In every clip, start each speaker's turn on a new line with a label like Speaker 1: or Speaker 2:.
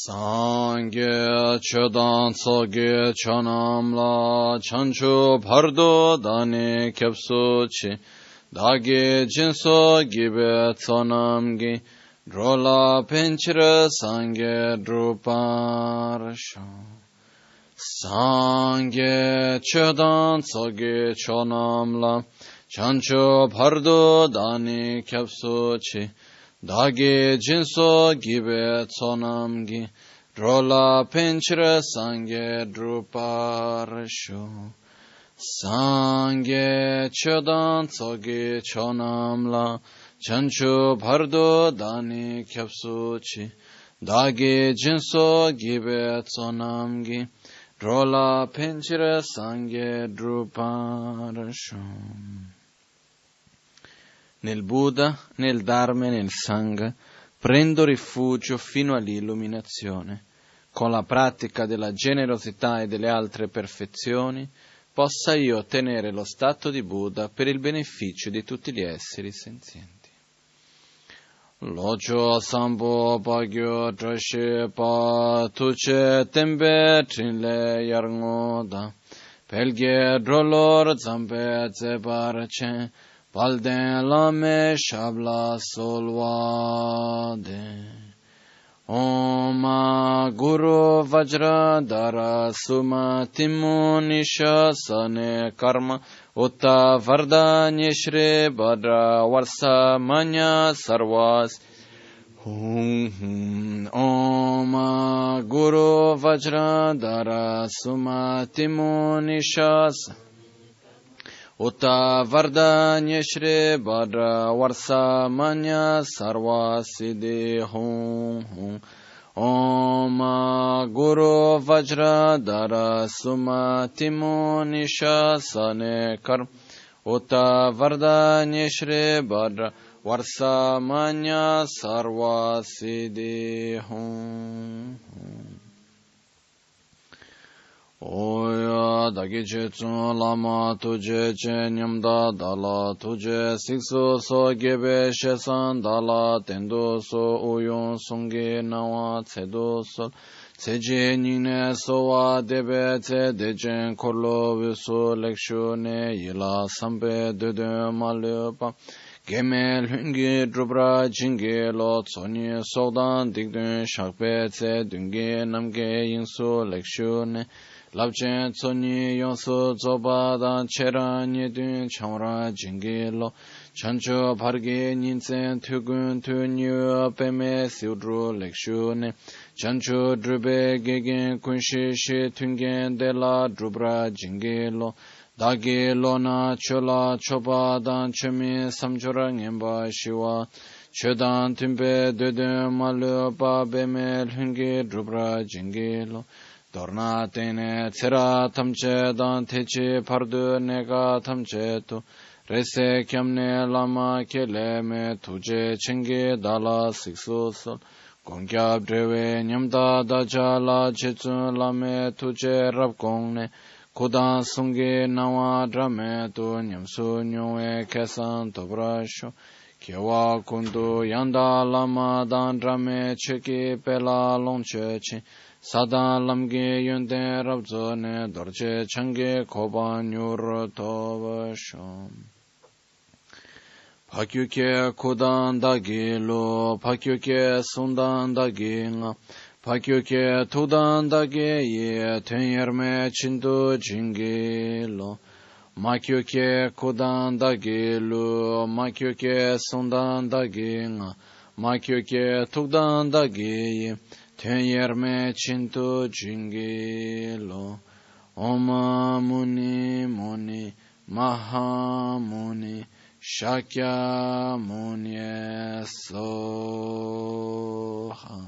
Speaker 1: Sangye chodan tsoge chonamla chanchu pardo dani kyapsu chi dagi jinso gibe tsonamgi drola penchira sangye druparsho. Sangye chodan tsoge chonamla chanchu pardo dani kyapsu chi dagi jinso gibe tsonamgi drola penchira sangye druparsho. Sangye chodan tsoge chonamla chanchu pardo dani kyapsu chi dagi jinso gibe tsonamgi drola penchira sangye druparsho. Nel Buddha, nel Dharma e nel Sangha prendo rifugio fino all'illuminazione. Con la pratica della generosità e delle altre perfezioni possa io ottenere lo stato di Buddha per il beneficio di tutti gli esseri senzienti. Locho sambo pagyo trashi pa tuche tembe trinle yarngoda pelge drolor zambe zebar chen Palden lame shabla solvade. Om Guru Vajra Dara Suma Timunisha Sane Karma Utta Varda Nishre Badra Varsa Manya Sarvas. Om Guru Vajra Dara Suma Timunisha Utta Varda Nyeshre Badra Varsa Manya Sarva Siddhi Hum. Om Guru Vajra Dara Suma Timunisha Sane Karma Utta Varda Nyeshre Badra Varsa Manya Sarva Siddhi Hum. Oya dagi che tsun lama tuje che nyamda dala tuje sikso so gebe shesan dala tendo so uyun sungi nawa tsedo sol tseje nine sowa debe tse dejen korlo viso lekshu ne yila sambe dede malupa Gemel hungi drubra jingi lo tsoni sogdan digdun shakpe tse dungi namge yinsu lekshu ne Labchen tsoni yonsu zoba dan chera nyedun chamra jingilo chancho parge ninsen tugun tu nyu peme siudru lekshune chancho drube gegen kunshi shi tungen de la drubra jingilo dagi lona chola choba dan chemi samchora ngemba shiwa chodan timbe dede malu pa beme hungi drubra jingilo Dorna tene tsera tamche dan techi pardu nega tamche tu rese kyamne lama kele me tuje chengi dala siksu sol gongyab drewe nyamda daja la chetsu lame tuje rab gongne kudan sungi nawa drame tu nyamsu nyuwe kesan tobrasho kewa kundu yanda lama dan drame cheki pela longche chi Sadan lamge yonten rabzo ne dorje change koban yur tovashom. Pakyuke kudan dagi lo, pakyuke sundan dagi nga, pakyuke tudan dagi ye ten yerme chindu jingi lo. Makyuke kudan dagi lo, makyuke sundan dagi nga, makyuke tudan dagi ye. Ten yerme chintu jingilo Om Muni Muni Maha Muni Shakya Muni Soha.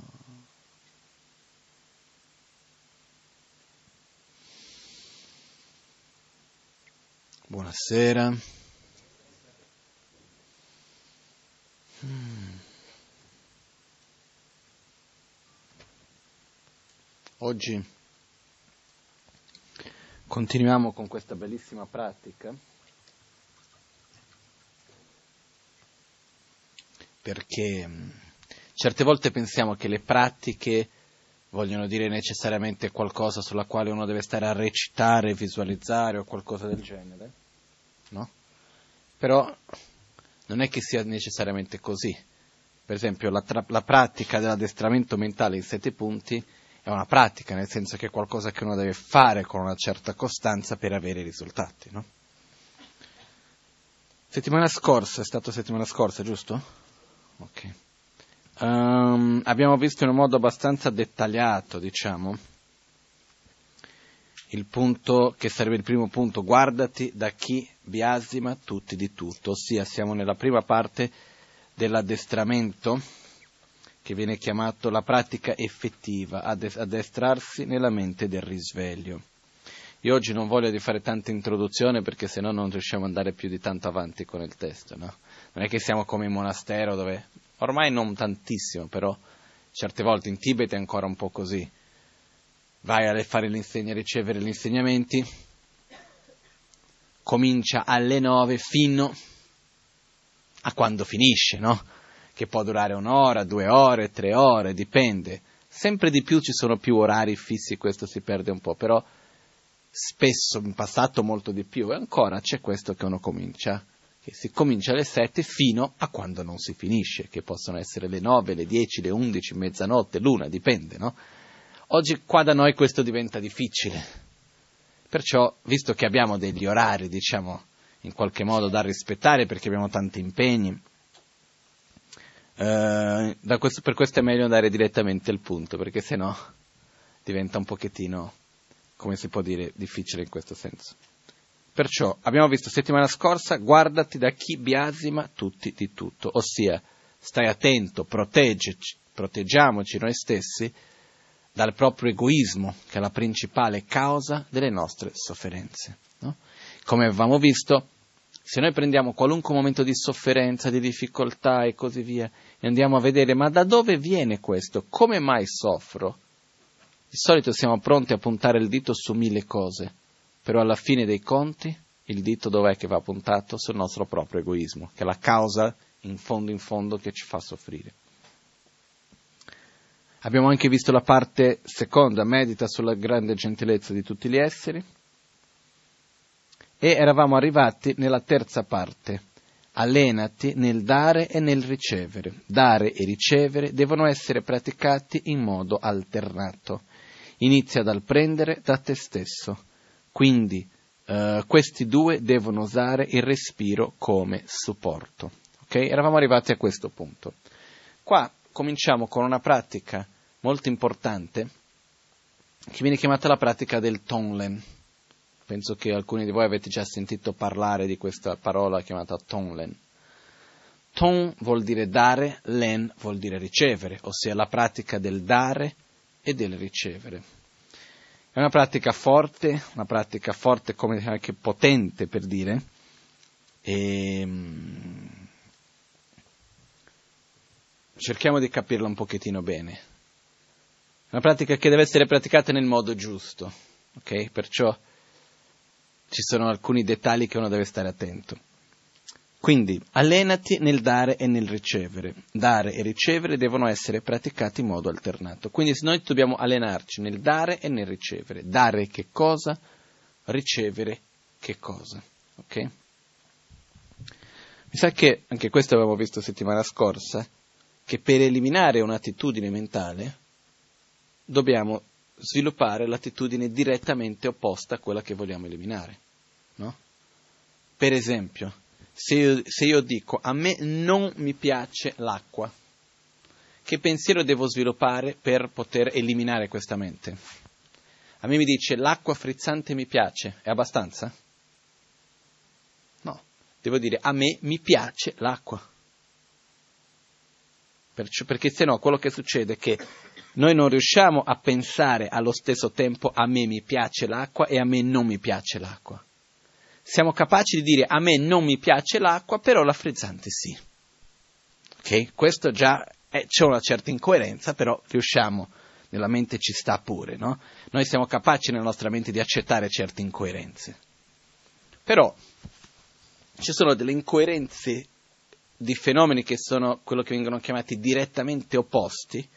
Speaker 1: Buonasera. Oggi continuiamo con questa bellissima pratica perché certe volte pensiamo che le pratiche vogliono dire necessariamente qualcosa sulla quale uno deve stare a recitare, visualizzare o qualcosa del genere, no? Però non è che sia necessariamente così. Per esempio la pratica dell'addestramento mentale in 7 punti è una pratica, nel senso che è qualcosa che uno deve fare con una certa costanza per avere i risultati, no? Settimana scorsa, è stato settimana scorsa, giusto? Ok. Abbiamo visto in un modo abbastanza dettagliato, diciamo, il punto che sarebbe il primo punto: guardati da chi biasima tutti di tutto, ossia siamo nella prima parte dell'addestramento che viene chiamato la pratica effettiva, addestrarsi nella mente del risveglio. Io oggi non voglio di fare tanta introduzione perché sennò non riusciamo ad andare più di tanto avanti con il testo, no? Non è che siamo come in monastero dove, ormai non tantissimo, però certe volte in Tibet è ancora un po' così. Vai a fare a ricevere gli insegnamenti, comincia alle 9 fino a quando finisce, no? Che può durare 1 ora, 2 ore, 3 ore, dipende. Sempre di più ci sono più orari fissi, questo si perde un po', però spesso, in passato molto di più, e ancora c'è questo che uno comincia, che si comincia alle 7 fino a quando non si finisce, che possono essere le 9, le 10, le 11, mezzanotte, l'1, dipende, no? Oggi qua da noi questo diventa difficile, perciò, visto che abbiamo degli orari, diciamo, in qualche modo da rispettare perché abbiamo tanti impegni, per questo è meglio andare direttamente al punto, perché sennò diventa un pochettino, come si può dire, difficile in questo senso. Perciò abbiamo visto settimana scorsa: guardati da chi biasima tutti di tutto, ossia stai attento, proteggiamoci noi stessi dal proprio egoismo, che è la principale causa delle nostre sofferenze, no? Come avevamo visto, se noi prendiamo qualunque momento di sofferenza, di difficoltà e così via, e andiamo a vedere ma da dove viene questo, come mai soffro, di solito siamo pronti a puntare il dito su 1000 cose, però alla fine dei conti il dito dov'è che va puntato? Sul nostro proprio egoismo, che è la causa in fondo che ci fa soffrire. Abbiamo anche visto la parte seconda: medita sulla grande gentilezza di tutti gli esseri, e eravamo arrivati nella terza parte: allenati nel dare e nel ricevere. Dare e ricevere devono essere praticati in modo alternato. Inizia dal prendere da te stesso, quindi questi due devono usare il respiro come supporto. Okay? Eravamo arrivati a questo punto. Qua cominciamo con una pratica molto importante che viene chiamata la pratica del Tonglen. Penso che alcuni di voi avete già sentito parlare di questa parola chiamata Tonglen. Tong vuol dire dare, Len vuol dire ricevere, ossia la pratica del dare e del ricevere. È una pratica forte come anche potente, per dire, e cerchiamo di capirla un pochettino bene. È una pratica che deve essere praticata nel modo giusto, ok? Perciò ci sono alcuni dettagli che uno deve stare attento. Quindi, allenati nel dare e nel ricevere. Dare e ricevere devono essere praticati in modo alternato. Quindi noi dobbiamo allenarci nel dare e nel ricevere. Dare che cosa? Ricevere che cosa? Ok? Mi sa che, anche questo avevamo visto settimana scorsa, che per eliminare un'attitudine mentale dobbiamo sviluppare l'attitudine direttamente opposta a quella che vogliamo eliminare, no? Per esempio, se io dico a me non mi piace l'acqua, che pensiero devo sviluppare per poter eliminare questa mente? A me mi dice l'acqua frizzante mi piace, è abbastanza? No, devo dire a me mi piace l'acqua. Perché se no quello che succede è che noi non riusciamo a pensare allo stesso tempo a me mi piace l'acqua e a me non mi piace l'acqua. Siamo capaci di dire a me non mi piace l'acqua, però la frizzante sì. Ok? Questo già c'è una certa incoerenza, però riusciamo, nella mente ci sta pure, no? Noi siamo capaci nella nostra mente di accettare certe incoerenze. Però ci sono delle incoerenze di fenomeni che sono quello che vengono chiamati direttamente opposti,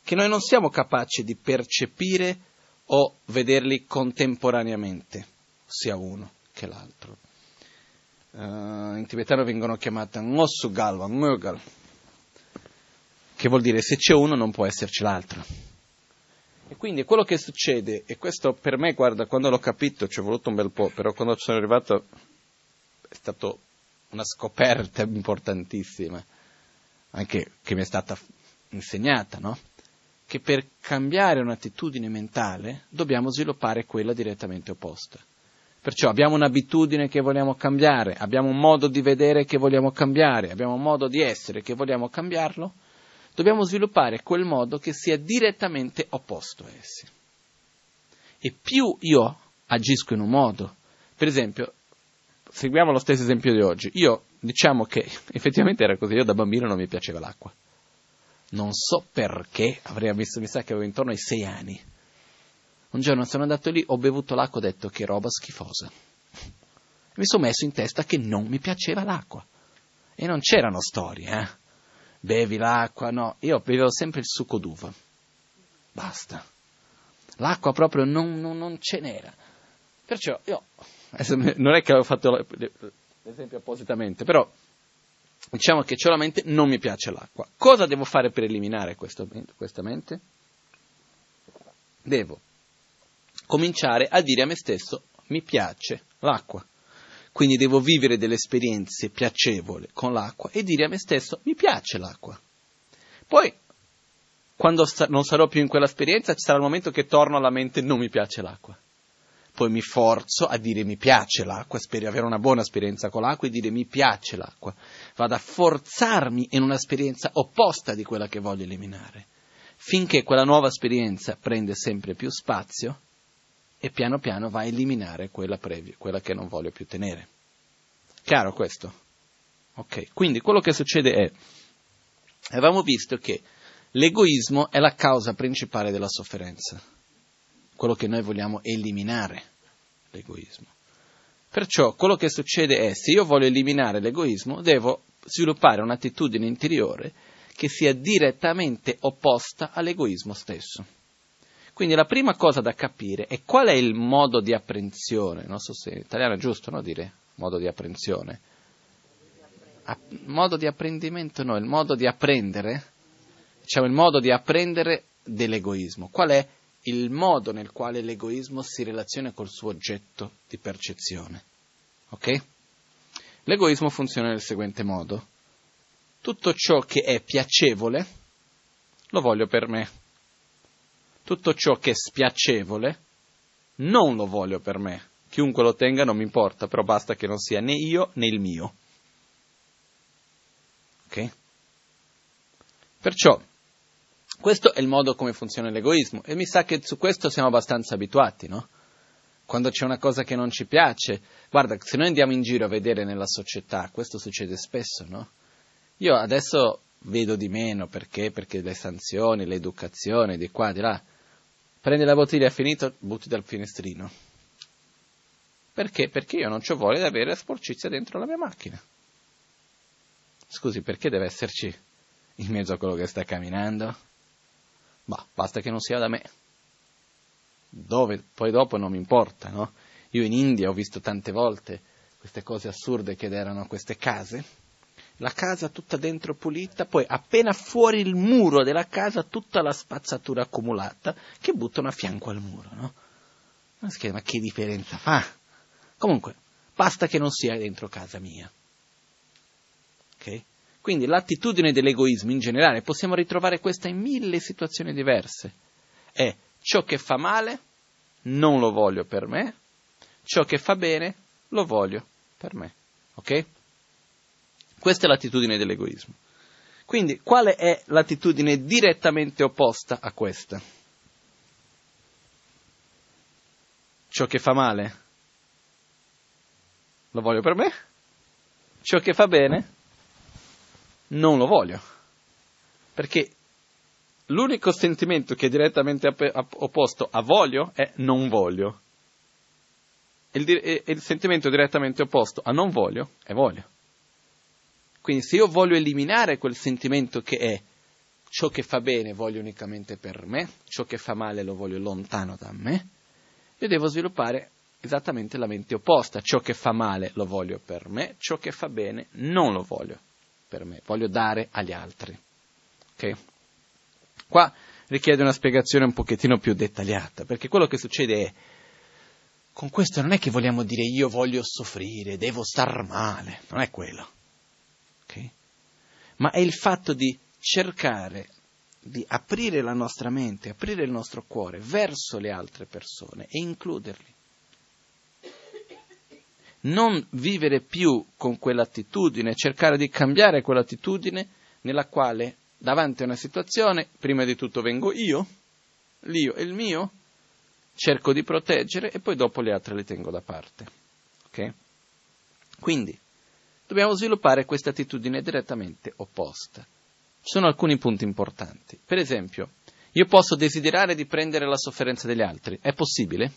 Speaker 2: che noi non siamo capaci di percepire o vederli contemporaneamente, sia uno che l'altro. In tibetano vengono chiamate Ngossu Galwa, Ngögal, che vuol dire se c'è uno non può esserci l'altro. E quindi quello che succede, e questo per me, guarda, quando l'ho capito ci è voluto un bel po', però quando sono arrivato è stato una scoperta importantissima, anche che mi è stata insegnata, no? Che per cambiare un'attitudine mentale dobbiamo sviluppare quella direttamente opposta. Perciò abbiamo un'abitudine che vogliamo cambiare, abbiamo un modo di vedere che vogliamo cambiare, abbiamo un modo di essere che vogliamo cambiarlo, dobbiamo sviluppare quel modo che sia direttamente opposto a essi. E più io agisco in un modo, per esempio, seguiamo lo stesso esempio di oggi, io diciamo che effettivamente era così, io da bambino non mi piaceva l'acqua. Non so perché, mi sa che avevo intorno ai 6 anni. Un giorno sono andato lì, ho bevuto l'acqua, ho detto che roba schifosa. Mi sono messo in testa che non mi piaceva l'acqua. E non c'erano storie, Bevi l'acqua, no. Io bevevo sempre il succo d'uva. Basta. L'acqua proprio non ce n'era. Perciò io, non è che avevo fatto l'esempio appositamente, però diciamo che solamente non mi piace l'acqua. Cosa devo fare per eliminare questa mente? Devo cominciare a dire a me stesso, mi piace l'acqua. Quindi devo vivere delle esperienze piacevoli con l'acqua e dire a me stesso, mi piace l'acqua. Poi, quando non sarò più in quell'esperienza, ci sarà il momento che torno alla mente, non mi piace l'acqua. Poi mi forzo a dire mi piace l'acqua, spero avere una buona esperienza con l'acqua e dire mi piace l'acqua. Vado a forzarmi in un'esperienza opposta di quella che voglio eliminare, finché quella nuova esperienza prende sempre più spazio e piano piano va a eliminare quella che non voglio più tenere. Chiaro questo? Ok, quindi quello che succede è, avevamo visto che l'egoismo è la causa principale della sofferenza, quello che noi vogliamo eliminare, l'egoismo. Perciò quello che succede è, se io voglio eliminare l'egoismo, devo sviluppare un'attitudine interiore che sia direttamente opposta all'egoismo stesso. Quindi la prima cosa da capire è qual è il modo di apprensione, non so se in italiano è giusto, no, dire modo di apprensione. Modo di apprendimento no, il modo di apprendere, diciamo il modo di apprendere dell'egoismo. Qual è il modo nel quale l'egoismo si relaziona col suo oggetto di percezione? Ok? L'egoismo funziona nel seguente modo. Tutto ciò che è piacevole lo voglio per me. Tutto ciò che è spiacevole non lo voglio per me. Chiunque lo tenga non mi importa, però basta che non sia né io né il mio. Ok? Perciò, questo è il modo come funziona l'egoismo. E mi sa che su questo siamo abbastanza abituati, no? Quando c'è una cosa che non ci piace, guarda, se noi andiamo in giro a vedere nella società, questo succede spesso, no? Io adesso vedo di meno, perché? Perché le sanzioni, l'educazione, di qua, di là. Prendi la bottiglia, finito, butti dal finestrino. Perché? Perché io non c'ho voglia di avere sporcizia dentro la mia macchina. Scusi, perché deve esserci in mezzo a quello che sta camminando? Bah, basta che non sia da me. Dove? Poi dopo non mi importa, no? Io in India ho visto tante volte queste cose assurde che erano queste case. La casa tutta dentro pulita, poi appena fuori il muro della casa tutta la spazzatura accumulata che buttano a fianco al muro, no? Ma che differenza fa? Comunque, basta che non sia dentro casa mia. Ok? Quindi l'attitudine dell'egoismo in generale, possiamo ritrovare questa in 1000 situazioni diverse. È ciò che fa male, non lo voglio per me, ciò che fa bene, lo voglio per me. Ok? Questa è l'attitudine dell'egoismo. Quindi, quale è l'attitudine direttamente opposta a questa? Ciò che fa male, lo voglio per me. Ciò che fa bene, non lo voglio. Perché l'unico sentimento che è direttamente opposto a voglio è non voglio. E il sentimento direttamente opposto a non voglio è voglio. Quindi se io voglio eliminare quel sentimento che è ciò che fa bene voglio unicamente per me, ciò che fa male lo voglio lontano da me. Io devo sviluppare esattamente la mente opposta, ciò che fa male lo voglio per me, ciò che fa bene non lo voglio per me, voglio dare agli altri. Ok? Qua richiede una spiegazione un pochettino più dettagliata, perché quello che succede è, con questo non è che vogliamo dire io voglio soffrire, devo star male, non è quello, ok? Ma è il fatto di cercare di aprire la nostra mente, aprire il nostro cuore verso le altre persone e includerli. Non vivere più con quell'attitudine, cercare di cambiare quell'attitudine nella quale davanti a una situazione, prima di tutto vengo io, l'io e il mio, cerco di proteggere e poi dopo le altre le tengo da parte. Ok? Quindi, dobbiamo sviluppare questa attitudine direttamente opposta. Ci sono alcuni punti importanti. Per esempio, io posso desiderare di prendere la sofferenza degli altri. È possibile?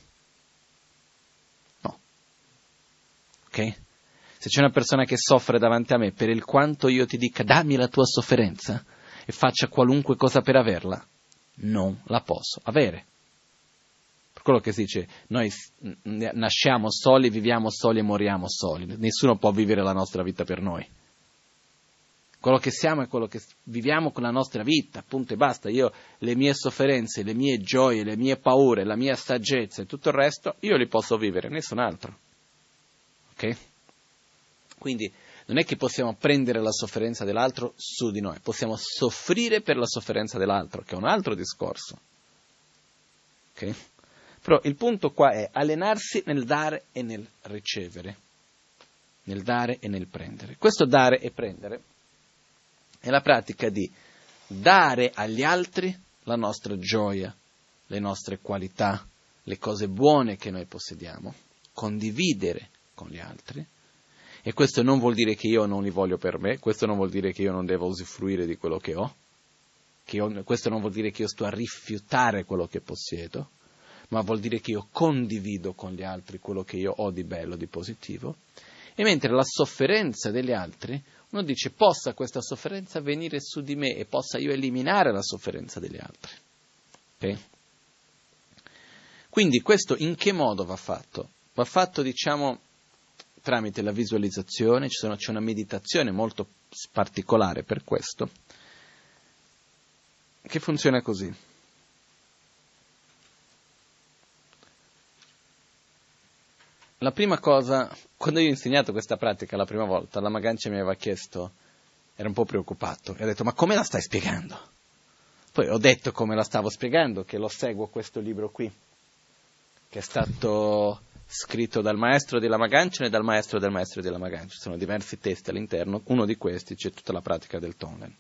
Speaker 2: No. Ok? Se c'è una persona che soffre davanti a me, per il quanto io ti dica dammi la tua sofferenza e faccia qualunque cosa per averla, non la posso avere. Per quello che si dice, noi nasciamo soli, viviamo soli e moriamo soli. Nessuno può vivere la nostra vita per noi. Quello che siamo è quello che viviamo con la nostra vita, punto e basta. Io, le mie sofferenze, le mie gioie, le mie paure, la mia saggezza e tutto il resto, io li posso vivere, nessun altro. Ok? Quindi non è che possiamo prendere la sofferenza dell'altro su di noi, possiamo soffrire per la sofferenza dell'altro, che è un altro discorso. Ok? Però il punto qua è allenarsi nel dare e nel ricevere, nel dare e nel prendere. Questo dare e prendere è la pratica di dare agli altri la nostra gioia, le nostre qualità, le cose buone che noi possediamo, condividere con gli altri. E questo non vuol dire che io non li voglio per me, questo non vuol dire che io non devo usufruire di quello che ho, questo non vuol dire che io sto a rifiutare quello che possiedo, ma vuol dire che io condivido con gli altri quello che io ho di bello, di positivo. E mentre la sofferenza degli altri, uno dice possa questa sofferenza venire su di me e possa io eliminare la sofferenza degli altri. Okay? Quindi questo in che modo va fatto? Va fatto, diciamo, tramite la visualizzazione, c'è una meditazione molto particolare per questo, che funziona così. La prima cosa, quando io ho insegnato questa pratica la prima volta, la Magancia mi aveva chiesto, era un po' preoccupato, e ha detto, ma come la stai spiegando? Poi ho detto come la stavo spiegando, che lo seguo questo libro qui, che è stato scritto dal maestro della Magancia e dal maestro del maestro della Magancia. Ci sono diversi testi all'interno, uno di questi c'è tutta la pratica del Tonglen.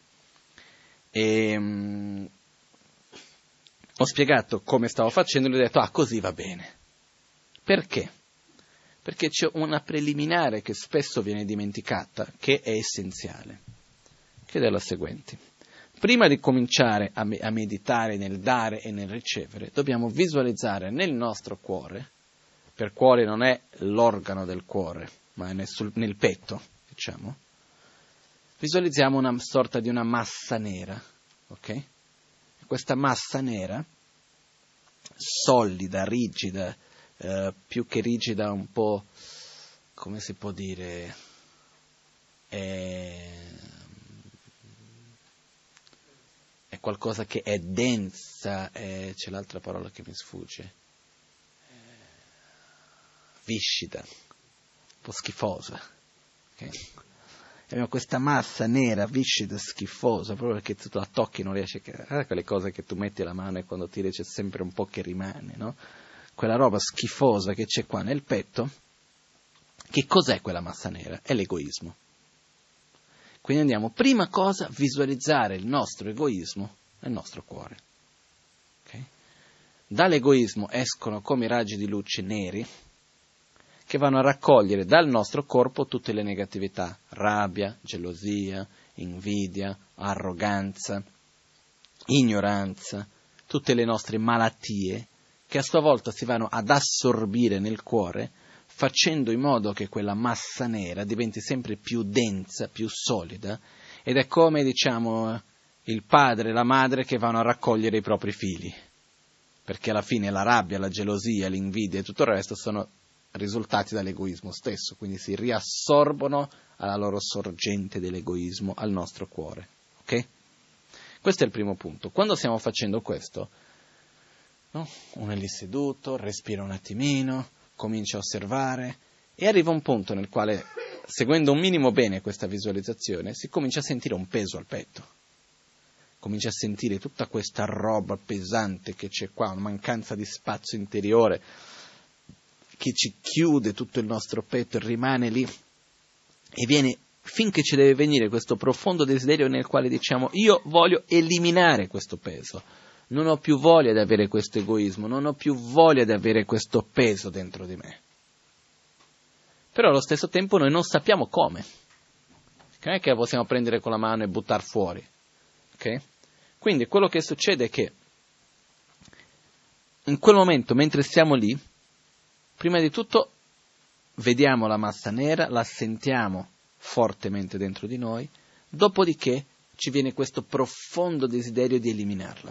Speaker 2: E ho spiegato come stavo facendo e gli ho detto, così va bene. Perché? Perché c'è una preliminare che spesso viene dimenticata, che è essenziale, che è la seguente. Prima di cominciare a meditare nel dare e nel ricevere, dobbiamo visualizzare nel nostro cuore, per cuore non è l'organo del cuore, ma è nel petto, diciamo, visualizziamo una sorta di una massa nera, ok? Questa massa nera, solida, rigida, più che rigida, un po', come si può dire, è qualcosa che è densa, c'è l'altra parola che mi sfugge, viscida, un po' schifosa. Okay? Abbiamo questa massa nera, viscida, schifosa, proprio perché tu la tocchi e non riesci a... quelle cose che tu metti la mano e quando tiri c'è sempre un po' che rimane, no? Quella roba schifosa che c'è qua nel petto. Che cos'è quella massa nera? È l'egoismo. Quindi andiamo, prima cosa, a visualizzare il nostro egoismo nel nostro cuore. Okay? Dall'egoismo escono come raggi di luce neri che vanno a raccogliere dal nostro corpo tutte le negatività, rabbia, gelosia, invidia, arroganza, ignoranza, tutte le nostre malattie che a sua volta si vanno ad assorbire nel cuore, facendo in modo che quella massa nera diventi sempre più densa, più solida, ed è come, diciamo, il padre e la madre che vanno a raccogliere i propri figli, perché alla fine la rabbia, la gelosia, l'invidia e tutto il resto sono risultati dall'egoismo stesso, quindi si riassorbono alla loro sorgente dell'egoismo, al nostro cuore. Ok? Questo è il primo punto. Quando stiamo facendo questo, no? Uno è lì seduto, respira un attimino, comincia a osservare e arriva un punto nel quale, seguendo un minimo bene questa visualizzazione, si comincia a sentire un peso al petto. Comincia a sentire tutta questa roba pesante che c'è qua, una mancanza di spazio interiore che ci chiude tutto il nostro petto e rimane lì. E viene, finché ci deve venire questo profondo desiderio nel quale diciamo: io voglio eliminare questo peso, non ho più voglia di avere questo egoismo, non ho più voglia di avere questo peso dentro di me. Però allo stesso tempo noi non sappiamo come. Non è che la possiamo prendere con la mano e buttare fuori. Okay? Quindi quello che succede è che in quel momento, mentre siamo lì, prima di tutto vediamo la massa nera, la sentiamo fortemente dentro di noi, dopodiché ci viene questo profondo desiderio di eliminarla.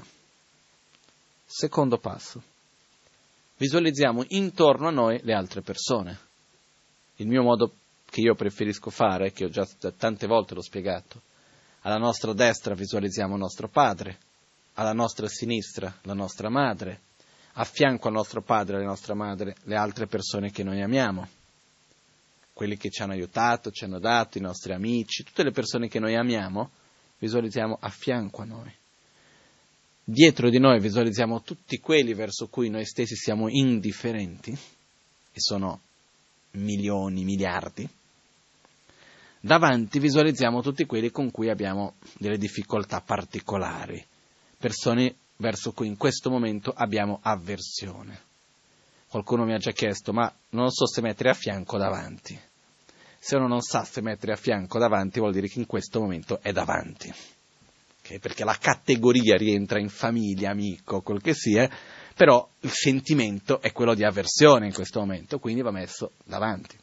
Speaker 2: Secondo passo, visualizziamo intorno a noi le altre persone. Il mio modo che io preferisco fare, che ho già tante volte l'ho spiegato: alla nostra destra visualizziamo nostro padre, alla nostra sinistra la nostra madre, a fianco al nostro padre e alla nostra madre le altre persone che noi amiamo, quelli che ci hanno aiutato, ci hanno dato, i nostri amici, tutte le persone che noi amiamo, visualizziamo a fianco a noi. Dietro di noi visualizziamo tutti quelli verso cui noi stessi siamo indifferenti, e sono milioni, miliardi. Davanti visualizziamo tutti quelli con cui abbiamo delle difficoltà particolari, persone verso cui in questo momento abbiamo avversione. Qualcuno mi ha già chiesto: ma non so se mettere a fianco o davanti. Se uno non sa se mettere a fianco o davanti, vuol dire che in questo momento è davanti. Okay? Perché la categoria rientra in famiglia, amico, quel che sia, però il sentimento è quello di avversione in questo momento, quindi va messo davanti.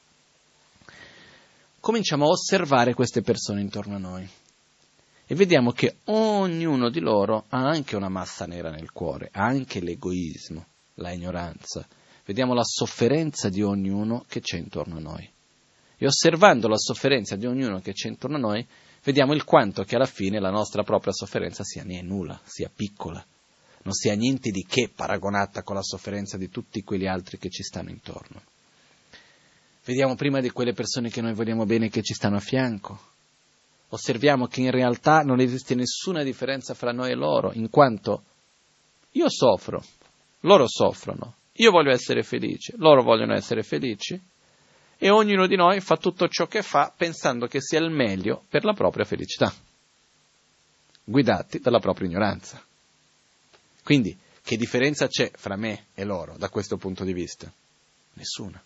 Speaker 2: Cominciamo a osservare queste persone intorno a noi e vediamo che ognuno di loro ha anche una massa nera nel cuore, ha anche l'egoismo, la ignoranza. Vediamo la sofferenza di ognuno che c'è intorno a noi. E osservando la sofferenza di ognuno che c'è intorno a noi, vediamo il quanto che alla fine la nostra propria sofferenza sia nulla, sia piccola, non sia niente di che paragonata con la sofferenza di tutti quelli altri che ci stanno intorno. Vediamo prima di quelle persone che noi vogliamo bene che ci stanno a fianco. Osserviamo che in realtà non esiste nessuna differenza fra noi e loro, in quanto io soffro, loro soffrono, io voglio essere felice, loro vogliono essere felici, e ognuno di noi fa tutto ciò che fa pensando che sia il meglio per la propria felicità, guidati dalla propria ignoranza. Quindi, che differenza c'è fra me e loro da questo punto di vista? Nessuna.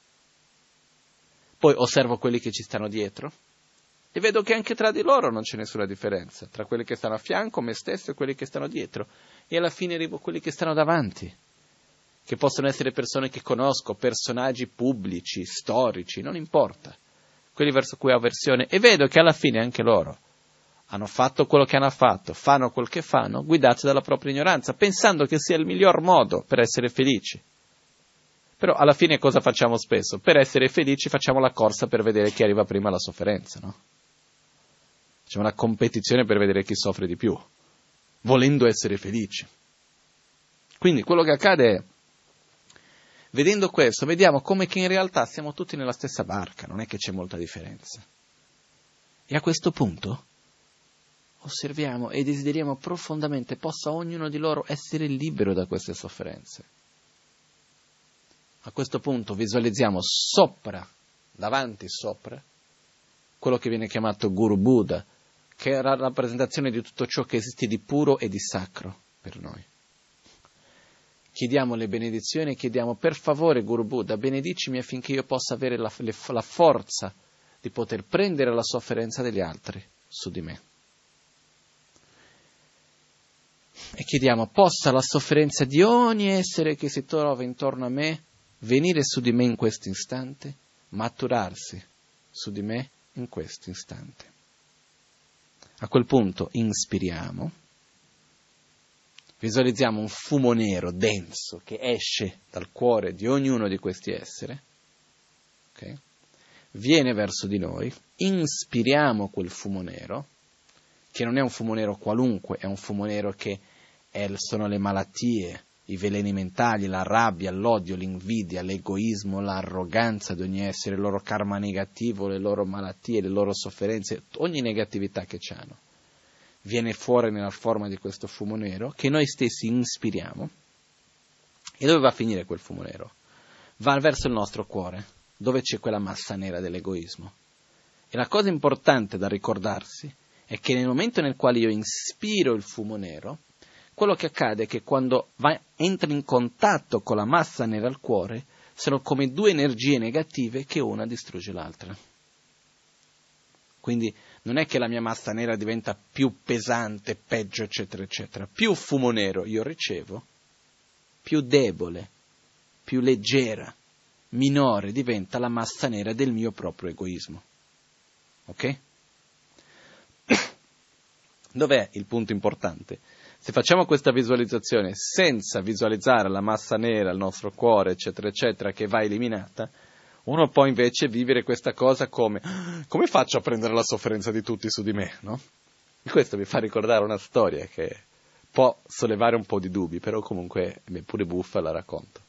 Speaker 2: Poi osservo quelli che ci stanno dietro e vedo che anche tra di loro non c'è nessuna differenza, tra quelli che stanno a fianco, me stesso, e quelli che stanno dietro. E alla fine arrivo a quelli che stanno davanti, che possono essere persone che conosco, personaggi pubblici, storici, non importa, quelli verso cui ho avversione, e vedo che alla fine anche loro hanno fatto quello che hanno fatto, fanno quel che fanno, guidati dalla propria ignoranza, pensando che sia il miglior modo per essere felici. Però alla fine cosa facciamo spesso? Per essere felici facciamo la corsa per vedere chi arriva prima alla sofferenza, no? Facciamo una competizione per vedere chi soffre di più, volendo essere felici. Quindi quello che accade è, vedendo questo, vediamo come che in realtà siamo tutti nella stessa barca, non è che c'è molta differenza. E a questo punto osserviamo e desideriamo profondamente possa ognuno di loro essere libero da queste sofferenze. A questo punto visualizziamo sopra, davanti sopra, quello che viene chiamato Guru Buddha, che è la rappresentazione di tutto ciò che esiste di puro e di sacro per noi. Chiediamo le benedizioni e chiediamo: per favore Guru Buddha, benedicimi affinché io possa avere la forza di poter prendere la sofferenza degli altri su di me. E chiediamo: possa la sofferenza di ogni essere che si trova intorno a me venire su di me in questo istante, maturarsi su di me in questo istante. A quel punto inspiriamo, visualizziamo un fumo nero denso che esce dal cuore di ognuno di questi esseri, okay? Viene verso di noi, inspiriamo quel fumo nero, che non è un fumo nero qualunque, è un fumo nero che sono le malattie, i veleni mentali, la rabbia, l'odio, l'invidia, l'egoismo, l'arroganza di ogni essere, il loro karma negativo, le loro malattie, le loro sofferenze, ogni negatività che hanno. Viene fuori nella forma di questo fumo nero che noi stessi inspiriamo. E dove va a finire quel fumo nero? Va verso il nostro cuore, dove c'è quella massa nera dell'egoismo. E la cosa importante da ricordarsi è che nel momento nel quale io inspiro il fumo nero, quello che accade è che quando entra in contatto con la massa nera al cuore, sono come due energie negative che una distrugge l'altra. Quindi non è che la mia massa nera diventa più pesante, peggio, eccetera, eccetera. Più fumo nero io ricevo, più debole, più leggera, minore diventa la massa nera del mio proprio egoismo. Ok? Dov'è il punto importante? Se facciamo questa visualizzazione senza visualizzare la massa nera, il nostro cuore, eccetera, eccetera, che va eliminata, uno può invece vivere questa cosa come faccio a prendere la sofferenza di tutti su di me, no? E questo mi fa ricordare una storia che può sollevare un po' di dubbi, però comunque è pure buffa, la racconto.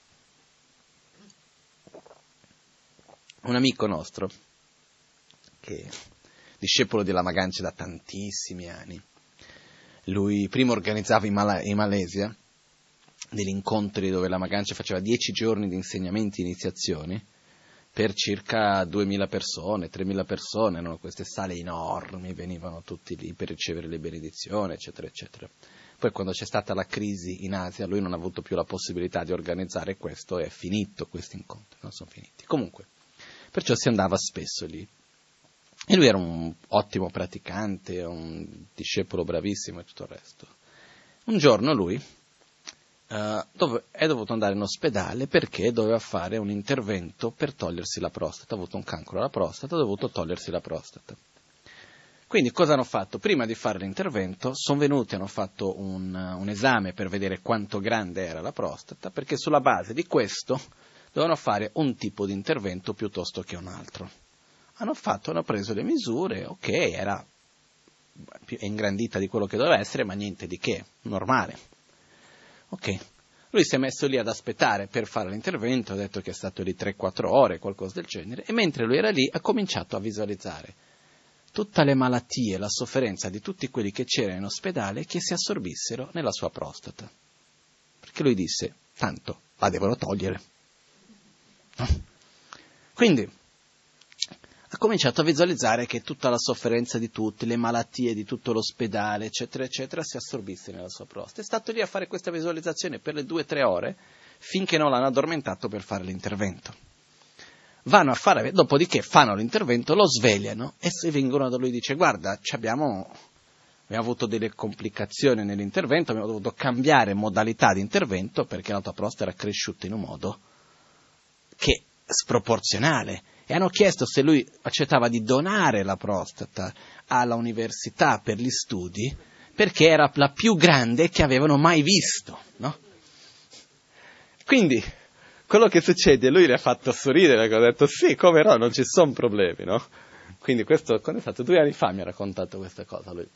Speaker 2: Un amico nostro, che è discepolo di Lama Ganche da tantissimi anni, lui prima organizzava in Malesia degli incontri dove Lama Ganche faceva 10 giorni di insegnamenti e iniziazioni per circa 2.000 persone, 3.000 persone, erano queste sale enormi, venivano tutti lì per ricevere le benedizioni, eccetera, eccetera. Poi quando c'è stata la crisi in Asia, lui non ha avuto più la possibilità di organizzare questo e è finito questi incontri, non sono finiti. Comunque, perciò si andava spesso lì. E lui era un ottimo praticante, un discepolo bravissimo e tutto il resto. Un giorno lui è dovuto andare in ospedale perché doveva fare un intervento per togliersi la prostata. Ha avuto un cancro alla prostata, ha dovuto togliersi la prostata. Quindi cosa hanno fatto? Prima di fare l'intervento sono venuti, hanno fatto un esame per vedere quanto grande era la prostata, perché sulla base di questo dovevano fare un tipo di intervento piuttosto che un altro. Hanno preso le misure, ok, era più ingrandita di quello che doveva essere, ma niente di che, normale. Ok, lui si è messo lì ad aspettare per fare l'intervento, ha detto che è stato lì 3-4 ore, qualcosa del genere, e mentre lui era lì ha cominciato a visualizzare tutte le malattie, la sofferenza di tutti quelli che c'erano in ospedale che si assorbissero nella sua prostata. Perché lui disse, tanto, la devono togliere. No? Quindi ha cominciato a visualizzare che tutta la sofferenza di tutti, le malattie di tutto l'ospedale, eccetera, eccetera, si assorbisse nella sua prostata. È stato lì a fare questa visualizzazione per le 2-3 ore, finché non l'hanno addormentato per fare l'intervento. Dopodiché fanno l'intervento, lo svegliano e se vengono da lui e dice, guarda, abbiamo avuto delle complicazioni nell'intervento, abbiamo dovuto cambiare modalità di intervento perché la tua prostata era cresciuta in un modo che sproporzionale. E hanno chiesto se lui accettava di donare la prostata alla università per gli studi, perché era la più grande che avevano mai visto, no? Quindi, quello che succede, lui le ha fatto sorridere, ha detto, sì, come no, non ci sono problemi, no? Quindi questo, quando è stato 2 anni fa mi ha raccontato questa cosa lui.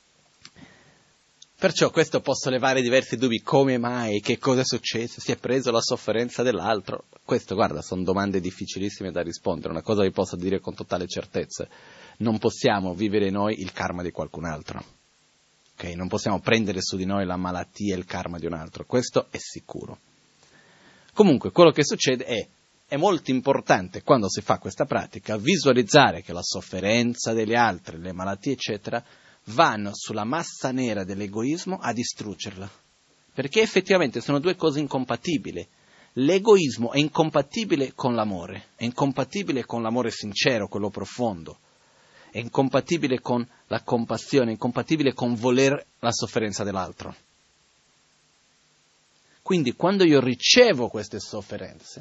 Speaker 2: Perciò questo può sollevare diversi dubbi, come mai, che cosa è successo, si è preso la sofferenza dell'altro. Questo, guarda, sono domande difficilissime da rispondere, una cosa vi posso dire con totale certezza, non possiamo vivere noi il karma di qualcun altro, okay? Non possiamo prendere su di noi la malattia e il karma di un altro, questo è sicuro. Comunque, quello che succede è molto importante, quando si fa questa pratica, visualizzare che la sofferenza degli altri, le malattie, eccetera, vanno sulla massa nera dell'egoismo a distruggerla, perché effettivamente sono 2 cose incompatibili. L'egoismo è incompatibile con l'amore, è incompatibile con l'amore sincero, quello profondo, è incompatibile con la compassione, è incompatibile con voler la sofferenza dell'altro. Quindi quando io ricevo queste sofferenze,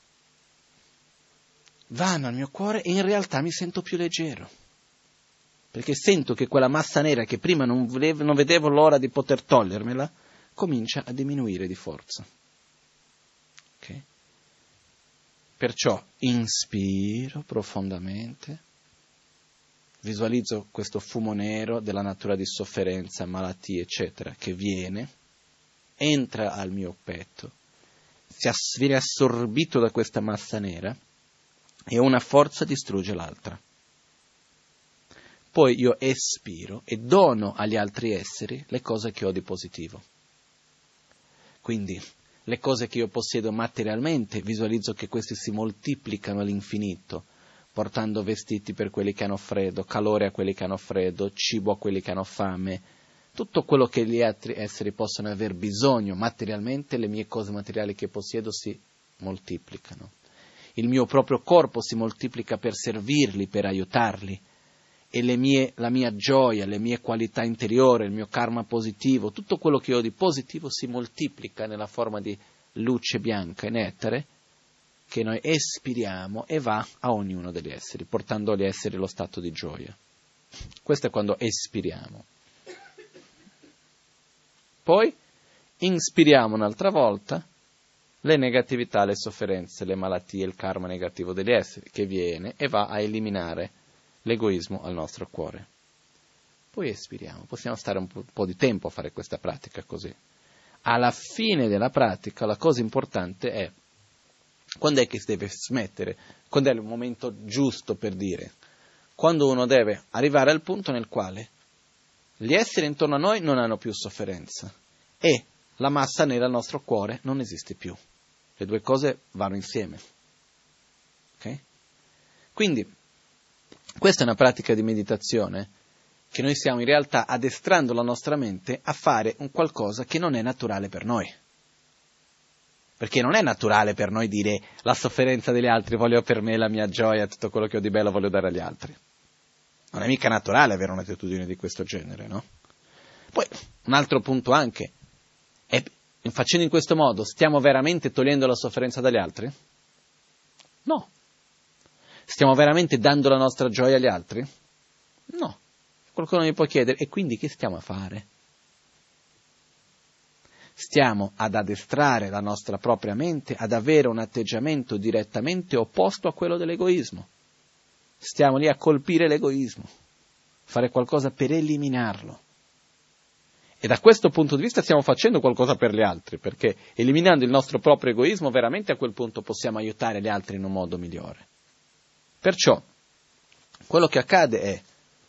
Speaker 2: vanno al mio cuore e in realtà mi sento più leggero. perché sento che quella massa nera che prima non vedevo l'ora di poter togliermela, comincia a diminuire di forza. Okay? Perciò inspiro profondamente, visualizzo questo fumo nero della natura di sofferenza, malattie, eccetera, che viene, entra al mio petto, viene assorbito da questa massa nera e una forza distrugge l'altra. Poi io espiro e dono agli altri esseri le cose che ho di positivo. Quindi le cose che io possiedo materialmente, visualizzo che questi si moltiplicano all'infinito, portando vestiti per quelli che hanno freddo, calore a quelli che hanno freddo, cibo a quelli che hanno fame, tutto quello che gli altri esseri possono aver bisogno materialmente, le mie cose materiali che possiedo si moltiplicano. Il mio proprio corpo si moltiplica per servirli, per aiutarli, e la mia gioia, le mie qualità interiori, il mio karma positivo, tutto quello che ho di positivo si moltiplica nella forma di luce bianca in etere, che noi espiriamo e va a ognuno degli esseri, portando agli esseri lo stato di gioia. Questo è quando espiriamo. Poi inspiriamo un'altra volta le negatività, le sofferenze, le malattie, il karma negativo degli esseri, che viene e va a eliminare l'egoismo al nostro cuore. Poi espiriamo, possiamo stare un po' di tempo a fare questa pratica così. Alla fine della pratica la cosa importante è quando è che si deve smettere, quando è il momento giusto per dire, quando uno deve arrivare al punto nel quale gli esseri intorno a noi non hanno più sofferenza e la massa nera al nostro cuore non esiste più. Le due cose vanno insieme. Okay? Quindi questa è una pratica di meditazione che noi stiamo in realtà addestrando la nostra mente a fare un qualcosa che non è naturale per noi. Perché non è naturale per noi dire la sofferenza degli altri voglio per me, la mia gioia, tutto quello che ho di bello voglio dare agli altri. Non è mica naturale avere un'attitudine di questo genere, no? Poi, un altro punto anche, è, facendo in questo modo, stiamo veramente togliendo la sofferenza dagli altri? No. Stiamo veramente dando la nostra gioia agli altri? No. Qualcuno mi può chiedere, e quindi che stiamo a fare? Stiamo ad addestrare la nostra propria mente ad avere un atteggiamento direttamente opposto a quello dell'egoismo. Stiamo lì a colpire l'egoismo, fare qualcosa per eliminarlo. E da questo punto di vista stiamo facendo qualcosa per gli altri, perché eliminando il nostro proprio egoismo veramente a quel punto possiamo aiutare gli altri in un modo migliore. Perciò, quello che accade è,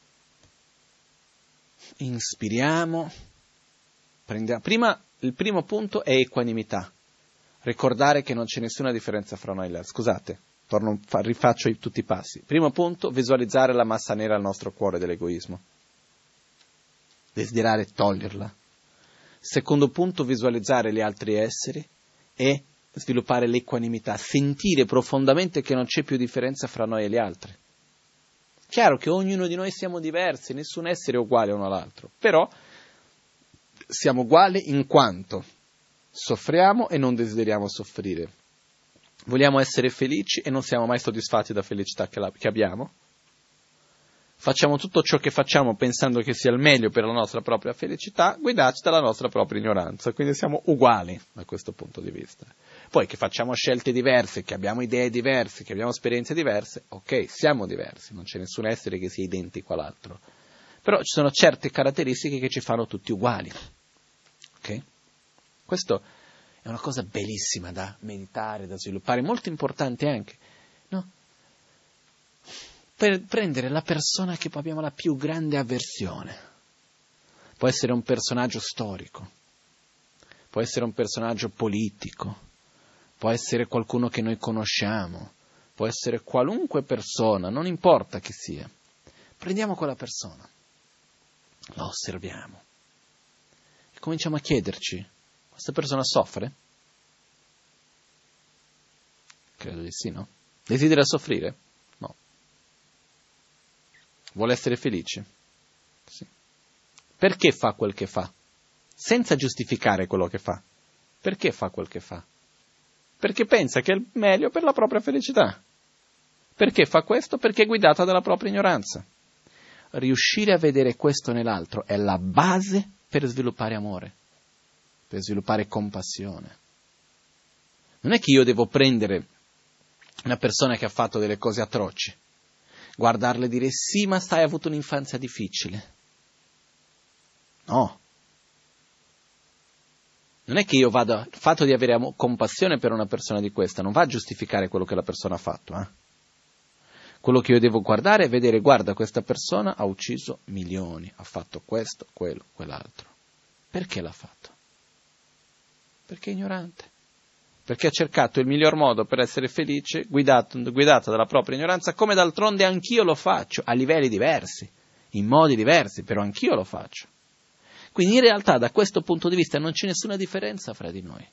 Speaker 2: inspiriamo, prima il primo punto è equanimità, ricordare che non c'è nessuna differenza fra noi e gli altri. Scusate, rifaccio tutti i passi. Primo punto, visualizzare la massa nera al nostro cuore dell'egoismo. Desiderare toglierla. Secondo punto, visualizzare gli altri esseri e sviluppare l'equanimità, sentire profondamente che non c'è più differenza fra noi e gli altri. Chiaro che ognuno di noi siamo diversi, nessun essere è uguale uno all'altro, però siamo uguali in quanto soffriamo e non desideriamo soffrire. Vogliamo essere felici e non siamo mai soddisfatti della felicità che abbiamo. Facciamo tutto ciò che facciamo pensando che sia il meglio per la nostra propria felicità, guidati dalla nostra propria ignoranza. Quindi siamo uguali da questo punto di vista. Poi che facciamo scelte diverse, che abbiamo idee diverse, che abbiamo esperienze diverse, ok, siamo diversi, non c'è nessun essere che sia identico all'altro. Però ci sono certe caratteristiche che ci fanno tutti uguali. Ok? Questo è una cosa bellissima da meditare, da sviluppare, molto importante anche, no? Per prendere la persona che abbiamo la più grande avversione. Può essere un personaggio storico, può essere un personaggio politico, può essere qualcuno che noi conosciamo, può essere qualunque persona, non importa chi sia. Prendiamo quella persona, la osserviamo e cominciamo a chiederci, questa persona soffre? Credo di sì, no? Desidera soffrire? No. Vuole essere felice? Sì. Perché fa quel che fa? Senza giustificare quello che fa. Perché fa quel che fa? Perché pensa che è il meglio per la propria felicità. Perché fa questo? Perché è guidata dalla propria ignoranza. riuscire a vedere questo nell'altro è la base per sviluppare amore, per sviluppare compassione. Non è che io devo prendere una persona che ha fatto delle cose atroci, guardarle e dire sì, ma hai avuto un'infanzia difficile. No. Non è che io vada, il fatto di avere compassione per una persona di questa non va a giustificare quello che la persona ha fatto. Quello che io devo guardare è vedere, guarda, questa persona ha ucciso milioni, ha fatto questo, quello, quell'altro. Perché l'ha fatto? Perché è ignorante. Perché ha cercato il miglior modo per essere felice, guidata dalla propria ignoranza, come d'altronde anch'io lo faccio, a livelli diversi, in modi diversi, però anch'io lo faccio. Quindi in realtà da questo punto di vista non c'è nessuna differenza fra di noi.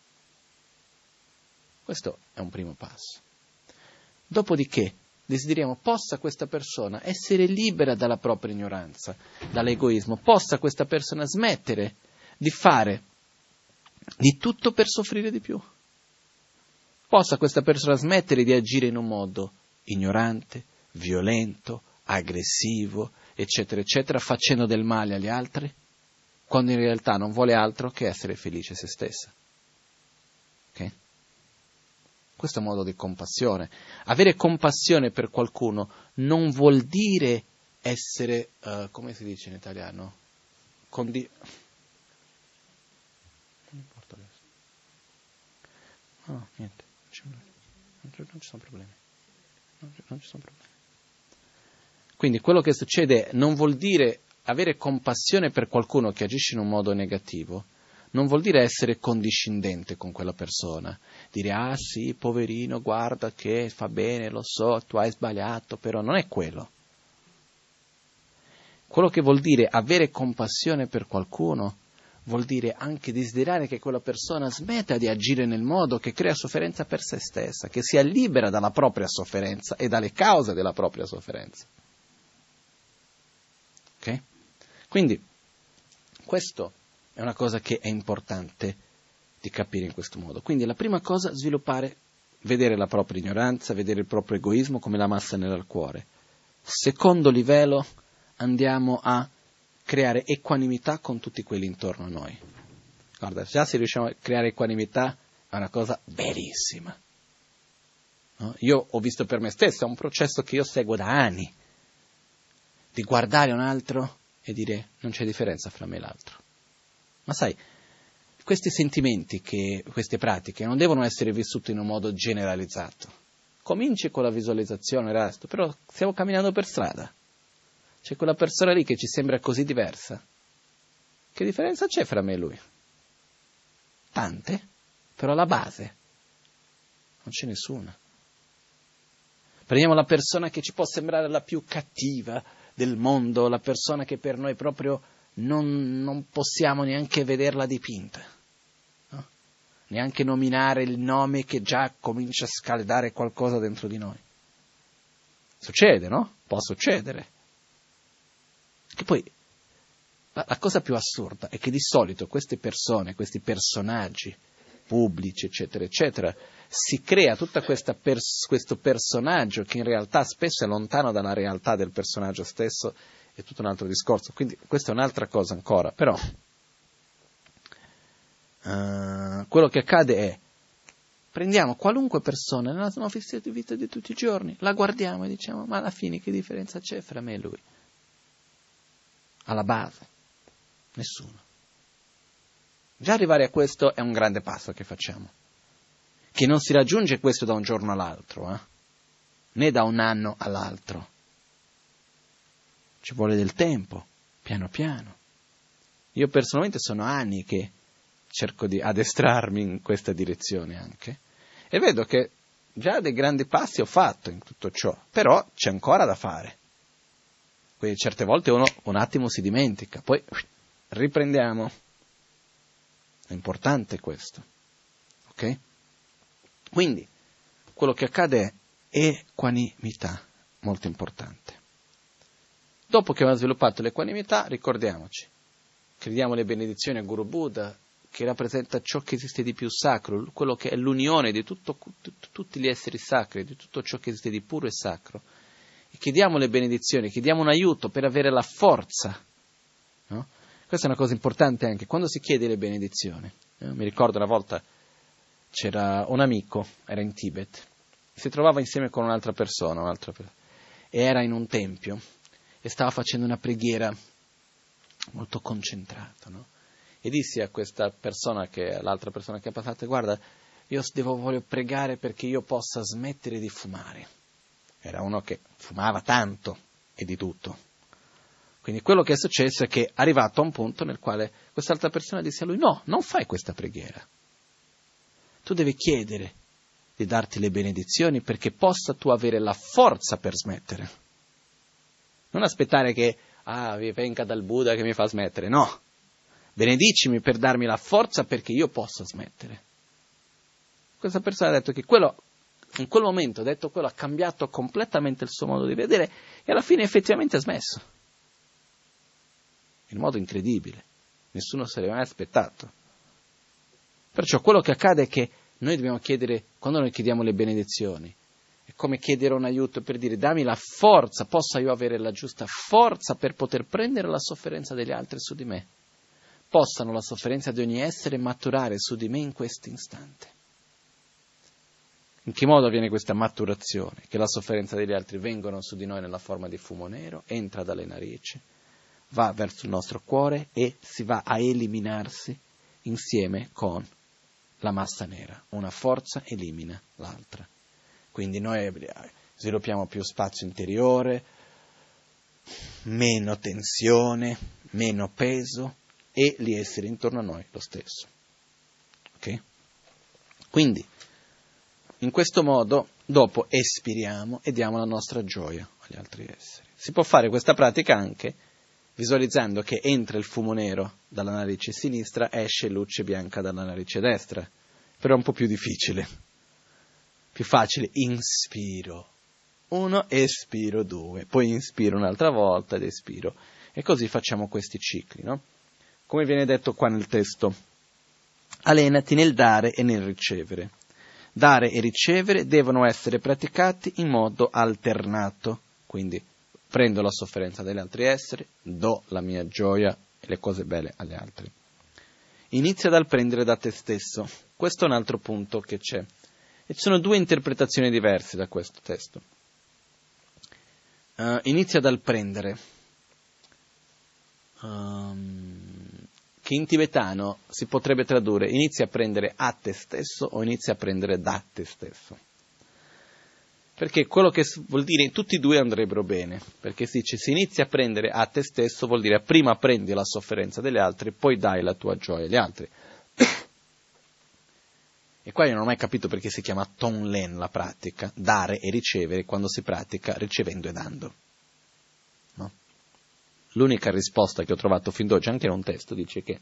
Speaker 2: Questo è un primo passo. Dopodiché desideriamo possa questa persona essere libera dalla propria ignoranza, dall'egoismo, possa questa persona smettere di fare di tutto per soffrire di più. Possa questa persona smettere di agire in un modo ignorante, violento, aggressivo, eccetera, eccetera, facendo del male agli altri, quando in realtà non vuole altro che essere felice se stessa. Ok? Questo è un modo di compassione. Avere compassione per qualcuno non vuol dire essere, come si dice in italiano? Non importa adesso. No, niente. Non ci sono problemi. Non ci sono problemi. Quindi quello che succede non vuol dire avere compassione per qualcuno che agisce in un modo negativo, non vuol dire essere condiscendente con quella persona, dire ah sì, poverino, guarda che fa bene, lo so, tu hai sbagliato, però non è quello. Quello che vuol dire avere compassione per qualcuno vuol dire anche desiderare che quella persona smetta di agire nel modo che crea sofferenza per se stessa, che sia libera dalla propria sofferenza e dalle cause della propria sofferenza. Ok? Quindi, questo è una cosa che è importante di capire in questo modo. Quindi la prima cosa, sviluppare, vedere la propria ignoranza, vedere il proprio egoismo come la massa nel cuore. Secondo livello, andiamo a creare equanimità con tutti quelli intorno a noi. Guarda, già se riusciamo a creare equanimità è una cosa bellissima. No? Io ho visto per me stesso, è un processo che io seguo da anni, di guardare un altro e dire non c'è differenza fra me e l'altro. Ma sai, questi sentimenti, queste pratiche non devono essere vissute in un modo generalizzato. Cominci con la visualizzazione, il resto, però stiamo camminando per strada. C'è quella persona lì che ci sembra così diversa. Che differenza c'è fra me e lui? Tante, però alla base non c'è nessuna. Prendiamo la persona che ci può sembrare la più cattiva del mondo, la persona che per noi proprio non possiamo neanche vederla dipinta, no? Neanche nominare il nome che già comincia a scaldare qualcosa dentro di noi. Succede, no? Può succedere. Che poi la cosa più assurda è che di solito queste persone, questi personaggi pubblici, eccetera, eccetera, si crea tutta questo personaggio che in realtà spesso è lontano dalla realtà del personaggio stesso, è tutto un altro discorso. Quindi questa è un'altra cosa ancora. Però quello che accade è, prendiamo qualunque persona nella nostra vita di tutti i giorni, la guardiamo e diciamo, ma alla fine che differenza c'è fra me e lui? Alla base, nessuno. Già arrivare a questo è un grande passo che facciamo, che non si raggiunge questo da un giorno all'altro, né da un anno all'altro. Ci vuole del tempo, piano piano. Io personalmente sono anni che cerco di addestrarmi in questa direzione anche, e vedo che già dei grandi passi ho fatto in tutto ciò, però c'è ancora da fare. Quindi certe volte uno un attimo si dimentica, poi riprendiamo. È importante questo, ok? Quindi, quello che accade è equanimità, molto importante. Dopo che abbiamo sviluppato l'equanimità, ricordiamoci, chiediamo le benedizioni a Guru Buddha, che rappresenta ciò che esiste di più sacro, quello che è l'unione di tutti gli esseri sacri, di tutto ciò che esiste di puro e sacro, chiediamo le benedizioni, chiediamo un aiuto per avere la forza, no? Questa è una cosa importante anche, quando si chiede le benedizioni. Mi ricordo una volta c'era un amico, era in Tibet, si trovava insieme con un'altra persona, e era in un tempio e stava facendo una preghiera molto concentrata, no? E dissi a questa persona, l'altra persona che è passata, guarda, io voglio pregare perché io possa smettere di fumare. Era uno che fumava tanto e di tutto. Quindi quello che è successo è che è arrivato a un punto nel quale quest'altra persona disse a lui, no, non fai questa preghiera. Tu devi chiedere di darti le benedizioni perché possa tu avere la forza per smettere. Non aspettare che, venga dal Buddha che mi fa smettere, no. Benedicimi per darmi la forza perché io possa smettere. Questa persona ha detto che in quel momento, detto quello, ha cambiato completamente il suo modo di vedere e alla fine effettivamente ha smesso. In modo incredibile. Nessuno se l'aveva mai aspettato. Perciò quello che accade è che noi dobbiamo chiedere, quando noi chiediamo le benedizioni, è come chiedere un aiuto per dire dammi la forza, possa io avere la giusta forza per poter prendere la sofferenza degli altri su di me. Possano la sofferenza di ogni essere maturare su di me in questo istante. In che modo avviene questa maturazione? Che la sofferenza degli altri vengono su di noi nella forma di fumo nero, entra dalle narici, va verso il nostro cuore e si va a eliminarsi insieme con la massa nera. Una forza elimina l'altra. Quindi noi sviluppiamo più spazio interiore, meno tensione, meno peso e gli esseri intorno a noi lo stesso. Ok? Quindi, in questo modo, dopo espiriamo e diamo la nostra gioia agli altri esseri. Si può fare questa pratica anche visualizzando che entra il fumo nero dalla narice sinistra, esce luce bianca dalla narice destra. Però è un po' più difficile. Più facile, inspiro 1, espiro 2, poi inspiro un'altra volta ed espiro. E così facciamo questi cicli, no? Come viene detto qua nel testo, allenati nel dare e nel ricevere. Dare e ricevere devono essere praticati in modo alternato, quindi prendo la sofferenza degli altri esseri, do la mia gioia e le cose belle agli altri. Inizia dal prendere da te stesso. Questo è un altro punto che c'è. E ci sono due interpretazioni diverse da questo testo. Inizia dal prendere, che in tibetano si potrebbe tradurre inizia a prendere a te stesso o inizia a prendere da te stesso. Perché quello che vuol dire tutti e due andrebbero bene, perché si dice se inizi a prendere a te stesso vuol dire prima prendi la sofferenza degli altri, poi dai la tua gioia agli altri. E qua io non ho mai capito perché si chiama Tonglen la pratica, dare e ricevere quando si pratica ricevendo e dando. No? L'unica risposta che ho trovato fin d'oggi, anche in un testo, dice che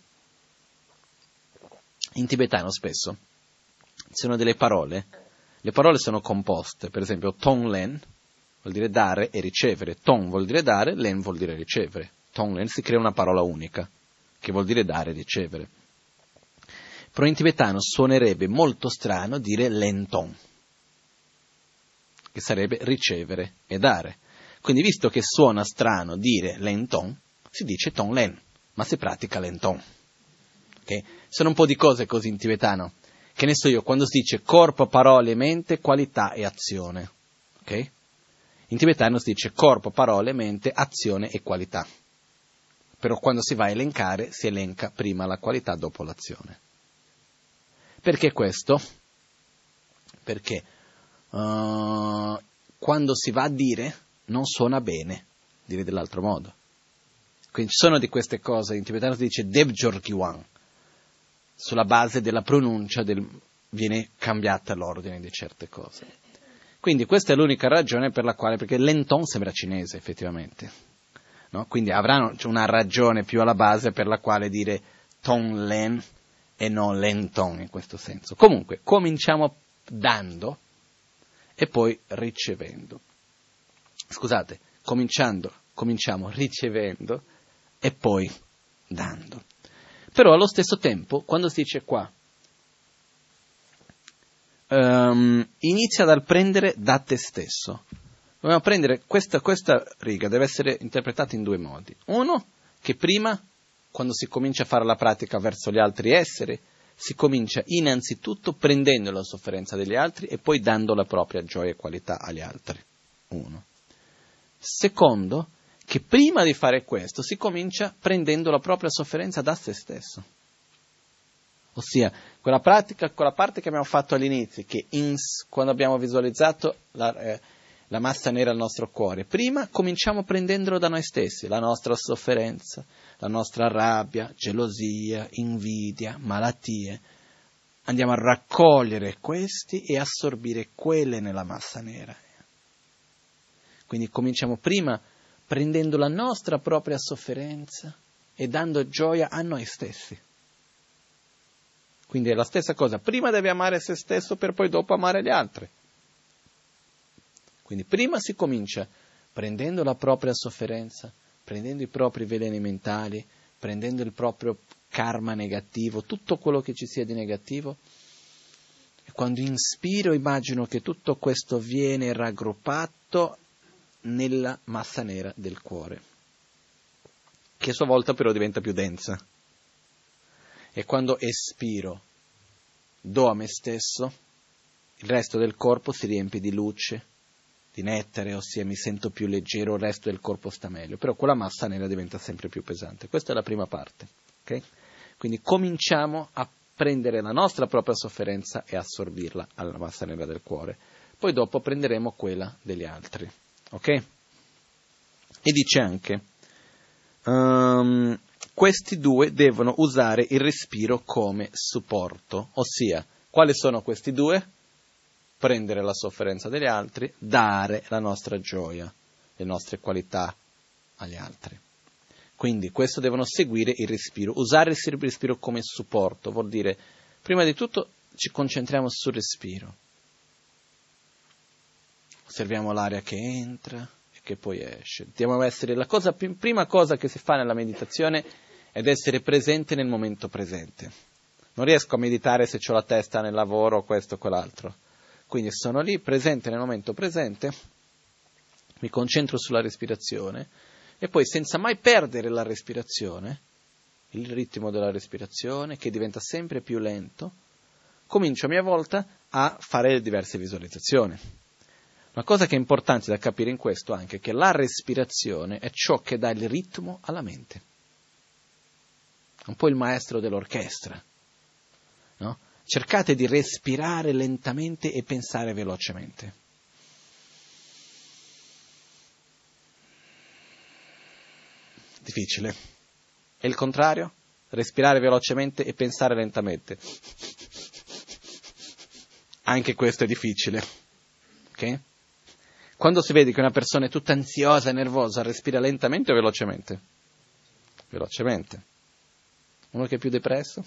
Speaker 2: in tibetano spesso ci sono delle parole, le parole sono composte, per esempio Tonglen vuol dire dare e ricevere, Tong vuol dire dare, Len vuol dire ricevere. Tonglen si crea una parola unica, che vuol dire dare e ricevere. Però in tibetano suonerebbe molto strano dire Lentong, che sarebbe ricevere e dare. Quindi visto che suona strano dire Lentong, si dice Tonglen, ma si pratica Lentong. Okay? Sono un po' di cose così in tibetano. Che ne so io, quando si dice corpo, parole, mente, qualità e azione. Okay? In tibetano si dice corpo, parole, mente, azione e qualità. Però quando si va a elencare, si elenca prima la qualità, dopo l'azione. Perché questo? Perché quando si va a dire non suona bene, dire dell'altro modo. Quindi ci sono di queste cose, in tibetano si dice Debjorgiwan, sulla base della pronuncia viene cambiata l'ordine di certe cose. Quindi questa è l'unica ragione per la quale, perché Lentong sembra cinese effettivamente, no? Quindi avranno una ragione più alla base per la quale dire Tonglen e non Lentong in questo senso. Comunque, cominciamo dando e poi ricevendo. Scusate, cominciamo ricevendo e poi dando. Però allo stesso tempo, quando si dice qua, inizia dal prendere da te stesso, Dobbiamo prendere questa riga, deve essere interpretata in due modi. Uno, che prima, quando si comincia a fare la pratica verso gli altri esseri, si comincia innanzitutto prendendo la sofferenza degli altri e poi dando la propria gioia e qualità agli altri. Uno. Secondo, che prima di fare questo si comincia prendendo la propria sofferenza da se stesso. Ossia, quella parte che abbiamo fatto all'inizio, che quando abbiamo visualizzato la massa nera al nostro cuore, prima cominciamo prendendolo da noi stessi, la nostra sofferenza, la nostra rabbia, gelosia, invidia, malattie. Andiamo a raccogliere questi e assorbire quelle nella massa nera. Quindi cominciamo prima prendendo la nostra propria sofferenza e dando gioia a noi stessi. Quindi è la stessa cosa, prima devi amare se stesso per poi dopo amare gli altri. Quindi prima si comincia prendendo la propria sofferenza, prendendo i propri veleni mentali, prendendo il proprio karma negativo, tutto quello che ci sia di negativo. E quando inspiro immagino che tutto questo viene raggruppato nella massa nera del cuore, che a sua volta però diventa più densa. E quando espiro, do a me stesso, il resto del corpo si riempie di luce, di nettare, ossia mi sento più leggero, il resto del corpo sta meglio, però quella massa nera diventa sempre più pesante. Questa è la prima parte, ok? Quindi cominciamo a prendere la nostra propria sofferenza e assorbirla alla massa nera del cuore. Poi dopo prenderemo quella degli altri, ok? E dice anche, questi due devono usare il respiro come supporto, ossia, quali sono questi due? Prendere la sofferenza degli altri, dare la nostra gioia, le nostre qualità agli altri. Quindi questo devono seguire il respiro, usare il respiro come supporto, vuol dire, prima di tutto ci concentriamo sul respiro, osserviamo l'aria che entra e che poi esce. Dobbiamo essere prima cosa che si fa nella meditazione ed essere presente nel momento presente. Non riesco a meditare se ho la testa nel lavoro, questo o quell'altro. Quindi sono lì, presente nel momento presente, mi concentro sulla respirazione e poi senza mai perdere la respirazione, il ritmo della respirazione che diventa sempre più lento, comincio a mia volta a fare diverse visualizzazioni. Una cosa che è importante da capire in questo anche è che la respirazione è ciò che dà il ritmo alla mente. Un po' il maestro dell'orchestra, no? Cercate di respirare lentamente e pensare velocemente. Difficile. E il contrario? Respirare velocemente e pensare lentamente. Anche questo è difficile. Ok? Quando si vede che una persona è tutta ansiosa e nervosa, respira lentamente o velocemente? Velocemente. Uno che è più depresso?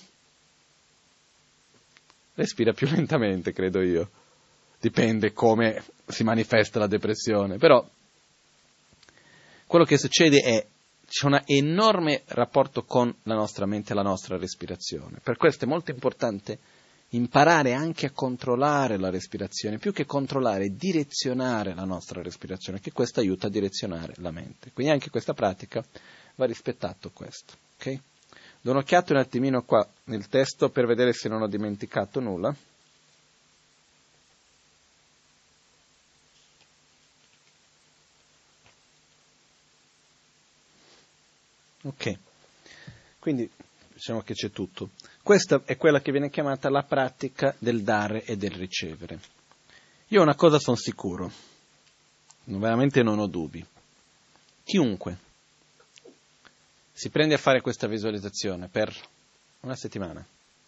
Speaker 2: Respira più lentamente, credo io. Dipende come si manifesta la depressione. Però quello che succede è c'è un enorme rapporto con la nostra mente e la nostra respirazione. Per questo è molto importante imparare anche a controllare la respirazione, più che controllare, direzionare la nostra respirazione, che questo aiuta a direzionare la mente. Quindi anche questa pratica va rispettato questo, ok? Do un'occhiata un attimino qua nel testo per vedere se non ho dimenticato nulla. Ok, quindi diciamo che c'è tutto. Questa è quella che viene chiamata la pratica del dare e del ricevere. Io una cosa sono sicuro, veramente non ho dubbi. Chiunque si prende a fare questa visualizzazione per una settimana,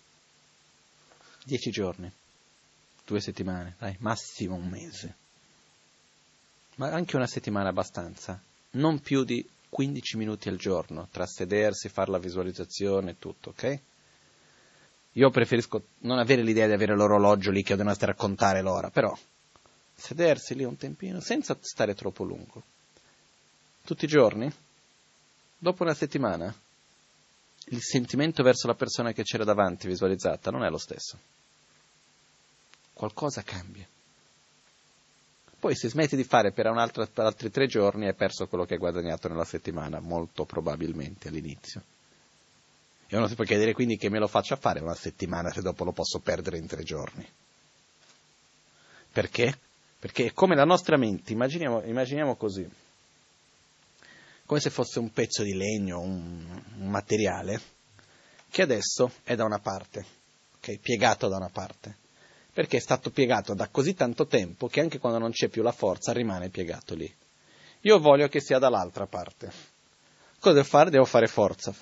Speaker 2: 10 giorni, 2 settimane, dai, massimo un mese, ma anche una settimana abbastanza, non più di 15 minuti al giorno, tra sedersi, fare la visualizzazione e tutto, ok? Io preferisco non avere l'idea di avere l'orologio lì che devono stare a contare l'ora, però sedersi lì un tempino, senza stare troppo lungo, tutti i giorni. Dopo una settimana, il sentimento verso la persona che c'era davanti visualizzata non è lo stesso. Qualcosa cambia. Poi se smetti di fare per altri 3 giorni hai perso quello che hai guadagnato nella settimana, molto probabilmente all'inizio. E uno si può chiedere quindi che me lo faccia fare una settimana se dopo lo posso perdere in 3 giorni. Perché? Perché è come la nostra mente, immaginiamo così, come se fosse un pezzo di legno, un materiale, che adesso è da una parte, okay? Piegato da una parte, perché è stato piegato da così tanto tempo che anche quando non c'è più la forza rimane piegato lì. Io voglio che sia dall'altra parte. Cosa devo fare? Devo fare forza,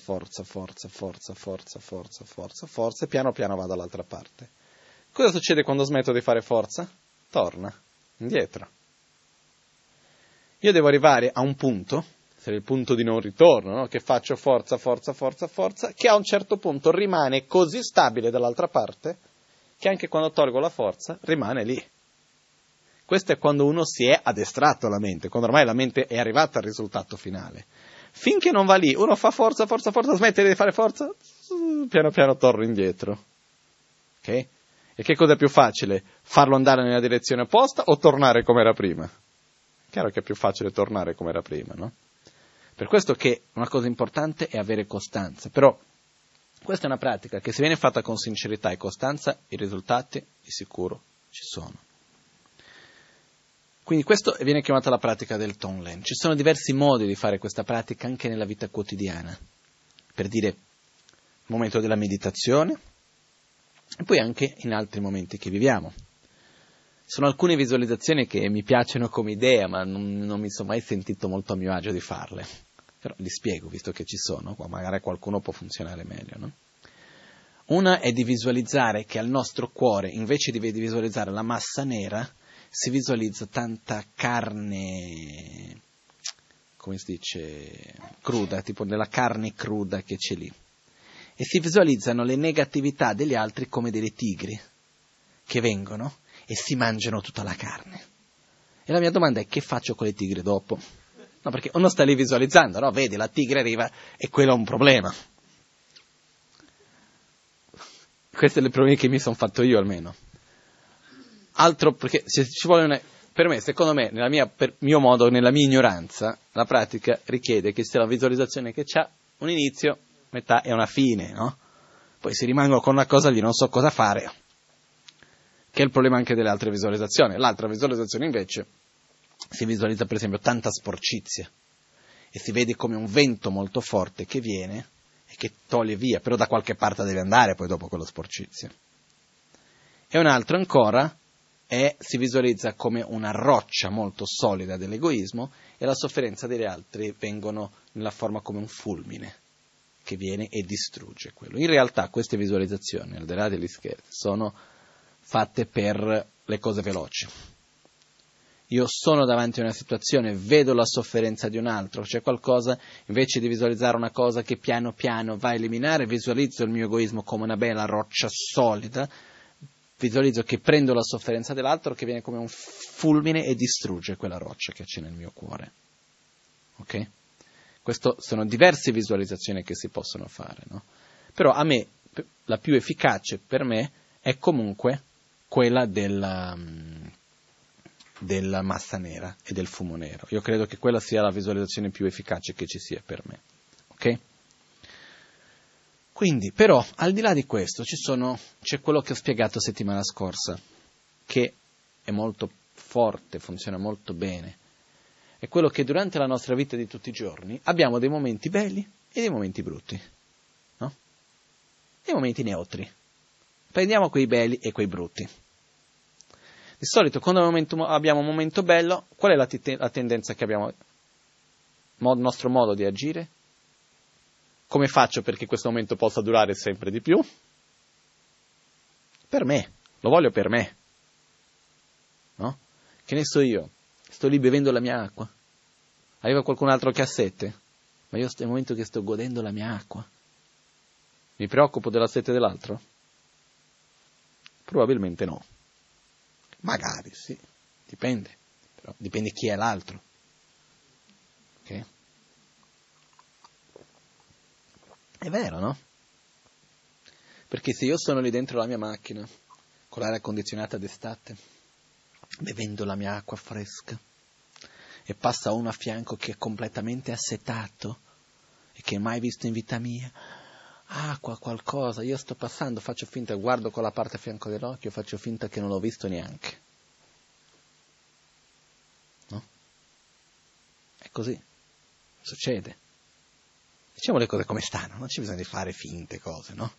Speaker 2: e piano piano vado dall'altra parte. Cosa succede quando smetto di fare forza? Torna indietro. Io devo arrivare a un punto, se è il punto di non ritorno, no? Che faccio forza, che a un certo punto rimane così stabile dall'altra parte, che anche quando tolgo la forza rimane lì. Questo è quando uno si è addestrato la mente, quando ormai la mente è arrivata al risultato finale. Finché non va lì, uno fa forza, smette di fare forza, piano piano torna indietro. Ok? E che cosa è più facile? Farlo andare nella direzione opposta o tornare come era prima? Chiaro che è più facile tornare come era prima, no? Per questo che una cosa importante è avere costanza, però questa è una pratica che se viene fatta con sincerità e costanza, i risultati di sicuro ci sono. Quindi questo viene chiamata la pratica del Tonglen. Ci sono diversi modi di fare questa pratica anche nella vita quotidiana, per dire il momento della meditazione e poi anche in altri momenti che viviamo. Sono alcune visualizzazioni che mi piacciono come idea, ma non mi sono mai sentito molto a mio agio di farle. Però li spiego, visto che ci sono, magari qualcuno può funzionare meglio, no? Una è di visualizzare che al nostro cuore, invece di visualizzare la massa nera, si visualizza tanta carne, come si dice, cruda, tipo della carne cruda che c'è lì. E si visualizzano le negatività degli altri come delle tigri che vengono e si mangiano tutta la carne. E la mia domanda è: che faccio con le tigri dopo? No, perché uno sta lì visualizzando, no? Vedi, la tigre arriva e quello è un problema. Questi sono i problemi che mi sono fatto io almeno. Altro, perché se ci vuole per me, secondo me, per mio modo, nella mia ignoranza, la pratica richiede che sia la visualizzazione che c'ha un inizio, metà e una fine, no? Poi se rimango con una cosa lì non so cosa fare, che è il problema anche delle altre visualizzazioni. L'altra visualizzazione invece si visualizza per esempio tanta sporcizia e si vede come un vento molto forte che viene e che toglie via, però da qualche parte deve andare poi dopo quella sporcizia. E un altro ancora si visualizza come una roccia molto solida dell'egoismo e la sofferenza degli altri vengono nella forma come un fulmine che viene e distrugge quello. In realtà queste visualizzazioni, al di là degli scherzi, sono fatte per le cose veloci. Io sono davanti a una situazione, vedo la sofferenza di un altro, c'è qualcosa, invece di visualizzare una cosa che piano piano va a eliminare, visualizzo il mio egoismo come una bella roccia solida, visualizzo che prendo la sofferenza dell'altro che viene come un fulmine e distrugge quella roccia che c'è nel mio cuore. Ok? Queste sono diverse visualizzazioni che si possono fare, no? Però a me, la più efficace per me è comunque quella della massa nera e del fumo nero. Io credo che quella sia la visualizzazione più efficace che ci sia per me. Ok? Quindi, però, al di là di questo, c'è quello che ho spiegato settimana scorsa, che è molto forte, funziona molto bene. È quello che durante la nostra vita di tutti i giorni abbiamo dei momenti belli e dei momenti brutti, no? Dei momenti neutri. Prendiamo quei belli e quei brutti. Di solito, quando abbiamo un momento bello, qual è la tendenza che abbiamo? Il nostro modo di agire? Come faccio perché questo momento possa durare sempre di più? Per me, lo voglio per me, no? Che ne so io, sto lì bevendo la mia acqua, arriva qualcun altro che ha sete, ma io nel momento che sto godendo la mia acqua, mi preoccupo della sete dell'altro? Probabilmente no. Magari sì, dipende, però dipende chi è l'altro. Ok? È vero, no? Perché se io sono lì dentro la mia macchina, con l'aria condizionata d'estate, bevendo la mia acqua fresca, e passa uno a fianco che è completamente assetato e che mai visto in vita mia, acqua, qualcosa, io sto passando, faccio finta, guardo con la parte a fianco dell'occhio, faccio finta che non l'ho visto neanche. No? È così, succede. Diciamo le cose come stanno, non c'è bisogno di fare finte cose, no?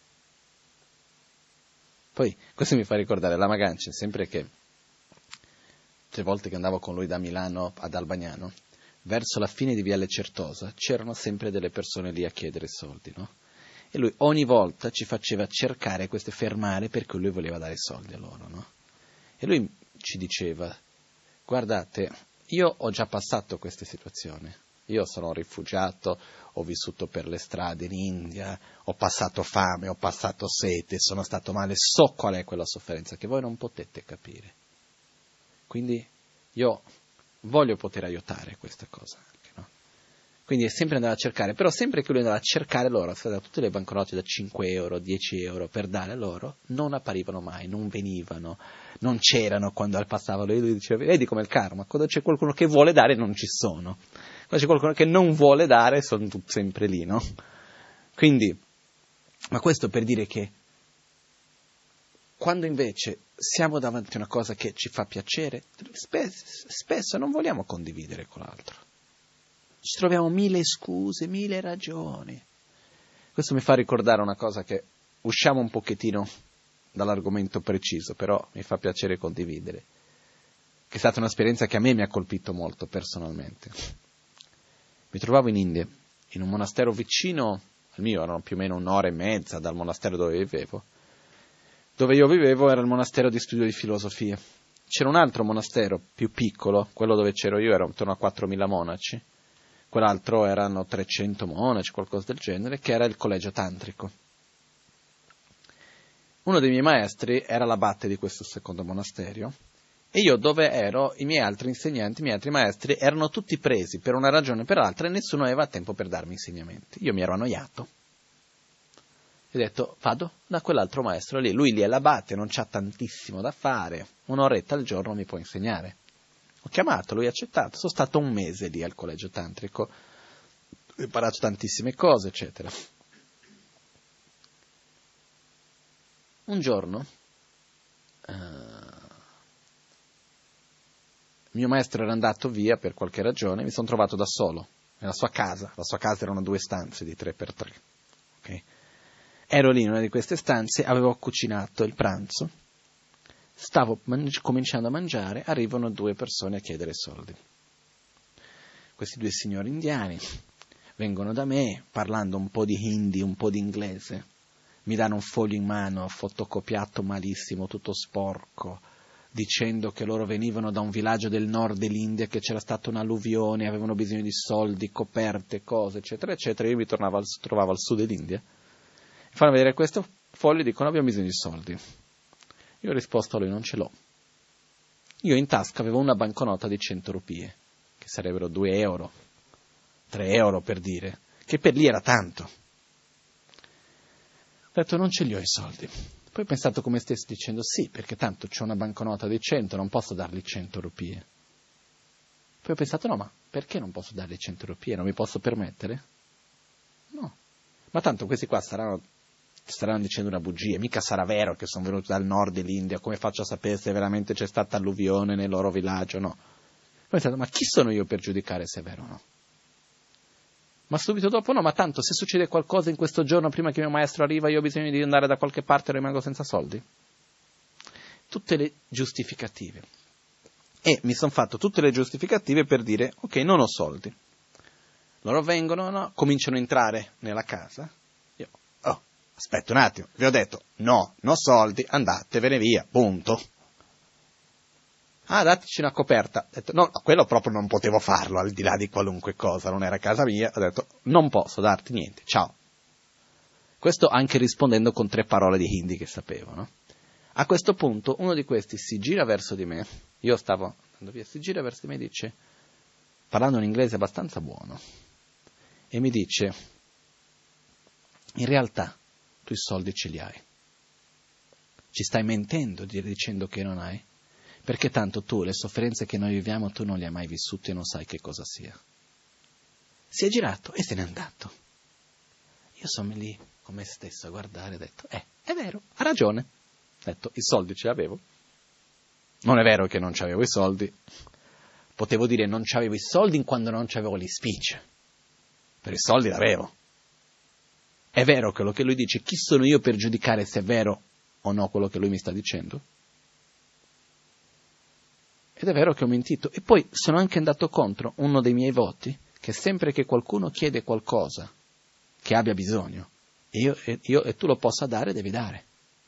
Speaker 2: Poi, questo mi fa ricordare la Magancia, sempre che 3 volte che andavo con lui da Milano ad Albagnano, verso la fine di Viale Certosa c'erano sempre delle persone lì a chiedere soldi, no? E lui ogni volta ci faceva cercare queste fermare perché lui voleva dare soldi a loro, no? E lui ci diceva, guardate, io ho già passato queste situazioni, io sono un rifugiato, ho vissuto per le strade in India, ho passato fame, ho passato sete, sono stato male, so qual è quella sofferenza che voi non potete capire. Quindi io voglio poter aiutare questa cosa anche, no? Quindi è sempre andare a cercare, però sempre che lui andava a cercare loro, tutte le banconote da 5 euro, 10 euro per dare a loro, non apparivano mai, non venivano, non c'erano quando passavano. E lui diceva, vedi come il karma, quando c'è qualcuno che vuole dare non ci sono, quando c'è qualcuno che non vuole dare sono sempre lì, no? Quindi, ma questo per dire che quando invece siamo davanti a una cosa che ci fa piacere, spesso non vogliamo condividere con l'altro. Ci troviamo 1000 scuse, 1000 ragioni. Questo mi fa ricordare una cosa che usciamo un pochettino dall'argomento preciso, però mi fa piacere condividere, che è stata un'esperienza che a me mi ha colpito molto personalmente. Mi trovavo in India, in un monastero vicino al mio, erano più o meno 1 ora e mezza dal monastero dove vivevo. Dove io vivevo era il monastero di studio di filosofia. C'era un altro monastero più piccolo, quello dove c'ero io era intorno a 4.000 monaci, quell'altro erano 300 monaci, qualcosa del genere, che era il collegio tantrico. Uno dei miei maestri era l'abate di questo secondo monastero, e io dove ero, i miei altri insegnanti, i miei altri maestri, erano tutti presi per una ragione o per l'altra e nessuno aveva tempo per darmi insegnamenti. Io mi ero annoiato. E ho detto, vado da quell'altro maestro lì, lui lì è l'abate, non c'ha tantissimo da fare, 1 oretta al giorno mi può insegnare. Ho chiamato, lui ha accettato, sono stato 1 mese lì al collegio tantrico, ho imparato tantissime cose, eccetera. Un giorno, il mio maestro era andato via per qualche ragione, mi sono trovato da solo, nella sua casa, la sua casa erano 2 stanze di 3x3, ok? Ero lì in una di queste stanze, avevo cucinato il pranzo, stavo cominciando a mangiare, arrivano 2 persone a chiedere soldi. Questi 2 signori indiani vengono da me, parlando un po' di hindi, un po' di inglese, mi danno un foglio in mano, fotocopiato malissimo, tutto sporco, dicendo che loro venivano da un villaggio del nord dell'India, che c'era stata un'alluvione, avevano bisogno di soldi, coperte, cose, eccetera, eccetera. Io mi trovavo al sud dell'India. Mi fanno vedere questo foglio e dicono abbiamo bisogno di soldi. Io ho risposto a lui, non ce l'ho. Io in tasca avevo una banconota di 100 rupie, che sarebbero 2 euro, 3 euro per dire, che per lì era tanto. Ho detto non ce li ho i soldi. Poi ho pensato come stessi dicendo sì, perché tanto c'ho una banconota di 100, non posso dargli 100 rupie. Poi ho pensato no, ma perché non posso dargli 100 rupie? Non mi posso permettere? No. Ma tanto questi qua staranno dicendo una bugia, mica sarà vero che sono venuti dal nord dell'India, come faccio a sapere se veramente c'è stata alluvione nel loro villaggio? No. Ho pensato, ma chi sono io per giudicare se è vero o no? Ma subito dopo no, ma tanto se succede qualcosa in questo giorno prima che il mio maestro arriva, io ho bisogno di andare da qualche parte e rimango senza soldi? Tutte le giustificative. E mi sono fatto tutte le giustificative per dire, ok, non ho soldi. Loro vengono, no, cominciano a entrare nella casa. Io, aspetta un attimo, vi ho detto, no, non ho soldi, andatevene via, punto. Ah, dateci una coperta. Ho detto, no, quello proprio non potevo farlo, al di là di qualunque cosa, non era casa mia. Ho detto, non posso darti niente, ciao. Questo anche rispondendo con 3 parole di hindi che sapevo, no? A questo punto uno di questi si gira verso di me, io stavo andando via, si gira verso di me e dice, parlando in inglese abbastanza buono, e mi dice, in realtà tu i soldi ce li hai. Ci stai mentendo dicendo che non hai? perché tanto tu, le sofferenze che noi viviamo, tu non le hai mai vissute e non sai che cosa sia. Si è girato e se n'è andato. Io sono lì con me stesso a guardare e ho detto, è vero, ha ragione. Ho detto, i soldi ce l'avevo. Non è vero che non c'avevo i soldi. Potevo dire non c'avevo i soldi quando non c'avevo gli speech. Per i soldi l'avevo. È vero quello che lui dice, chi sono io per giudicare se è vero o no quello che lui mi sta dicendo? Ed è vero che ho mentito. E poi sono anche andato contro uno dei miei voti, che sempre che qualcuno chiede qualcosa che abbia bisogno, e tu lo possa dare, devi dare.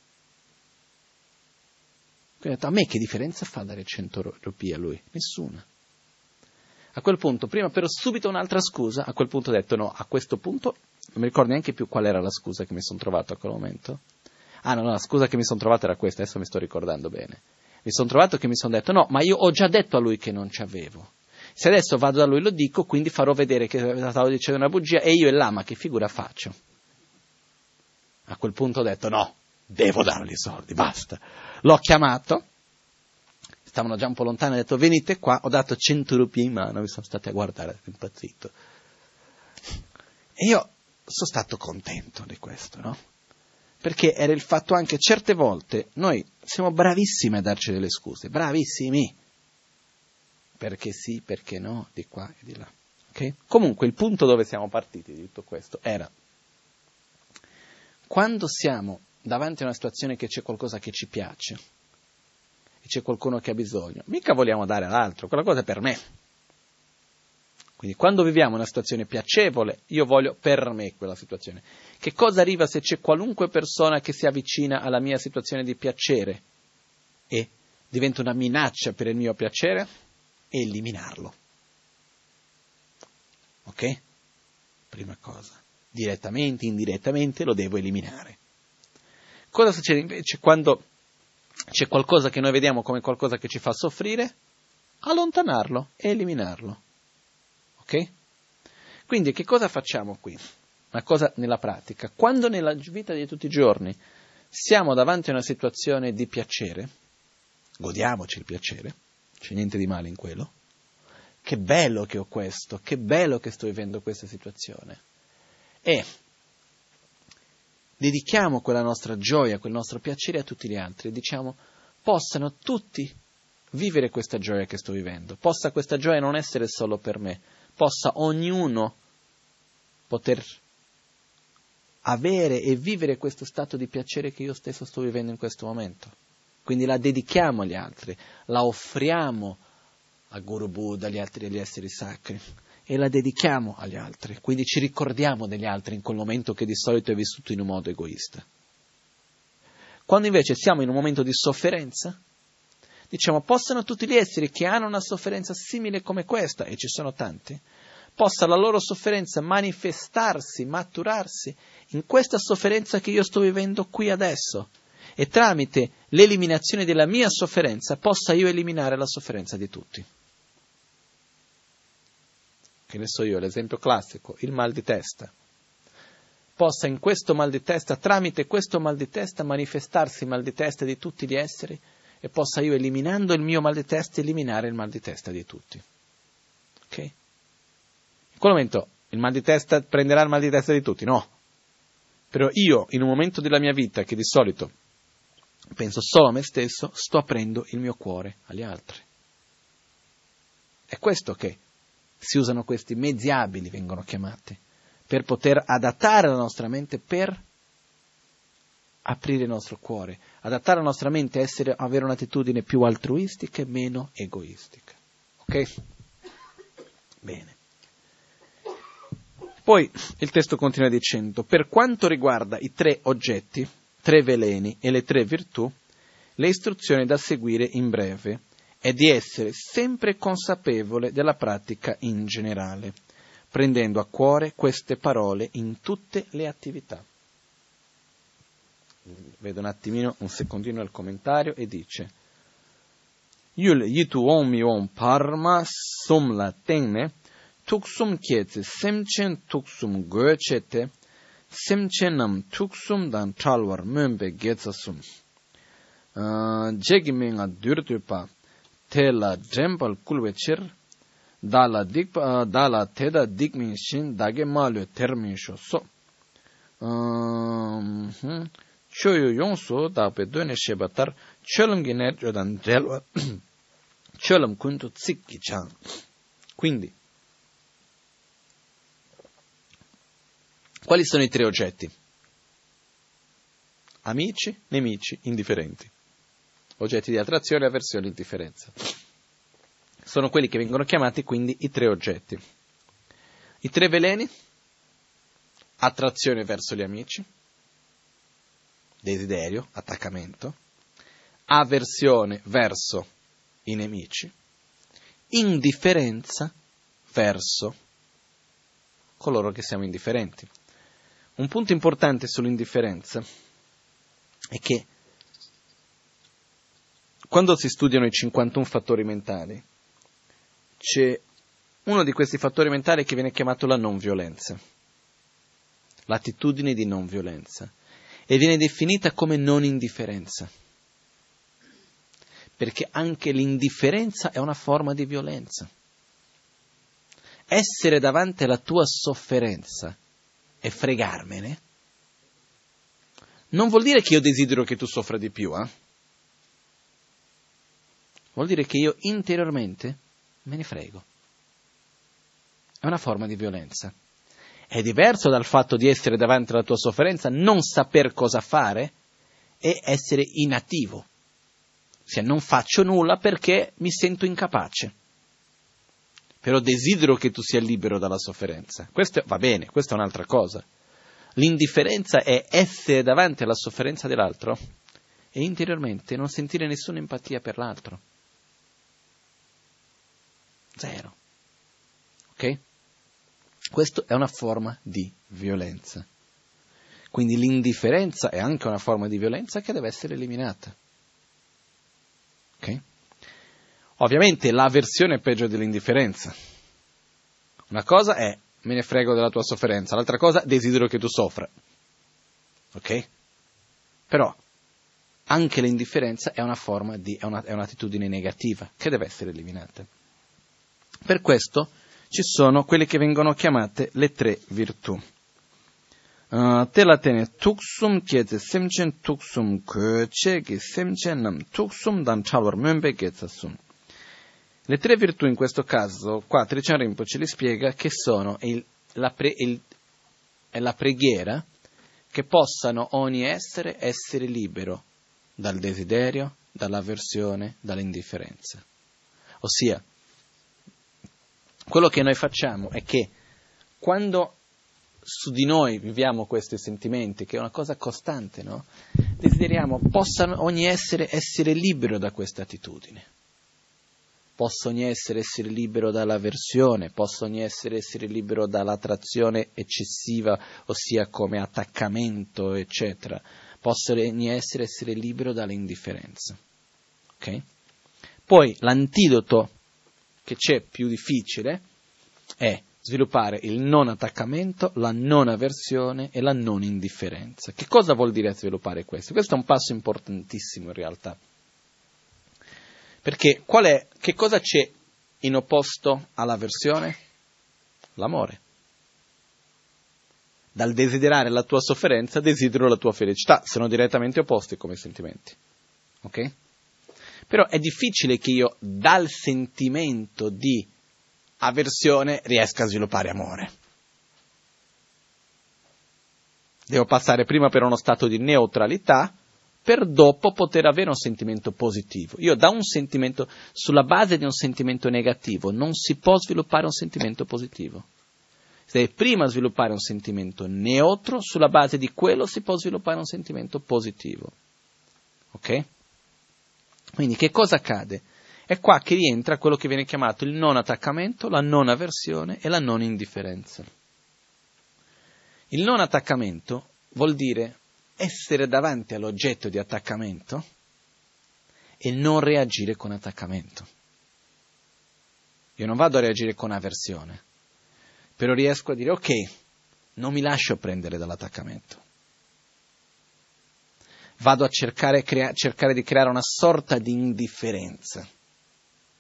Speaker 2: Quindi ho detto, a me che differenza fa dare 100 rupie a lui? Nessuna. A quel punto, prima per subito un'altra scusa, a quel punto ho detto no, a questo punto non mi ricordo neanche più qual era la scusa che mi sono trovato a quel momento. Ah no, la scusa che mi sono trovato era questa, adesso mi sto ricordando bene. Mi sono trovato che mi sono detto no, ma io ho già detto a lui che non c'avevo. Se adesso vado da lui lo dico, quindi farò vedere che stavo dicendo una bugia e io e l'ama che figura faccio. A quel punto ho detto no, devo dargli i soldi, basta. L'ho chiamato, stavano già un po' lontani, ho detto venite qua, ho dato 100 rupie in mano, mi sono stati a guardare, impazzito. E io sono stato contento di questo, no? Perché era il fatto anche, certe volte, noi siamo bravissimi a darci delle scuse, bravissimi. Perché sì, perché no, di qua e di là. Okay? Comunque il punto dove siamo partiti di tutto questo era, quando siamo davanti a una situazione che c'è qualcosa che ci piace, e c'è qualcuno che ha bisogno, mica vogliamo dare all'altro, quella cosa è per me. Quindi quando viviamo una situazione piacevole, io voglio per me quella situazione. Che cosa arriva se c'è qualunque persona che si avvicina alla mia situazione di piacere e diventa una minaccia per il mio piacere? Eliminarlo. Ok? Prima cosa. Direttamente, indirettamente lo devo eliminare. Cosa succede invece quando c'è qualcosa che noi vediamo come qualcosa che ci fa soffrire? Allontanarlo e eliminarlo. Ok? Quindi che cosa facciamo qui? Una cosa nella pratica. Quando nella vita di tutti i giorni siamo davanti a una situazione di piacere, godiamoci il piacere, c'è niente di male in quello, che bello che ho questo, che bello che sto vivendo questa situazione. E dedichiamo quella nostra gioia, quel nostro piacere a tutti gli altri, diciamo, possano tutti vivere questa gioia che sto vivendo, possa questa gioia non essere solo per me, possa ognuno poter avere e vivere questo stato di piacere che io stesso sto vivendo in questo momento. Quindi la dedichiamo agli altri, la offriamo a Guru Buddha, agli altri degli esseri sacri, e la dedichiamo agli altri. Quindi ci ricordiamo degli altri in quel momento che di solito è vissuto in un modo egoista. Quando invece siamo in un momento di sofferenza, diciamo, possano tutti gli esseri che hanno una sofferenza simile come questa, e ci sono tanti, possa la loro sofferenza manifestarsi, maturarsi in questa sofferenza che io sto vivendo qui adesso, e tramite l'eliminazione della mia sofferenza possa io eliminare la sofferenza di tutti. Che ne so io, l'esempio classico, il mal di testa. Possa in questo mal di testa, tramite questo mal di testa, manifestarsi il mal di testa di tutti gli esseri, e possa io, eliminando il mio mal di testa, eliminare il mal di testa di tutti. Ok? In quel momento il mal di testa prenderà il mal di testa di tutti? No. Però io, in un momento della mia vita che di solito penso solo a me stesso, sto aprendo il mio cuore agli altri. È questo che si usano questi mezzi abili, vengono chiamati, per poter adattare la nostra mente, per aprire il nostro cuore, adattare la nostra mente a avere un'attitudine più altruistica e meno egoistica. Ok? Bene. Poi il testo continua dicendo, per quanto riguarda i 3 oggetti, 3 veleni e le 3 virtù, le istruzioni da seguire in breve è di essere sempre consapevole della pratica in generale, prendendo a cuore queste parole in tutte le attività. Vedo un attimino, un secondino il commentario e dice, Yul yitu om yon parma sum la tenne, tuksum kietse semchen tuksum gochete, semchenam tuksum dan chalwar mönbe getsasum. Jegimenga dürtüpa,
Speaker 1: te la drempal kulwe chir, dala teda dikmin shin dage malwe termin sho so. Choyo yonso dape done shebatar cholum giner jodan delwa cholum kuntu zicchi chan. Quindi, quali sono i tre oggetti? Amici, nemici, indifferenti. Oggetti di attrazione, avversione, indifferenza. Sono quelli che vengono chiamati quindi i tre oggetti. I tre veleni: attrazione verso gli amici, desiderio, attaccamento, avversione verso i nemici, indifferenza verso coloro che siamo indifferenti. Un punto importante sull'indifferenza è che quando si studiano i 51 fattori mentali, c'è uno di questi fattori mentali che viene chiamato la non violenza, l'attitudine di non violenza, e viene definita come non indifferenza, perché anche l'indifferenza è una forma di violenza. Essere davanti alla tua sofferenza e fregarmene non vuol dire che io desidero che tu soffra di più, Vuol dire che io interiormente me ne frego. È una forma di violenza. È diverso dal fatto di essere davanti alla tua sofferenza, non saper cosa fare e essere inattivo. Ossia, non faccio nulla perché mi sento incapace. Però desidero che tu sia libero dalla sofferenza. Questo va bene, questa è un'altra cosa. L'indifferenza è essere davanti alla sofferenza dell'altro e interiormente non sentire nessuna empatia per l'altro. Zero. Ok? Questo è una forma di violenza. Quindi l'indifferenza è anche una forma di violenza che deve essere eliminata. Ok? Ovviamente l'avversione è peggio dell'indifferenza. Una cosa è me ne frego della tua sofferenza, l'altra cosa desidero che tu soffra. Ok? Però anche l'indifferenza è una forma di, è un'attitudine negativa che deve essere eliminata. Per questo ci sono quelle che vengono chiamate le tre virtù. Telatene tuksum chiede semchen tuksum che semchen nam tuksum dam chalwar membe getzasum. Le tre virtù in questo caso, qua Trichan Rinpoche li spiega che sono la preghiera che possano ogni essere libero dal desiderio, dall'avversione, dall'indifferenza. Ossia, quello che noi facciamo è che quando su di noi viviamo questi sentimenti, che è una cosa costante, no? Desideriamo possano ogni essere libero da questa attitudine. Possa ogni essere libero dall'avversione, possa ogni essere libero dall'attrazione eccessiva, ossia come attaccamento, eccetera. Possa ogni essere libero dall'indifferenza. Ok? Poi l'antidoto che c'è più difficile è sviluppare il non attaccamento, la non avversione e la non indifferenza. Che cosa vuol dire sviluppare questo? Questo è un passo importantissimo in realtà. Perché che cosa c'è in opposto all'avversione? L'amore. Dal desiderare la tua sofferenza desidero la tua felicità, sono direttamente opposti come sentimenti. Ok? Però è difficile che io dal sentimento di avversione riesca a sviluppare amore. Devo passare prima per uno stato di neutralità per dopo poter avere un sentimento positivo. Io da un sentimento, sulla base di un sentimento negativo, non si può sviluppare un sentimento positivo. Si deve prima sviluppare un sentimento neutro, sulla base di quello si può sviluppare un sentimento positivo. Ok? Quindi che cosa accade? È qua che rientra quello che viene chiamato il non attaccamento, la non avversione e la non indifferenza. Il non attaccamento vuol dire essere davanti all'oggetto di attaccamento e non reagire con attaccamento. Io non vado a reagire con avversione, però riesco a dire ok, non mi lascio prendere dall'attaccamento. Vado a cercare di creare una sorta di indifferenza.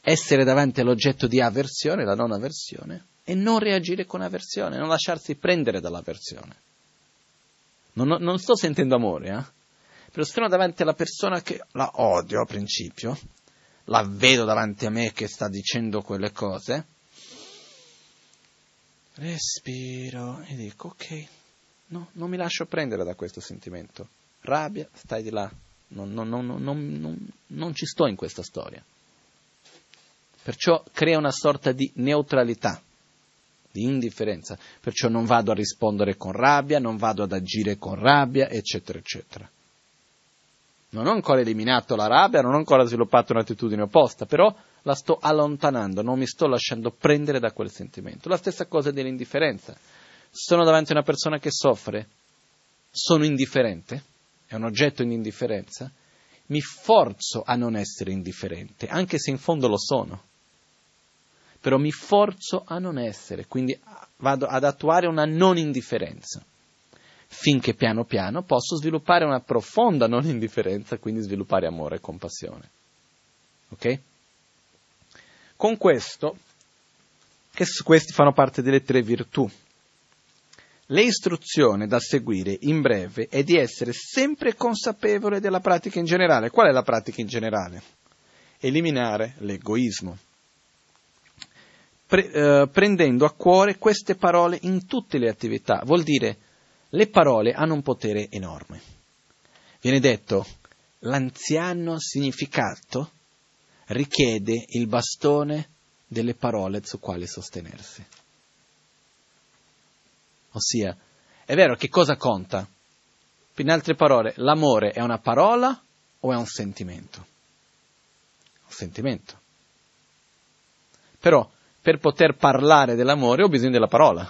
Speaker 2: essere davanti all'oggetto di avversione, la non avversione, e non reagire con avversione, non lasciarsi prendere dall'avversione. Non sto sentendo amore, però sono davanti alla persona che la odio a principio, la vedo davanti a me che sta dicendo quelle cose, respiro e dico ok, no, non mi lascio prendere da questo sentimento. Rabbia, stai di là, non ci sto in questa storia. Perciò crea una sorta di neutralità, di indifferenza, perciò non vado a rispondere con rabbia, non vado ad agire con rabbia, eccetera, eccetera. Non ho ancora eliminato la rabbia, non ho ancora sviluppato un'attitudine opposta, però la sto allontanando, non mi sto lasciando prendere da quel sentimento. La stessa cosa dell'indifferenza. Sono davanti a una persona che soffre, sono indifferente, è un oggetto in indifferenza, mi forzo a non essere indifferente, anche se in fondo lo sono. Però mi forzo a non essere, quindi vado ad attuare una non indifferenza, finché piano piano posso sviluppare una profonda non indifferenza, quindi sviluppare amore e compassione. Ok? Con questo, questi fanno parte delle 3 virtù. Le istruzioni da seguire in breve è di essere sempre consapevole della pratica in generale. Qual è la pratica in generale? Eliminare l'egoismo. Prendendo a cuore queste parole in tutte le attività. Vuol dire, le parole hanno un potere enorme. Viene detto, l'anziano significato richiede il bastone delle parole su quali sostenersi. Ossia, è vero che cosa conta? In altre parole, l'amore è una parola o è un sentimento? Un sentimento. Però, per poter parlare dell'amore ho bisogno della parola.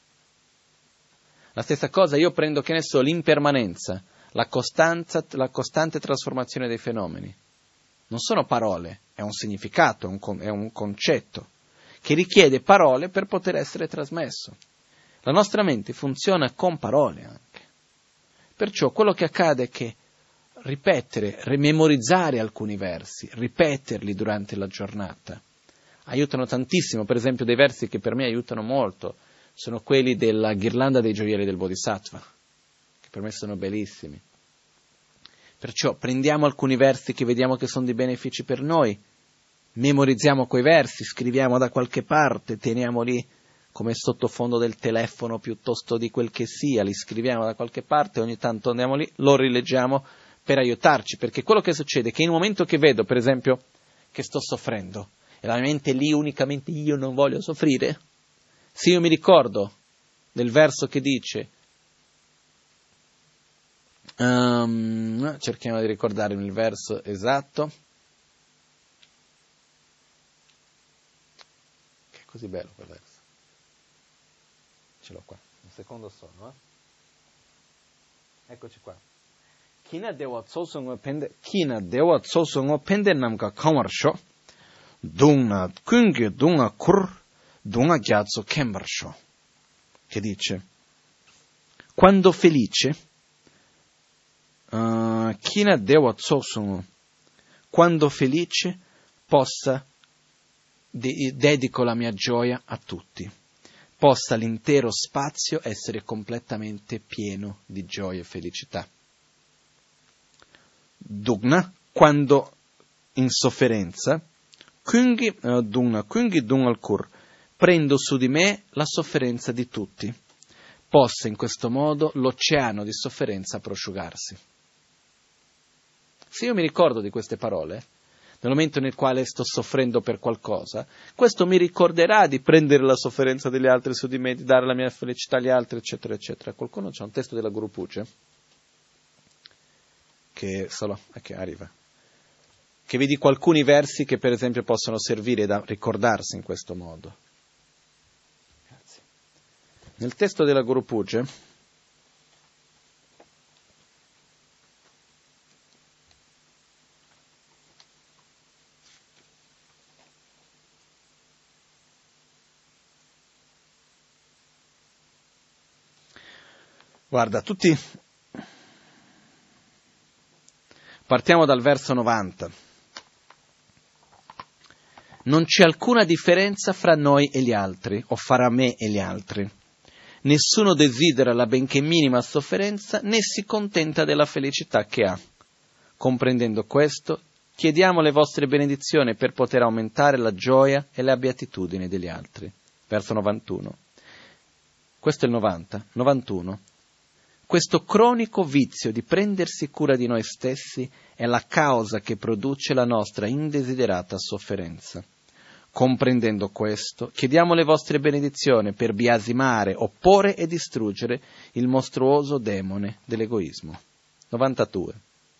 Speaker 2: La stessa cosa, io prendo, che ne so, l'impermanenza, la costante trasformazione dei fenomeni. Non sono parole, è un significato, è un concetto, che richiede parole per poter essere trasmesso. La nostra mente funziona con parole anche. Perciò quello che accade è che ripetere, memorizzare alcuni versi, ripeterli durante la giornata, aiutano tantissimo. Per esempio, dei versi che per me aiutano molto sono quelli della Ghirlanda dei gioielli del Bodhisattva, che per me sono bellissimi. Perciò prendiamo alcuni versi che vediamo che sono di benefici per noi, memorizziamo quei versi, scriviamo da qualche parte, teniamoli come sottofondo del telefono piuttosto di quel che sia, li scriviamo da qualche parte, ogni tanto andiamo lì, lo rileggiamo per aiutarci, perché quello che succede è che in un momento che vedo, per esempio, che sto soffrendo, e la mia mente lì unicamente io non voglio soffrire, se io mi ricordo del verso che dice, cerchiamo di ricordarmi il verso esatto, che è così bello quel verso, ce l'ho qua, un secondo solo, eccoci qua. Kina dewa tsosongo pende namka kawarsho, dunga kungi dunga kur, dunga gyatso kembarsho, che dice, quando felice, Kina dewa tsosongo, quando felice possa dedico la mia gioia a tutti, possa l'intero spazio essere completamente pieno di gioia e felicità. Dugna, quando in sofferenza, kungi dungal kur, prendo su di me la sofferenza di tutti, possa in questo modo l'oceano di sofferenza prosciugarsi. Se io mi ricordo di queste parole, nel momento nel quale sto soffrendo per qualcosa, questo mi ricorderà di prendere la sofferenza degli altri su di me, di dare la mia felicità agli altri, eccetera, eccetera. Qualcuno c'ha un testo della Guru Puja, che arriva, che vedi alcuni versi che per esempio possono servire da ricordarsi in questo modo. Grazie. Nel testo della Guru Puja guarda, partiamo dal verso 90. Non c'è alcuna differenza fra noi e gli altri, o fra me e gli altri. Nessuno desidera la benché minima sofferenza, né si contenta della felicità che ha. Comprendendo questo, chiediamo le vostre benedizioni per poter aumentare la gioia e la beatitudine degli altri. Verso 91. Questo è il 90. 91. Questo cronico vizio di prendersi cura di noi stessi è la causa che produce la nostra indesiderata sofferenza. Comprendendo questo, chiediamo le vostre benedizioni per biasimare, opporre e distruggere il mostruoso demone dell'egoismo. 92.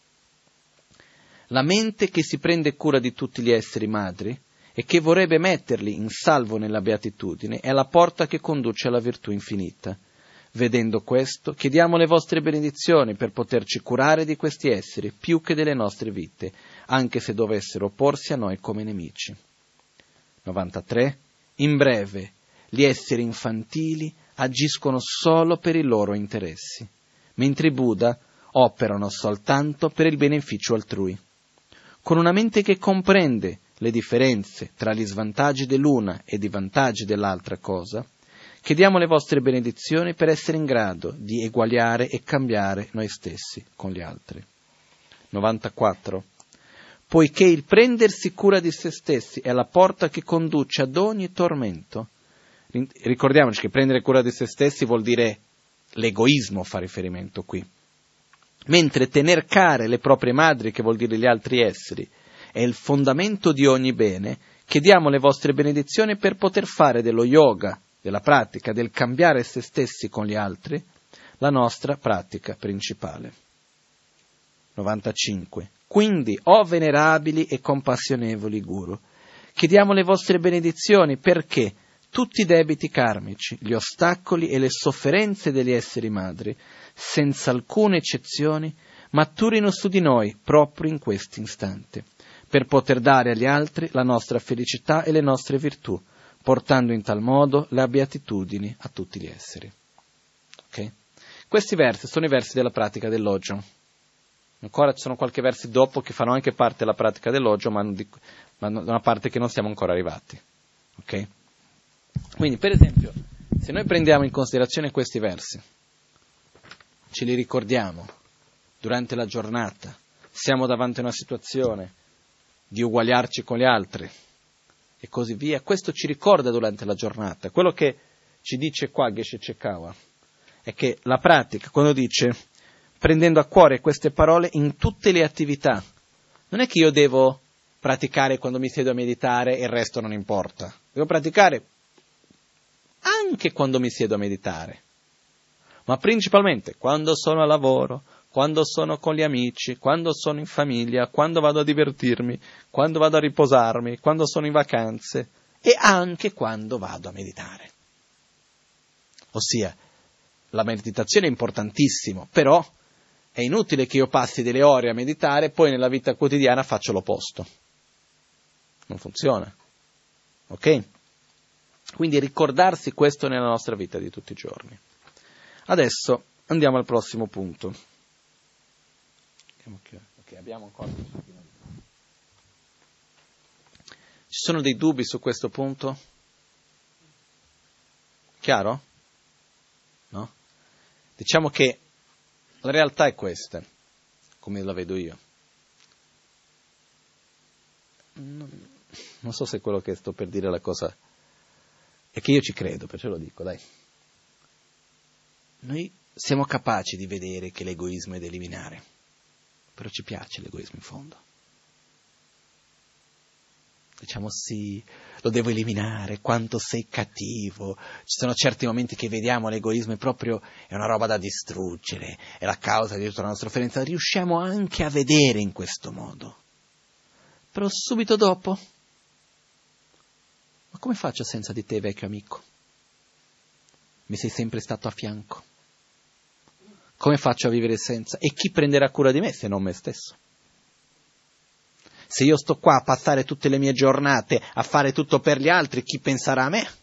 Speaker 2: La mente che si prende cura di tutti gli esseri madri e che vorrebbe metterli in salvo nella beatitudine è la porta che conduce alla virtù infinita. Vedendo questo, chiediamo le vostre benedizioni per poterci curare di questi esseri più che delle nostre vite, anche se dovessero opporsi a noi come nemici. 93. In breve, gli esseri infantili agiscono solo per i loro interessi, mentre i Buddha operano soltanto per il beneficio altrui. Con una mente che comprende le differenze tra gli svantaggi dell'una ed i vantaggi dell'altra cosa, chiediamo le vostre benedizioni per essere in grado di eguagliare e cambiare noi stessi con gli altri. 94. Poiché il prendersi cura di se stessi è la porta che conduce ad ogni tormento. Ricordiamoci che prendere cura di se stessi vuol dire l'egoismo, fa riferimento qui. Mentre tener care le proprie madri, che vuol dire gli altri esseri, è il fondamento di ogni bene, chiediamo le vostre benedizioni per poter fare dello yoga, della pratica del cambiare se stessi con gli altri, la nostra pratica principale. 95. Quindi, o venerabili e compassionevoli guru, chiediamo le vostre benedizioni perché tutti i debiti karmici, gli ostacoli e le sofferenze degli esseri madri, senza alcune eccezioni, maturino su di noi proprio in questo istante, per poter dare agli altri la nostra felicità e le nostre virtù, portando in tal modo le beatitudini a tutti gli esseri. Okay? Questi versi sono i versi della pratica dell'Ojo. Ancora ci sono qualche versi dopo che fanno anche parte della pratica dell'Ojo, ma da una parte che non siamo ancora arrivati. Okay? Quindi, per esempio, se noi prendiamo in considerazione questi versi, ce li ricordiamo durante la giornata, siamo davanti a una situazione di uguagliarci con gli altri e così via, questo ci ricorda durante la giornata. Quello che ci dice qua Geshe Chekawa è che la pratica, quando dice prendendo a cuore queste parole in tutte le attività, non è che io devo praticare quando mi siedo a meditare e il resto non importa, devo praticare anche quando mi siedo a meditare, ma principalmente quando sono a lavoro, quando sono con gli amici, quando sono in famiglia, quando vado a divertirmi, quando vado a riposarmi, quando sono in vacanze e anche quando vado a meditare. Ossia, la meditazione è importantissima, però è inutile che io passi delle ore a meditare e poi nella vita quotidiana faccio l'opposto. Non funziona. Ok? Quindi ricordarsi questo nella nostra vita di tutti i giorni. Adesso andiamo al prossimo punto. Ok, abbiamo ancora. Ci sono dei dubbi su questo punto? Chiaro? No? Diciamo che la realtà è questa, come la vedo io. Non so se quello che sto per dire è la cosa è che io ci credo, perciò lo dico, dai. Noi siamo capaci di vedere che l'egoismo è da eliminare, però ci piace l'egoismo in fondo. Diciamo sì, lo devo eliminare, quanto sei cattivo. Ci sono certi momenti che vediamo l'egoismo è una roba da distruggere, è la causa di tutta la nostra sofferenza. Riusciamo anche a vedere in questo modo. Però subito dopo, ma come faccio senza di te, vecchio amico? Mi sei sempre stato a fianco. Come faccio a vivere senza? E chi prenderà cura di me se non me stesso? Se io sto qua a passare tutte le mie giornate a fare tutto per gli altri, chi penserà a me?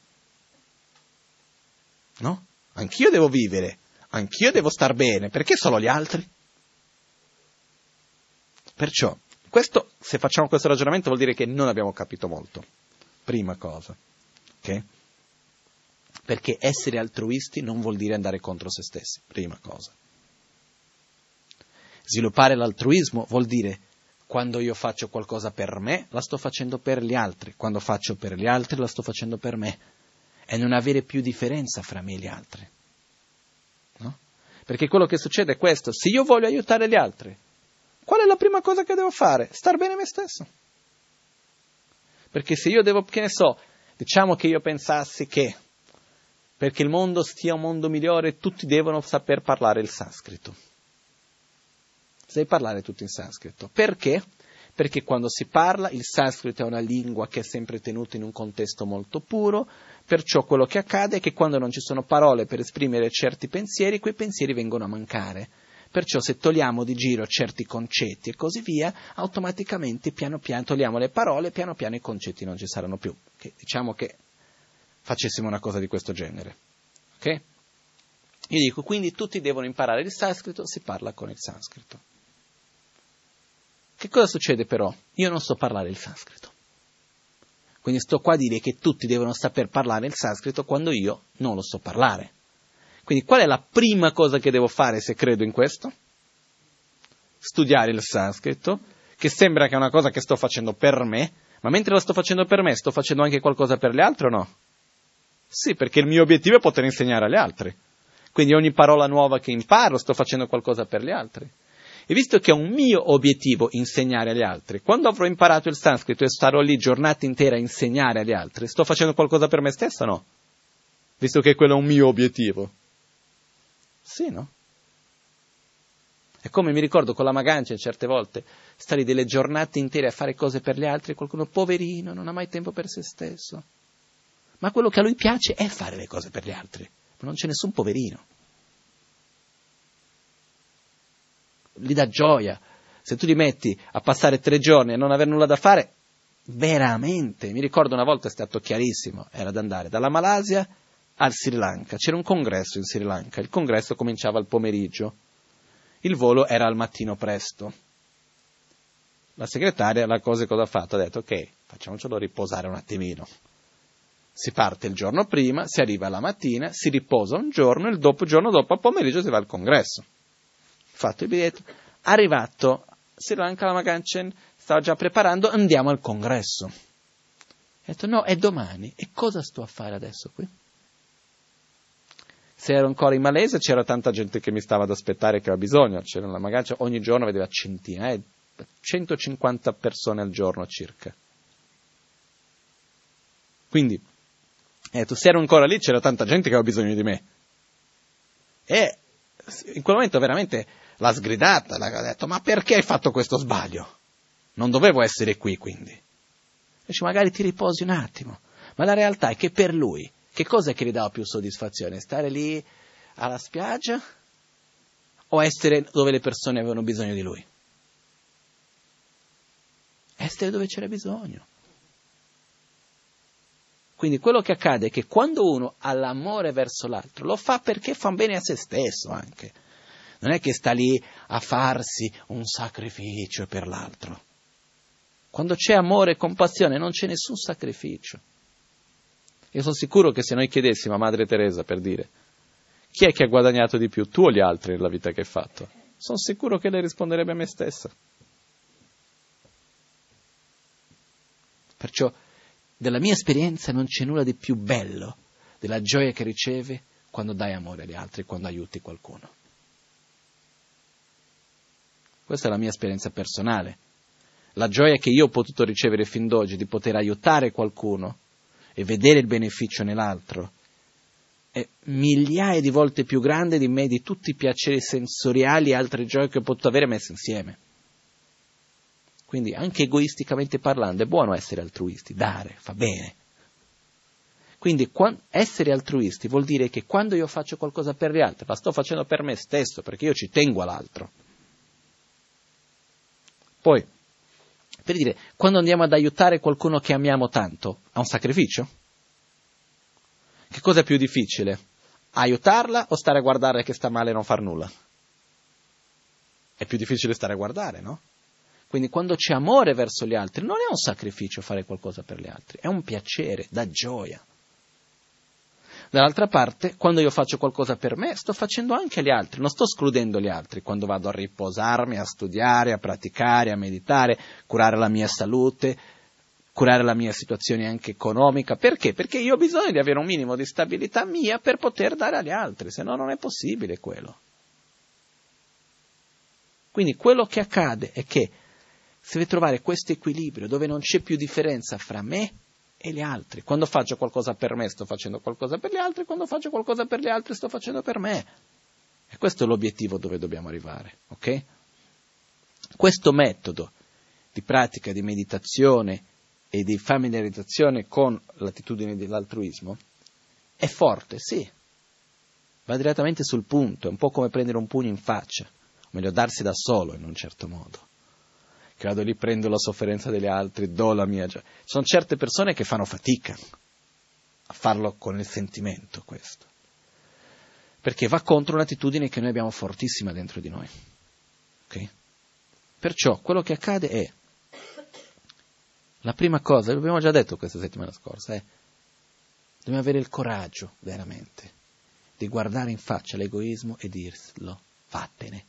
Speaker 2: No? Anch'io devo vivere, anch'io devo star bene, perché solo gli altri? Perciò, Questo, se facciamo questo ragionamento, vuol dire che non abbiamo capito molto. Prima cosa. Ok? Perché essere altruisti non vuol dire andare contro se stessi. Prima cosa. Sviluppare l'altruismo vuol dire quando io faccio qualcosa per me, la sto facendo per gli altri. Quando faccio per gli altri, la sto facendo per me. E non avere più differenza fra me e gli altri. No? Perché quello che succede è questo. Se io voglio aiutare gli altri, qual è la prima cosa che devo fare? Star bene me stesso. Perché se io devo, che ne so, diciamo che io pensassi che perché il mondo sia un mondo migliore tutti devono saper parlare il sanscrito. Devi parlare tutto in sanscrito. Perché? Perché quando si parla, il sanscrito è una lingua che è sempre tenuta in un contesto molto puro, perciò quello che accade è che quando non ci sono parole per esprimere certi pensieri, quei pensieri vengono a mancare. Perciò se togliamo di giro certi concetti e così via, automaticamente piano piano togliamo le parole, piano piano i concetti non ci saranno più. Che, diciamo che facessimo una cosa di questo genere. Ok? Io dico, quindi tutti devono imparare il sanscrito, si parla con il sanscrito. Che cosa succede però? Io non so parlare il sanscrito. Quindi sto qua a dire che tutti devono saper parlare il sanscrito quando io non lo so parlare. Quindi qual è la prima cosa che devo fare se credo in questo? Studiare il sanscrito, che sembra che è una cosa che sto facendo per me, ma mentre la sto facendo per me, sto facendo anche qualcosa per gli altri o no? Sì, perché il mio obiettivo è poter insegnare agli altri. Quindi ogni parola nuova che imparo sto facendo qualcosa per gli altri. E visto che è un mio obiettivo insegnare agli altri, quando avrò imparato il sanscrito e starò lì giornata intera a insegnare agli altri, sto facendo qualcosa per me stesso o no? Visto che quello è un mio obiettivo. Sì, no? È come mi ricordo con la Magancia certe volte, stare delle giornate intere a fare cose per gli altri, qualcuno poverino, non ha mai tempo per se stesso. Ma quello che a lui piace è fare le cose per gli altri, ma non c'è nessun poverino. Gli dà gioia. Se tu li metti a passare 3 giorni e non avere nulla da fare, veramente, mi ricordo una volta è stato chiarissimo, era da andare dalla Malaysia al Sri Lanka, c'era un congresso in Sri Lanka, il congresso cominciava al pomeriggio, il volo era al mattino presto. La segretaria cosa ha fatto? Ha detto ok, facciamocelo riposare un attimino. Si parte il giorno prima, si arriva la mattina, si riposa un giorno, il giorno dopo, a pomeriggio si va al congresso. Fatto il biglietto, arrivato a Sri Lanka, la Magancia stava già preparando, andiamo al congresso. Ha detto no, è domani. E cosa sto a fare adesso qui? Se ero ancora in Malesia c'era tanta gente che mi stava ad aspettare che aveva bisogno. C'era la Magancia, ogni giorno vedeva centinaia, 150 persone al giorno circa. Quindi, ha detto, se ero ancora lì c'era tanta gente che aveva bisogno di me. E in quel momento veramente l'ha sgridata, ha detto, ma perché hai fatto questo sbaglio? Non dovevo essere qui, quindi. Dice, magari ti riposi un attimo. Ma la realtà è che per lui, che cosa è che gli dava più soddisfazione? Stare lì alla spiaggia o essere dove le persone avevano bisogno di lui? Essere dove c'era bisogno. Quindi quello che accade è che quando uno ha l'amore verso l'altro, lo fa perché fa bene a se stesso anche. Non è che sta lì a farsi un sacrificio per l'altro. Quando c'è amore e compassione non c'è nessun sacrificio. Io sono sicuro che se noi chiedessimo a Madre Teresa, per dire, chi è che ha guadagnato di più, tu o gli altri nella vita che hai fatto? Sono sicuro che lei risponderebbe a me stessa. Perciò, della mia esperienza non c'è nulla di più bello della gioia che riceve quando dai amore agli altri, quando aiuti qualcuno. Questa è la mia esperienza personale. La gioia che io ho potuto ricevere fin d'oggi di poter aiutare qualcuno e vedere il beneficio nell'altro è migliaia di volte più grande di me, di tutti i piaceri sensoriali e altre gioie che ho potuto avere messe insieme. Quindi anche egoisticamente parlando è buono essere altruisti, dare, fa bene. Quindi essere altruisti vuol dire che quando io faccio qualcosa per gli altri, la sto facendo per me stesso, perché io ci tengo all'altro. Poi, per dire, quando andiamo ad aiutare qualcuno che amiamo tanto, ha un sacrificio? Che cosa è più difficile? Aiutarla o stare a guardare che sta male e non far nulla? È più difficile stare a guardare, no? Quindi quando c'è amore verso gli altri, non è un sacrificio fare qualcosa per gli altri, è un piacere, dà gioia. Dall'altra parte, quando io faccio qualcosa per me, sto facendo anche agli altri, non sto escludendo gli altri. Quando vado a riposarmi, a studiare, a praticare, a meditare, curare la mia salute, curare la mia situazione anche economica. Perché? Perché io ho bisogno di avere un minimo di stabilità mia per poter dare agli altri, se no non è possibile quello. Quindi quello che accade è che si deve trovare questo equilibrio dove non c'è più differenza fra me e gli altri. Quando faccio qualcosa per me sto facendo qualcosa per gli altri, quando faccio qualcosa per gli altri sto facendo per me. E questo è l'obiettivo dove dobbiamo arrivare, ok? Questo metodo di pratica di meditazione e di familiarizzazione con l'attitudine dell'altruismo è forte, sì, va direttamente sul punto, è un po' come prendere un pugno in faccia, o meglio darsi da solo in un certo modo. Che vado lì, prendo la sofferenza degli altri, do la mia gioia. Sono certe persone che fanno fatica a farlo con il sentimento questo, perché va contro un'attitudine che noi abbiamo fortissima dentro di noi. Okay? Perciò quello che accade è, la prima cosa, l'abbiamo già detto questa settimana scorsa, è dobbiamo avere il coraggio veramente di guardare in faccia l'egoismo e dirlo, vattene,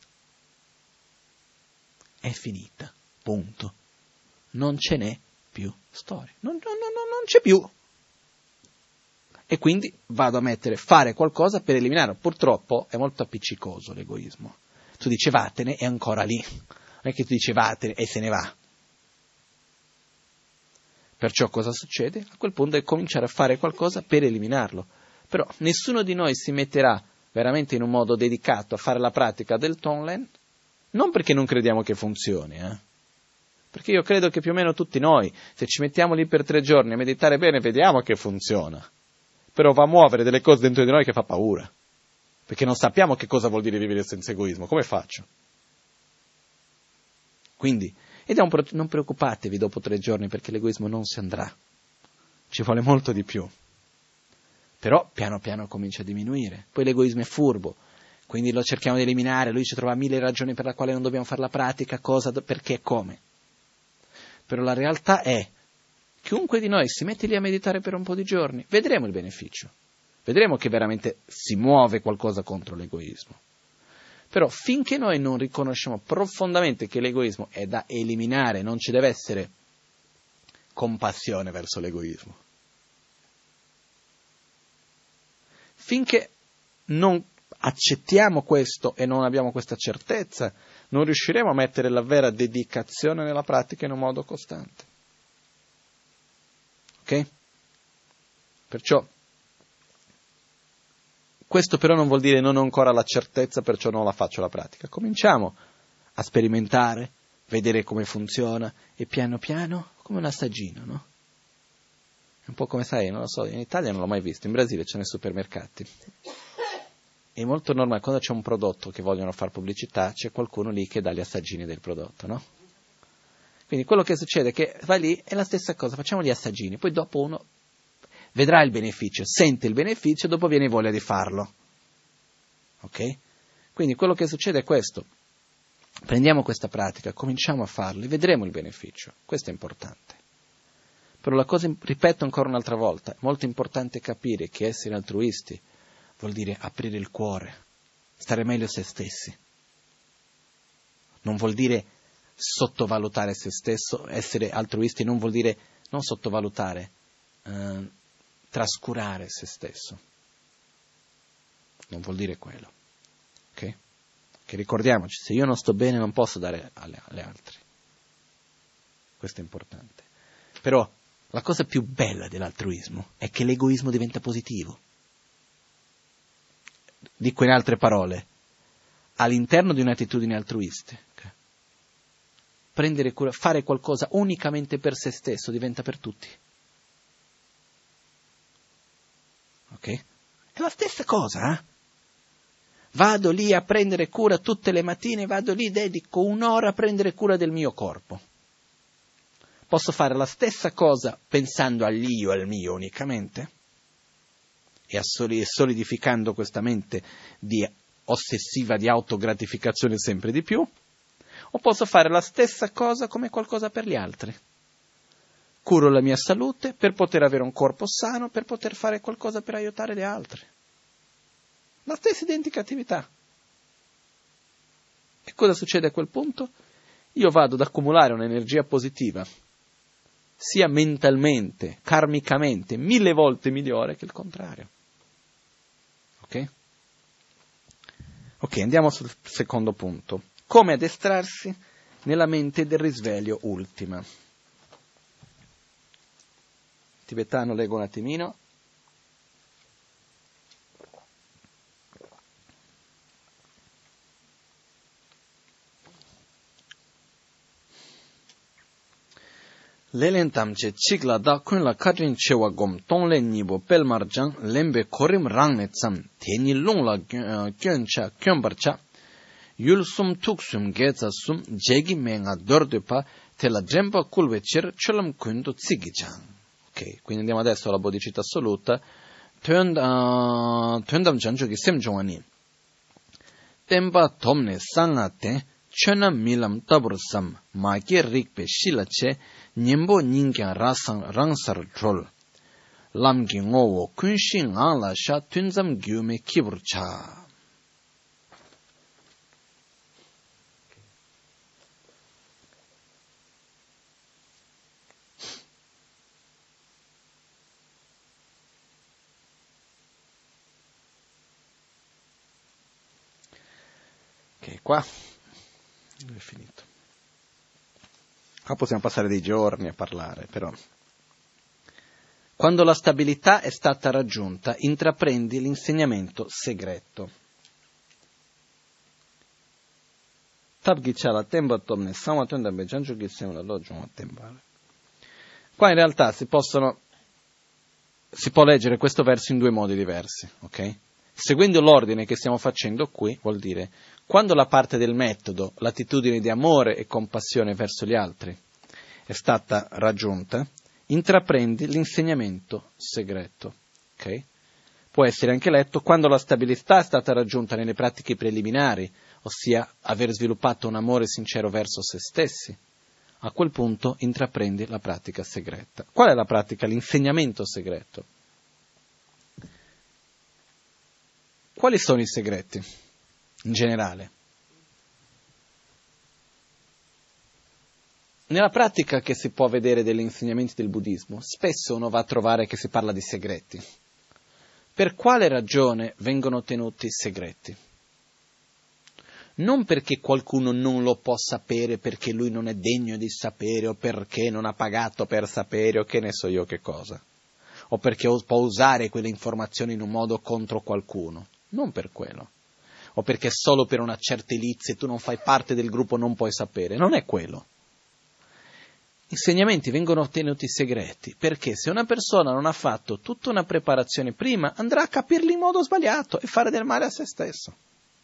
Speaker 2: è finita. Punto. Non ce n'è più storia. Non c'è più. E quindi vado a fare qualcosa per eliminarlo. Purtroppo è molto appiccicoso l'egoismo. Tu dici vattene, è ancora lì. Non è che tu dici vattene e se ne va. Perciò cosa succede? A quel punto è cominciare a fare qualcosa per eliminarlo. Però nessuno di noi si metterà veramente in un modo dedicato a fare la pratica del Tonglen, non perché non crediamo che funzioni, perché io credo che più o meno tutti noi, se ci mettiamo lì per 3 giorni a meditare bene, vediamo che funziona. Però va a muovere delle cose dentro di noi che fa paura. Perché non sappiamo che cosa vuol dire vivere senza egoismo. Come faccio? Quindi, non preoccupatevi dopo 3 giorni perché l'egoismo non si andrà. Ci vuole molto di più. Però piano piano comincia a diminuire. Poi l'egoismo è furbo. Quindi lo cerchiamo di eliminare. Lui ci trova 1000 ragioni per la quale non dobbiamo fare la pratica, cosa, perché, come. Però la realtà è, chiunque di noi si mette lì a meditare per un po' di giorni, vedremo il beneficio, vedremo che veramente si muove qualcosa contro l'egoismo. Però finché noi non riconosciamo profondamente che l'egoismo è da eliminare, non ci deve essere compassione verso l'egoismo. Finché non accettiamo questo e non abbiamo questa certezza, non riusciremo a mettere la vera dedicazione nella pratica in un modo costante. Ok? Perciò, questo però non vuol dire non ho ancora la certezza, perciò non la faccio la pratica. Cominciamo a sperimentare, vedere come funziona e piano piano, come un assaggino, no? È un po' come sai, non lo so, in Italia non l'ho mai visto, in Brasile c'è nei supermercati. È molto normale, quando c'è un prodotto che vogliono fare pubblicità, c'è qualcuno lì che dà gli assaggini del prodotto, no? Quindi quello che succede è che va lì, è la stessa cosa, facciamo gli assaggini, poi dopo uno vedrà il beneficio, sente il beneficio, dopo viene voglia di farlo. Ok? Quindi quello che succede è questo. Prendiamo questa pratica, cominciamo a farla e vedremo il beneficio. Questo è importante. Però la cosa, ripeto ancora un'altra volta, è molto importante capire che essere altruisti vuol dire aprire il cuore, stare meglio se stessi. Non vuol dire sottovalutare se stesso, essere altruisti non vuol dire non sottovalutare, trascurare se stesso. Non vuol dire quello. Ok? Che ricordiamoci, se io non sto bene non posso dare alle altri. Questo è importante. Però la cosa più bella dell'altruismo è che l'egoismo diventa positivo. Dico in altre parole, all'interno di un'attitudine altruista, prendere cura, fare qualcosa unicamente per se stesso diventa per tutti. Ok? È la stessa cosa, Vado lì a prendere cura tutte le mattine, vado lì, dedico 1 ora a prendere cura del mio corpo. Posso fare la stessa cosa pensando all'io e al mio unicamente? E solidificando questa mente ossessiva di autogratificazione sempre di più? o posso fare la stessa cosa come qualcosa per gli altri. Curo la mia salute per poter avere un corpo sano, per poter fare qualcosa per aiutare gli altri. La stessa identica attività. E cosa succede a quel punto? Io vado ad accumulare un'energia positiva, sia mentalmente, karmicamente, 1000 volte migliore che il contrario. Ok? Ok, andiamo sul secondo punto. Come addestrarsi nella mente del risveglio ultima. Tibetano, leggo un attimino. Lelen tamche chikla da kunla katrin chewa gom tongle nibo pelmarjang lembe korim rangne tsam teni longla gyöncha kyombarcha yulsum tuksum getsa sum jegi menga dordepa tela drempa kulvechir cholam kundu tsigichang. Ok, quindi andiamo adesso alla bodhicitta assoluta. Tuendam janchogi semjongani temba tomne sangate chona milam tabursam maki rikpe shilache nyembo nyingyan rangsar trol lamgi ngowo kunshi ngala sha tunzam gyume kiburcha. Ok, qua è finito. Qua possiamo passare dei giorni a parlare, però. Quando la stabilità è stata raggiunta, intraprendi l'insegnamento segreto. Qua in realtà si può leggere questo verso in due modi diversi, ok? Seguendo l'ordine che stiamo facendo qui, vuol dire, quando la parte del metodo, l'attitudine di amore e compassione verso gli altri, è stata raggiunta, intraprendi l'insegnamento segreto. Okay? Può essere anche letto quando la stabilità è stata raggiunta nelle pratiche preliminari, ossia aver sviluppato un amore sincero verso se stessi. A quel punto intraprendi la pratica segreta. Qual è la pratica? L'insegnamento segreto. Quali sono i segreti, in generale? Nella pratica che si può vedere degli insegnamenti del buddismo, spesso uno va a trovare che si parla di segreti. Per quale ragione vengono tenuti segreti? Non perché qualcuno non lo può sapere, perché lui non è degno di sapere, o perché non ha pagato per sapere, o che ne so io che cosa, o perché può usare quelle informazioni in un modo contro qualcuno. Non per quello, o perché solo per una certa elite, se tu non fai parte del gruppo non puoi sapere, non è quello. Insegnamenti vengono tenuti segreti, perché se una persona non ha fatto tutta una preparazione prima, andrà a capirli in modo sbagliato e fare del male a se stesso.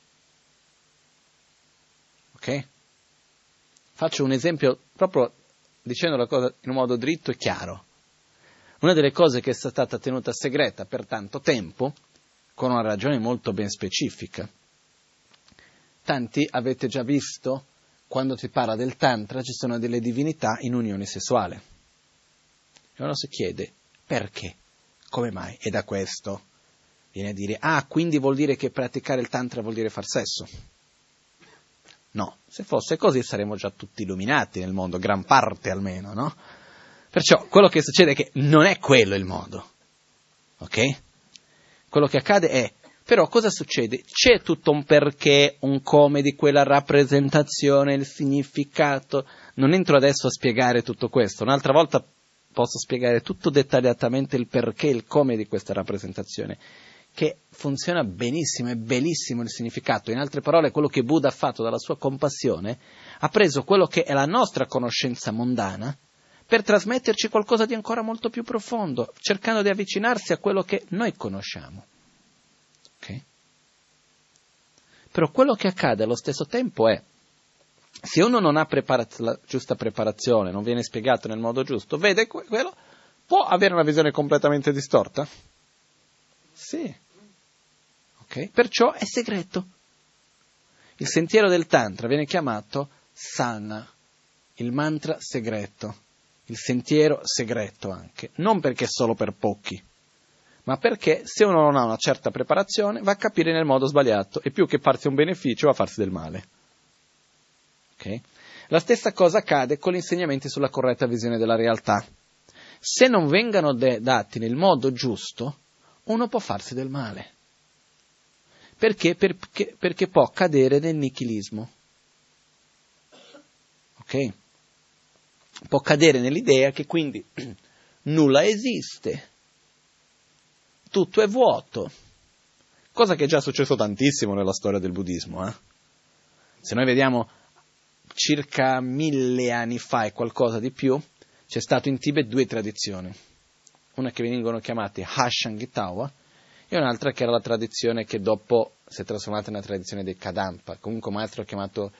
Speaker 2: Ok? Faccio un esempio proprio dicendo la cosa in un modo dritto e chiaro. Una delle cose che è stata tenuta segreta per tanto tempo, con una ragione molto ben specifica. Tanti avete già visto, quando si parla del Tantra, ci sono delle divinità in unione sessuale. E uno si chiede, perché? Come mai? E da questo viene a dire, quindi vuol dire che praticare il Tantra vuol dire far sesso? No, se fosse così saremmo già tutti illuminati nel mondo, gran parte almeno, no? Perciò quello che succede è che non è quello il modo, ok? Quello che accade è, però cosa succede? C'è tutto un perché, un come di quella rappresentazione, il significato. Non entro adesso a spiegare tutto questo, un'altra volta posso spiegare tutto dettagliatamente il perché, il come di questa rappresentazione, che funziona benissimo, è bellissimo il significato. In altre parole, quello che Buddha ha fatto dalla sua compassione, ha preso quello che è la nostra conoscenza mondana, per trasmetterci qualcosa di ancora molto più profondo, cercando di avvicinarsi a quello che noi conosciamo. Okay? Però quello che accade allo stesso tempo è, se uno non ha la giusta preparazione, non viene spiegato nel modo giusto, vede quello, può avere una visione completamente distorta? Sì. Okay? Perciò è segreto. Il sentiero del Tantra viene chiamato sana, il mantra segreto, il sentiero segreto anche, non perché è solo per pochi, ma perché se uno non ha una certa preparazione va a capire nel modo sbagliato e più che farsi un beneficio va a farsi del male. Okay? La stessa cosa accade con gli insegnamenti sulla corretta visione della realtà. Se non vengano dati nel modo giusto, uno può farsi del male. Perché? Perché può cadere nel nichilismo. Ok? Può cadere nell'idea che quindi nulla esiste, tutto è vuoto, cosa che è già successo tantissimo nella storia del buddismo. Se noi vediamo circa 1000 anni fa e qualcosa di più, c'è stato in Tibet 2 tradizioni, una che vengono chiamate Hashangi-tawa e un'altra che era la tradizione che dopo si è trasformata nella tradizione dei Kadampa, comunque un maestro chiamato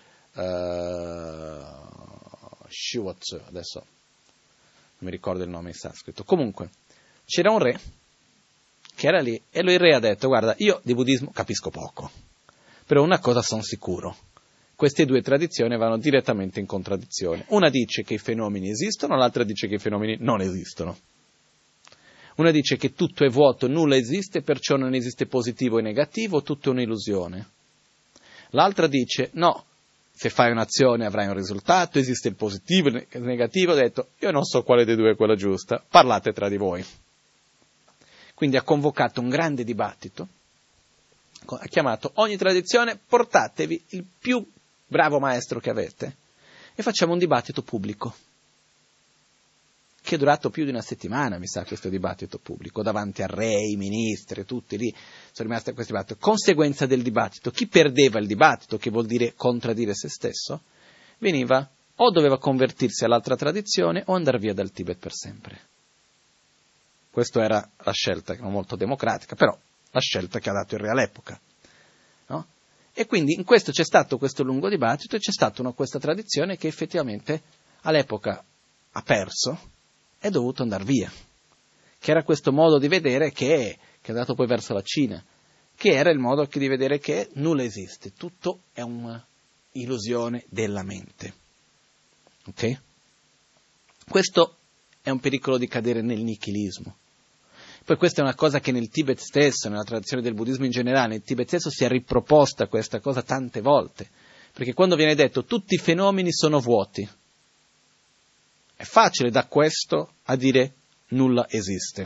Speaker 2: Shiwatsu, adesso non mi ricordo il nome in sanscrito. Comunque c'era un re che era lì e lui il re ha detto: guarda, io di buddismo capisco poco, però una cosa sono sicuro, queste 2 tradizioni vanno direttamente in contraddizione. Una dice che i fenomeni esistono, l'altra dice che i fenomeni non esistono. Una dice che tutto è vuoto, nulla esiste, perciò non esiste positivo e negativo, tutto è un'illusione. L'altra dice no, se fai un'azione avrai un risultato, esiste il positivo e il negativo. Ha detto: io non so quale dei 2 è quella giusta, parlate tra di voi. Quindi ha convocato un grande dibattito, ha chiamato ogni tradizione, portatevi il più bravo maestro che avete e facciamo un dibattito pubblico, che è durato più di una settimana, mi sa, questo dibattito pubblico, davanti a re, i ministri, tutti lì sono rimasti a questo dibattito. Conseguenza del dibattito: chi perdeva il dibattito, che vuol dire contraddire se stesso, veniva o doveva convertirsi all'altra tradizione o andare via dal Tibet per sempre. Questa era la scelta, non molto democratica, però la scelta che ha dato il re all'epoca. No? E quindi in questo c'è stato questo lungo dibattito e c'è stata questa tradizione che effettivamente all'epoca ha perso, è dovuto andare via, che era questo modo di vedere che è andato poi verso la Cina, che era il modo di vedere che nulla esiste, tutto è un'illusione della mente. Ok? Questo è un pericolo di cadere nel nichilismo. Poi questa è una cosa che nel Tibet stesso, nella tradizione del buddismo in generale, nel Tibet stesso si è riproposta questa cosa tante volte, perché quando viene detto tutti i fenomeni sono vuoti, è facile da questo a dire nulla esiste.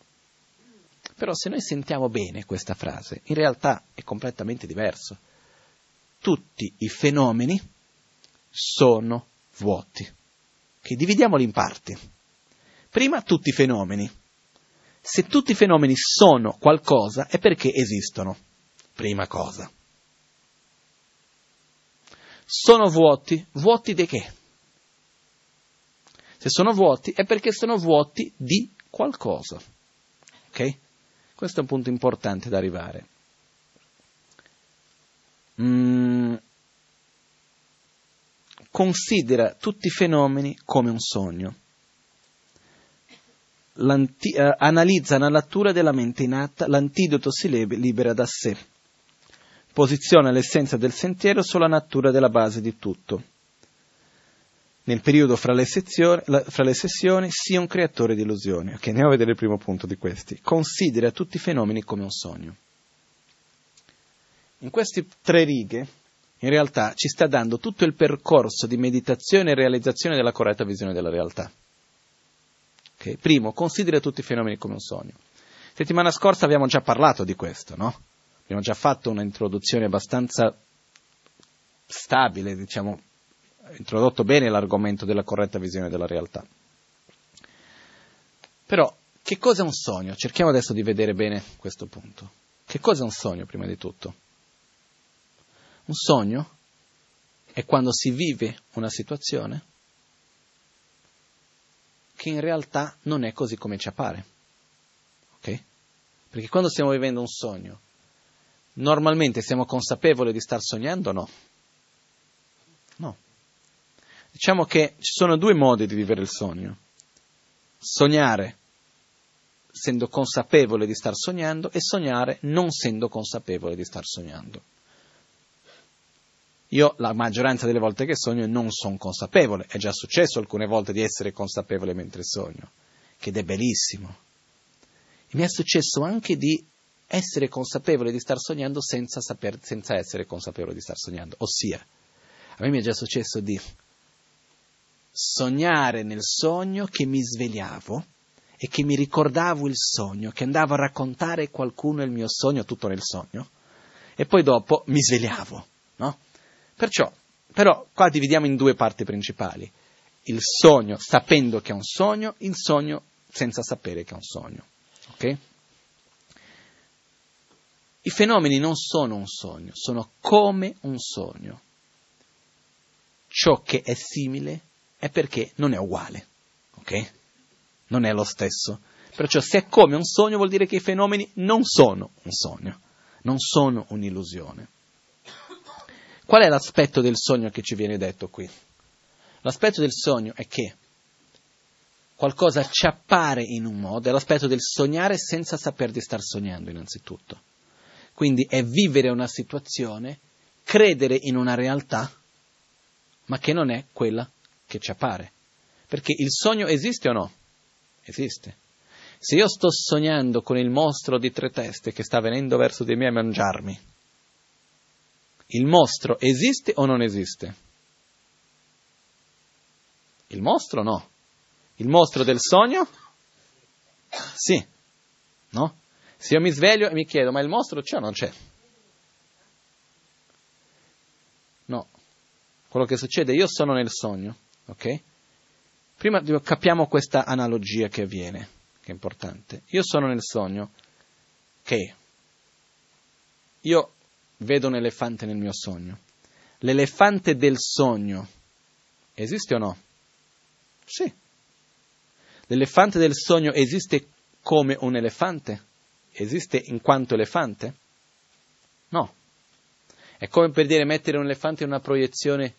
Speaker 2: Però se noi sentiamo bene questa frase, in realtà è completamente diverso. Tutti i fenomeni sono vuoti. Okay, dividiamoli in parti. Prima, tutti i fenomeni. Se tutti i fenomeni sono qualcosa è perché esistono. Prima cosa. Sono vuoti. Vuoti di che? Se sono vuoti è perché sono vuoti di qualcosa. Ok? Questo è un punto importante da arrivare. Considera tutti i fenomeni come un sogno. Analizza la natura della mente inatta, l'antidoto si libera da sé. Posiziona l'essenza del sentiero sulla natura della base di tutto. Nel periodo fra le sessioni sia un creatore di illusioni. Ok, andiamo a vedere il primo punto di questi. Considera tutti i fenomeni come un sogno. In queste 3 righe, in realtà, ci sta dando tutto il percorso di meditazione e realizzazione della corretta visione della realtà. Okay. Primo, considera tutti i fenomeni come un sogno. Settimana scorsa abbiamo già parlato di questo, no? Abbiamo già fatto un'introduzione abbastanza stabile, diciamo, introdotto bene l'argomento della corretta visione della realtà. Però, che cosa è un sogno? Cerchiamo adesso di vedere bene questo punto. Che cosa è un sogno, prima di tutto? Un sogno è quando si vive una situazione che in realtà non è così come ci appare. Ok? Perché quando stiamo vivendo un sogno, normalmente siamo consapevoli di star sognando o no? No. Diciamo che ci sono 2 modi di vivere il sogno. Sognare essendo consapevole di star sognando e sognare non essendo consapevole di star sognando. Io la maggioranza delle volte che sogno non sono consapevole. È già successo alcune volte di essere consapevole mentre sogno, ed è bellissimo. E mi è successo anche di essere consapevole di star sognando senza essere consapevole di star sognando. Ossia, a me mi è già successo di sognare nel sogno che mi svegliavo e che mi ricordavo il sogno, che andavo a raccontare a qualcuno il mio sogno, tutto nel sogno, e poi dopo mi svegliavo, no? Però qua dividiamo in due parti principali: il sogno sapendo che è un sogno, il sogno senza sapere che è un sogno, ok? I fenomeni non sono un sogno, sono come un sogno. Ciò che è simile è perché non è uguale, ok? Non è lo stesso. Perciò se è come un sogno vuol dire che i fenomeni non sono un sogno, non sono un'illusione. Qual è l'aspetto del sogno che ci viene detto qui? L'aspetto del sogno è che qualcosa ci appare in un modo, è l'aspetto del sognare senza saper di star sognando innanzitutto. Quindi è vivere una situazione, credere in una realtà, ma che non è quella che ci appare. Perché il sogno esiste o no? Esiste. Se io sto sognando con il mostro di 3 teste che sta venendo verso di me a mangiarmi, il mostro esiste o non esiste? Il mostro no. Il mostro del sogno? Sì. No? Se io mi sveglio e mi chiedo, ma il mostro c'è o non c'è? No. Quello che succede, io sono nel sogno, ok? Prima capiamo questa analogia che avviene, che è importante. Io sono nel sogno che io vedo un elefante nel mio sogno. L'elefante del sogno esiste o no? Sì. L'elefante del sogno esiste come un elefante? Esiste in quanto elefante? No. È come per dire mettere un elefante in una proiezione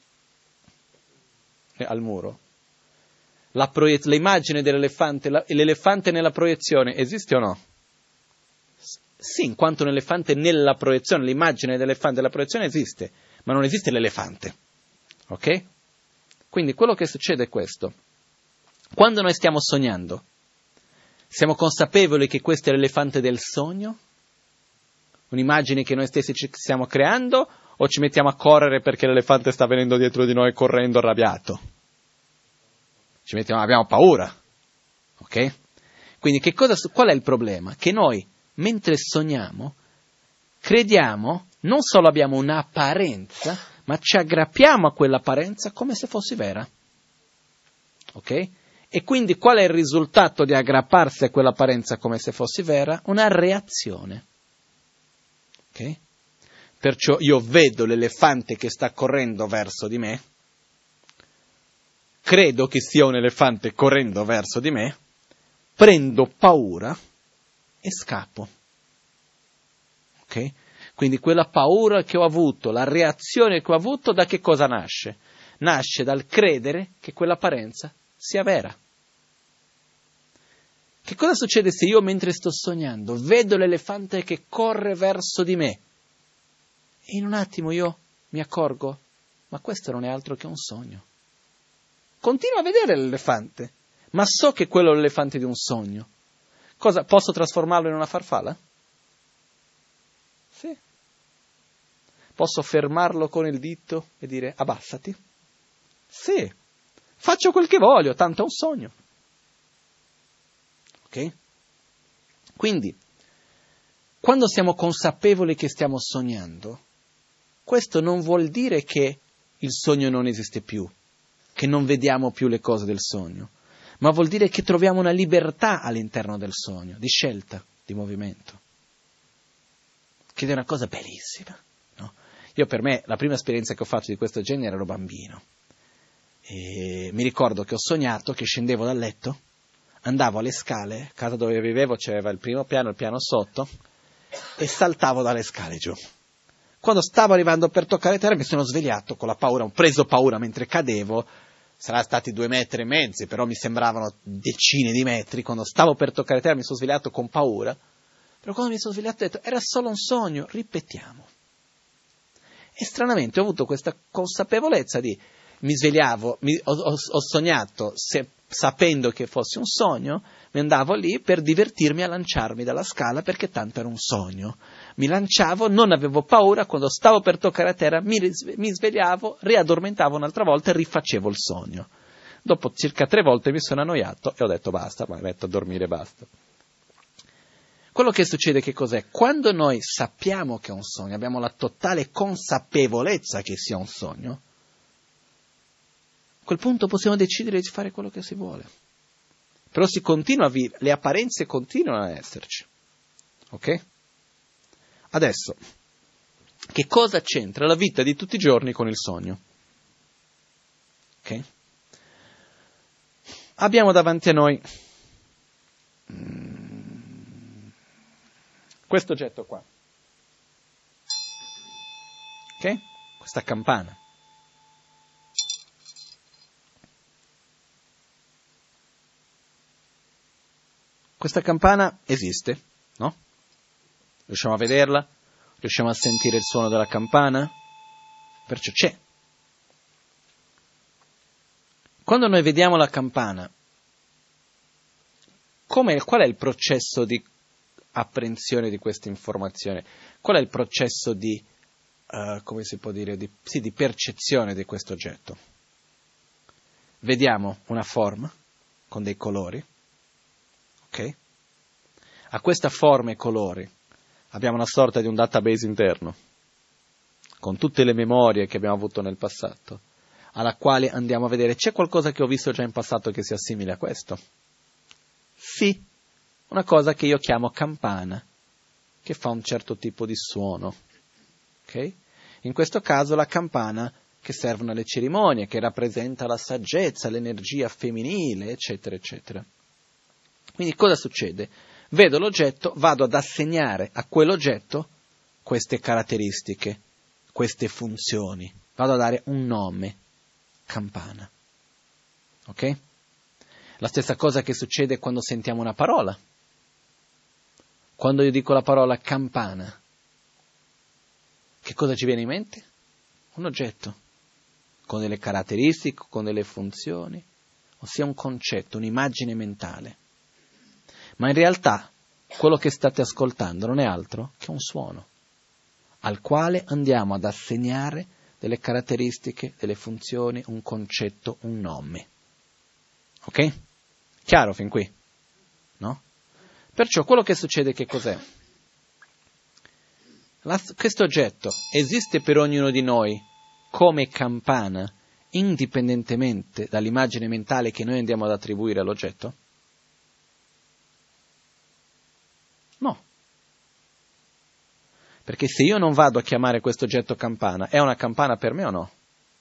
Speaker 2: al muro. L'immagine dell'elefante, l'elefante nella proiezione esiste o no? Sì, in quanto un elefante nella proiezione, l'immagine dell'elefante nella proiezione esiste, ma non esiste l'elefante. Ok? Quindi quello che succede è questo. Quando noi stiamo sognando, siamo consapevoli che questo è l'elefante del sogno? Un'immagine che noi stessi ci stiamo creando? O ci mettiamo a correre perché l'elefante sta venendo dietro di noi correndo arrabbiato? Abbiamo paura. Ok? Quindi qual è il problema? Che noi, mentre sogniamo, crediamo, non solo abbiamo un'apparenza, ma ci aggrappiamo a quell'apparenza come se fosse vera. Ok? E quindi qual è il risultato di aggrapparsi a quell'apparenza come se fosse vera? Una reazione. Ok? Perciò io vedo l'elefante che sta correndo verso di me, credo che sia un elefante correndo verso di me, prendo paura e scappo. Ok? Quindi quella paura che ho avuto, la reazione che ho avuto, da che cosa nasce? Nasce dal credere che quell'apparenza sia vera. Che cosa succede se io mentre sto sognando vedo l'elefante che corre verso di me e in un attimo io mi accorgo, ma questo non è altro che un sogno. Continuo a vedere l'elefante, ma so che quello è l'elefante di un sogno. Cosa, posso trasformarlo in una farfalla? Sì. Posso fermarlo con il dito e dire abbassati? Sì. Faccio quel che voglio, tanto è un sogno. Ok? Quindi, quando siamo consapevoli che stiamo sognando, questo non vuol dire che il sogno non esiste più, che non vediamo più le cose del sogno, ma vuol dire che troviamo una libertà all'interno del sogno, di scelta, di movimento, che è una cosa bellissima. No? Io per me, la prima esperienza che ho fatto di questo genere ero bambino, e mi ricordo che ho sognato che scendevo dal letto, andavo alle scale, casa dove vivevo c'era il primo piano, il piano sotto, e saltavo dalle scale giù. Quando stavo arrivando per toccare terra mi sono svegliato con la paura, ho preso paura mentre cadevo, saranno stati 2,5 metri, però mi sembravano decine di metri, quando stavo per toccare terra mi sono svegliato con paura, però quando mi sono svegliato ho detto era solo un sogno, ripetiamo. E stranamente ho avuto questa consapevolezza di, mi svegliavo, ho sognato, sapendo che fosse un sogno, mi andavo lì per divertirmi a lanciarmi dalla scala perché tanto era un sogno. Mi lanciavo, non avevo paura, quando stavo per toccare a terra mi svegliavo, riaddormentavo un'altra volta e rifacevo il sogno. Dopo circa 3 volte mi sono annoiato e ho detto basta, ma mi metto a dormire e basta. Quello che succede che cos'è? Quando noi sappiamo che è un sogno, abbiamo la totale consapevolezza che sia un sogno, a quel punto possiamo decidere di fare quello che si vuole. Però si continua a vivere, le apparenze continuano a esserci. Ok? Adesso, che cosa c'entra la vita di tutti i giorni con il sogno? Ok? Abbiamo davanti a noi questo oggetto qua. Ok? Questa campana. Questa campana esiste, no? Riusciamo a vederla? Riusciamo a sentire il suono della campana? Perciò c'è. Quando noi vediamo la campana, qual è il processo di apprensione di questa informazione? Qual è il processo di, come si può dire, di percezione di questo oggetto? Vediamo una forma con dei colori, ok? A questa forma e colori abbiamo una sorta di un database interno, con tutte le memorie che abbiamo avuto nel passato, alla quale andiamo a vedere, c'è qualcosa che ho visto già in passato che sia simile a questo? Sì, una cosa che io chiamo campana, che fa un certo tipo di suono. Okay? In questo caso la campana che servono alle cerimonie, che rappresenta la saggezza, l'energia femminile, eccetera, eccetera. Quindi cosa succede? Vedo l'oggetto, vado ad assegnare a quell'oggetto queste caratteristiche, queste funzioni. Vado a dare un nome, campana. Ok? La stessa cosa che succede quando sentiamo una parola. Quando io dico la parola campana, che cosa ci viene in mente? Un oggetto, con delle caratteristiche, con delle funzioni, ossia un concetto, un'immagine mentale. Ma in realtà quello che state ascoltando non è altro che un suono, al quale andiamo ad assegnare delle caratteristiche, delle funzioni, un concetto, un nome. Ok? Chiaro fin qui? No? Perciò quello che succede che cos'è? Questo oggetto esiste per ognuno di noi come campana, indipendentemente dall'immagine mentale che noi andiamo ad attribuire all'oggetto? No. Perché se io non vado a chiamare questo oggetto campana, è una campana per me o no?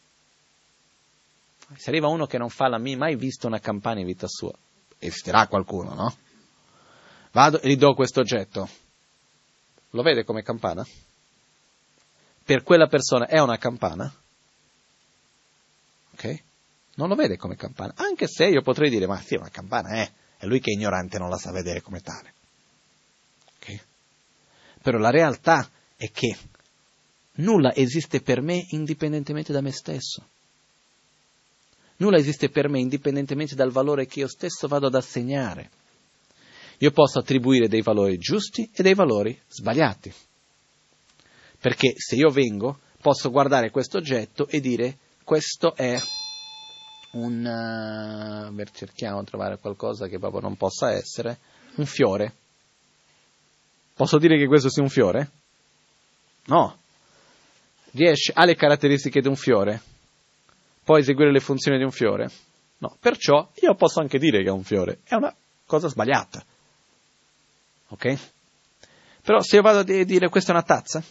Speaker 2: Se arriva uno che non fa mai visto una campana in vita sua, esisterà qualcuno, no? Vado e gli do questo oggetto. Lo vede come campana? Per quella persona è una campana? Ok? Non lo vede come campana. Anche se io potrei dire, ma sì, una campana è lui che è ignorante, non la sa vedere come tale. Ok? Però la realtà è che nulla esiste per me indipendentemente da me stesso. Nulla esiste per me indipendentemente dal valore che io stesso vado ad assegnare. Io posso attribuire dei valori giusti e dei valori sbagliati. Perché se io vengo, posso guardare questo oggetto e dire, questo è cerchiamo di trovare qualcosa che proprio non possa essere, un fiore. Posso dire che questo sia un fiore? No. Ha le caratteristiche di un fiore? Può eseguire le funzioni di un fiore? No. Perciò io posso anche dire che è un fiore. È una cosa sbagliata. Ok? Però se io vado a dire questa è una tazza,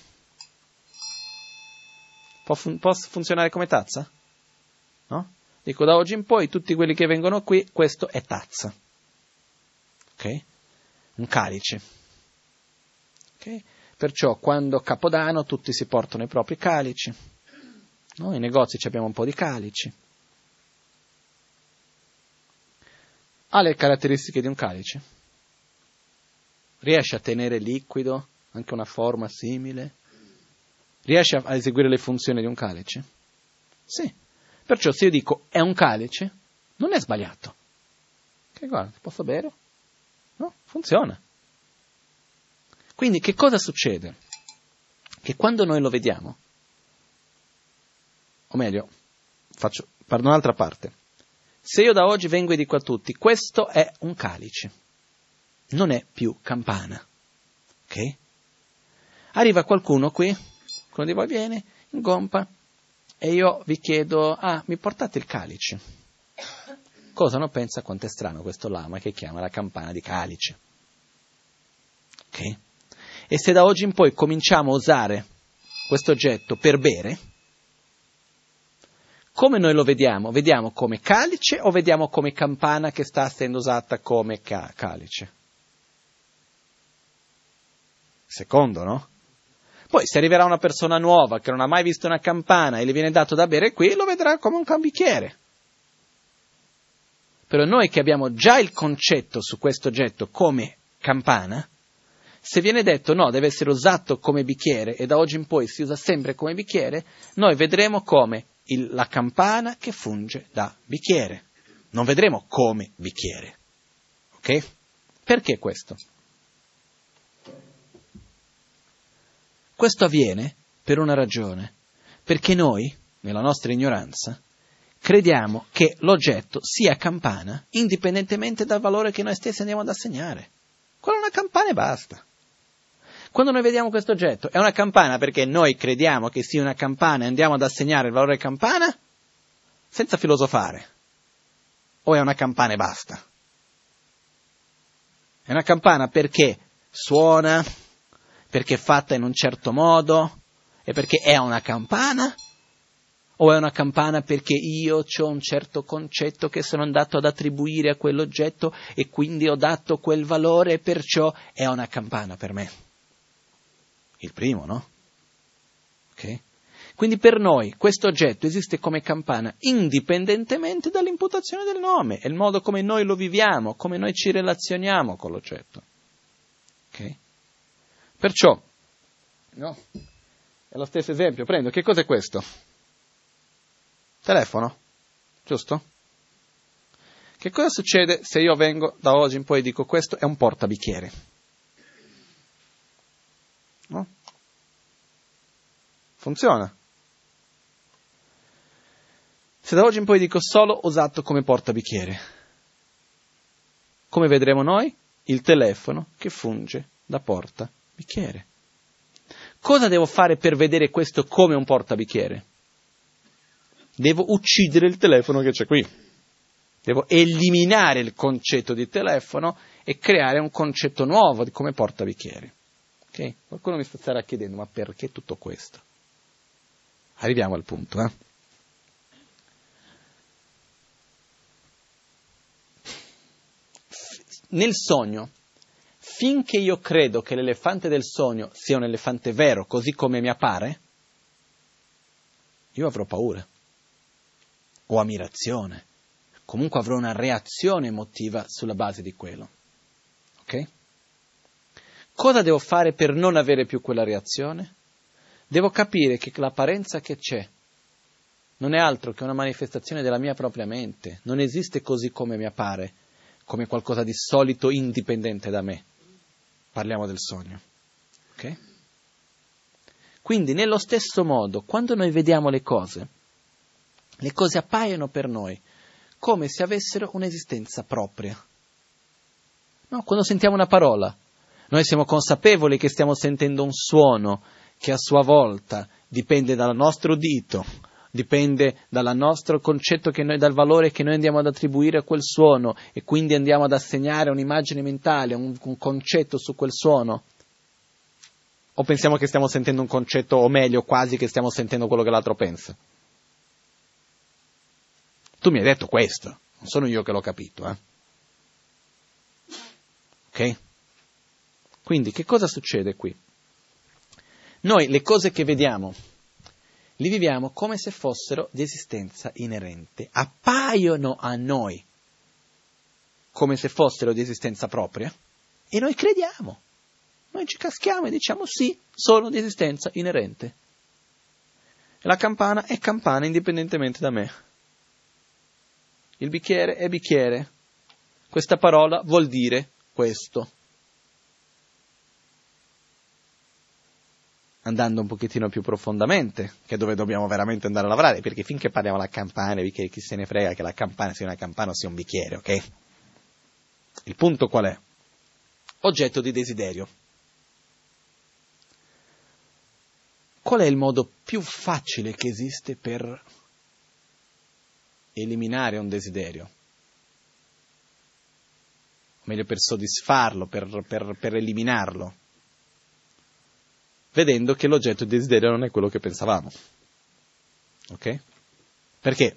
Speaker 2: può funzionare come tazza? No? Dico da oggi in poi tutti quelli che vengono qui, questo è tazza. Ok? Un calice. Ok? Perciò quando Capodanno tutti si portano i propri calici. No? In negozi abbiamo un po' di calici. Ha le caratteristiche di un calice? Riesce a tenere liquido, anche una forma simile? riesce a eseguire le funzioni di un calice? Sì. Perciò se io dico è un calice, non è sbagliato. Che guarda, posso bere? No, funziona. Quindi che cosa succede? Che quando noi lo vediamo, o meglio, parlo un'altra parte, se io da oggi vengo e dico a tutti, questo è un calice, non è più campana, ok? Arriva qualcuno qui, qualcuno di voi viene, ingompa, e io vi chiedo, mi portate il calice? Cosa non pensa quanto è strano questo lama che chiama la campana di calice? Ok? E se da oggi in poi cominciamo a usare questo oggetto per bere, come noi lo vediamo? Vediamo come calice o vediamo come campana che sta essendo usata come calice? Secondo, no? Poi se arriverà una persona nuova che non ha mai visto una campana e le viene dato da bere qui, lo vedrà come un bicchiere. Però noi che abbiamo già il concetto su questo oggetto come campana, se viene detto no, deve essere usato come bicchiere e da oggi in poi si usa sempre come bicchiere, noi vedremo come la campana che funge da bicchiere. Non vedremo come bicchiere. Ok? Perché questo? Questo avviene per una ragione, perché noi, nella nostra ignoranza, crediamo che l'oggetto sia campana indipendentemente dal valore che noi stessi andiamo ad assegnare. Quella è una campana e basta. Quando noi vediamo questo oggetto, è una campana perché noi crediamo che sia una campana e andiamo ad assegnare il valore campana senza filosofare. O è una campana e basta? È una campana perché suona, perché è fatta in un certo modo, e perché è una campana? O è una campana perché io ho un certo concetto che sono andato ad attribuire a quell'oggetto e quindi ho dato quel valore e perciò è una campana per me? Il primo, no? Ok? Quindi per noi questo oggetto esiste come campana indipendentemente dall'imputazione del nome, è il modo come noi lo viviamo, come noi ci relazioniamo con l'oggetto. Ok? Perciò, no? È lo stesso esempio, prendo, che cos'è questo? Telefono, giusto? Che cosa succede se io vengo da oggi in poi e dico questo è un portabicchiere? No? Funziona. Se da oggi in poi dico solo usato come portabicchiere, come vedremo noi? Il telefono che funge da portabicchiere. Cosa devo fare per vedere questo come un portabicchiere? Devo uccidere il telefono che c'è qui. Devo eliminare il concetto di telefono e creare un concetto nuovo di come portabicchiere. Ok? Qualcuno mi starà chiedendo, ma perché tutto questo? Arriviamo al punto, Nel sogno, finché io credo che l'elefante del sogno sia un elefante vero, così come mi appare, io avrò paura, o ammirazione, comunque avrò una reazione emotiva sulla base di quello. Ok? Cosa devo fare per non avere più quella reazione? Devo capire che l'apparenza che c'è non è altro che una manifestazione della mia propria mente, non esiste così come mi appare, come qualcosa di solito indipendente da me. Parliamo del sogno. Ok? Quindi nello stesso modo, quando noi vediamo le cose appaiono per noi come se avessero un'esistenza propria. No? Quando sentiamo una parola, noi siamo consapevoli che stiamo sentendo un suono che a sua volta dipende dal nostro udito, dipende dal nostro concetto che noi, dal valore che noi andiamo ad attribuire a quel suono e quindi andiamo ad assegnare un'immagine mentale, un concetto su quel suono. O pensiamo che stiamo sentendo un concetto, o meglio, quasi che stiamo sentendo quello che l'altro pensa? Tu mi hai detto questo, non sono io che l'ho capito, Ok? Quindi che cosa succede qui? Noi le cose che vediamo li viviamo come se fossero di esistenza inerente, appaiono a noi come se fossero di esistenza propria e noi crediamo, noi ci caschiamo e diciamo sì, sono di esistenza inerente. E la campana è campana indipendentemente da me. Il bicchiere è bicchiere. Questa parola vuol dire questo. Andando un pochettino più profondamente, che è dove dobbiamo veramente andare a lavorare, perché finché parliamo alla campana, bicchiere, chi se ne frega che la campana sia una campana o sia un bicchiere, ok? Il punto qual è? Oggetto di desiderio. Qual è il modo più facile che esiste per eliminare un desiderio? O meglio, per soddisfarlo, per eliminarlo? Vedendo che l'oggetto di desiderio non è quello che pensavamo. Ok? Perché?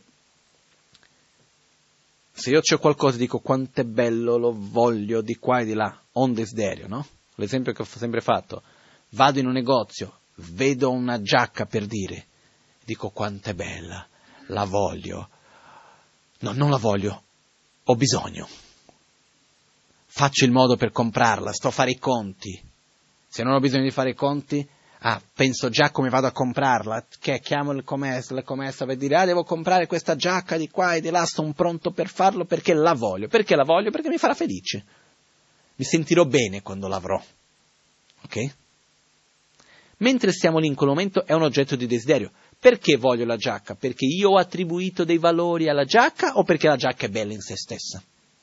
Speaker 2: Se io c'ho qualcosa e dico quanto è bello, lo voglio di qua e di là, ho un desiderio, no? L'esempio che ho sempre fatto, vado in un negozio, vedo una giacca per dire, dico quanto è bella, la voglio. No, non la voglio, ho bisogno. Faccio il modo per comprarla, sto a fare i conti. Se non ho bisogno di fare i conti, penso già come vado a comprarla, che chiamo il commesso per dire, devo comprare questa giacca di qua e di là, sono pronto per farlo perché la voglio. Perché la voglio? Perché mi farà felice. Mi sentirò bene quando l'avrò. Ok? Mentre stiamo lì in quel momento è un oggetto di desiderio. Perché voglio la giacca? Perché io ho attribuito dei valori alla giacca o perché la giacca è bella in se stessa?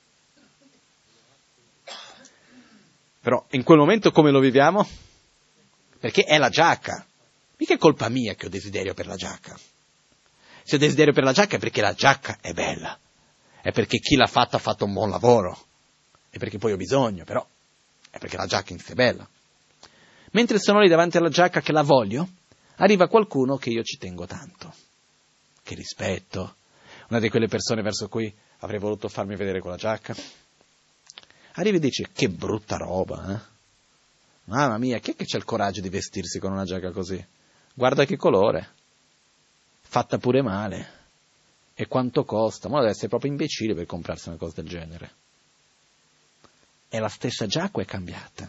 Speaker 2: Però in quel momento come lo viviamo? Perché è la giacca. Mica è colpa mia che ho desiderio per la giacca. Se ho desiderio per la giacca è perché la giacca è bella. È perché chi l'ha fatta ha fatto un buon lavoro. È perché poi ho bisogno, però è perché la giacca in sé è bella. Mentre sono lì davanti alla giacca che la voglio, arriva qualcuno che io ci tengo tanto, che rispetto, una di quelle persone verso cui avrei voluto farmi vedere quella giacca. Arriva e dice, che brutta roba, eh? Mamma mia, chi è che c'ha il coraggio di vestirsi con una giacca così? Guarda che colore, fatta pure male, e quanto costa, ma deve essere proprio imbecille per comprarsi una cosa del genere. È la stessa giacca o è cambiata?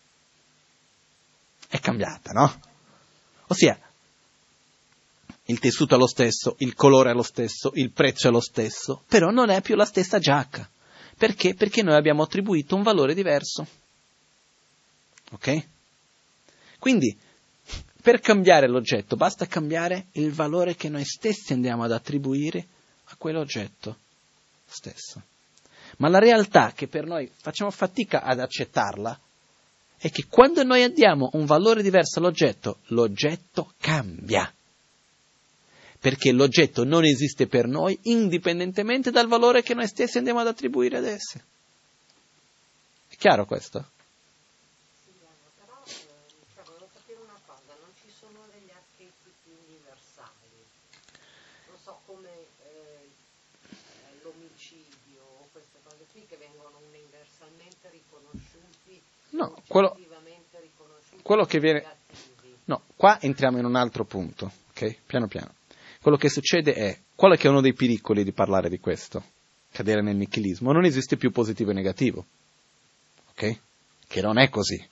Speaker 2: È cambiata, no? Ossia, il tessuto è lo stesso, il colore è lo stesso, il prezzo è lo stesso, però non è più la stessa giacca. Perché? Perché noi abbiamo attribuito un valore diverso. Ok? Quindi, per cambiare l'oggetto, basta cambiare il valore che noi stessi andiamo ad attribuire a quell'oggetto stesso. Ma la realtà che per noi facciamo fatica ad accettarla è che quando noi diamo un valore diverso all'oggetto, l'oggetto cambia. Perché l'oggetto non esiste per noi indipendentemente dal valore che noi stessi andiamo ad attribuire ad esse. È chiaro questo?
Speaker 3: Sì, però volevo capire una cosa, non ci sono degli archetipi universali, non so, come l'omicidio o queste cose qui che vengono universalmente riconosciuti,
Speaker 2: No,
Speaker 3: oggettivamente riconosciuti,
Speaker 2: quello che viene...
Speaker 3: negativi.
Speaker 2: No, qua entriamo in un altro punto, ok? Piano piano. Quello che succede è, qual è che è uno dei pericoli di parlare di questo? Cadere nel nichilismo. Non esiste più positivo e negativo, ok? Che non è così.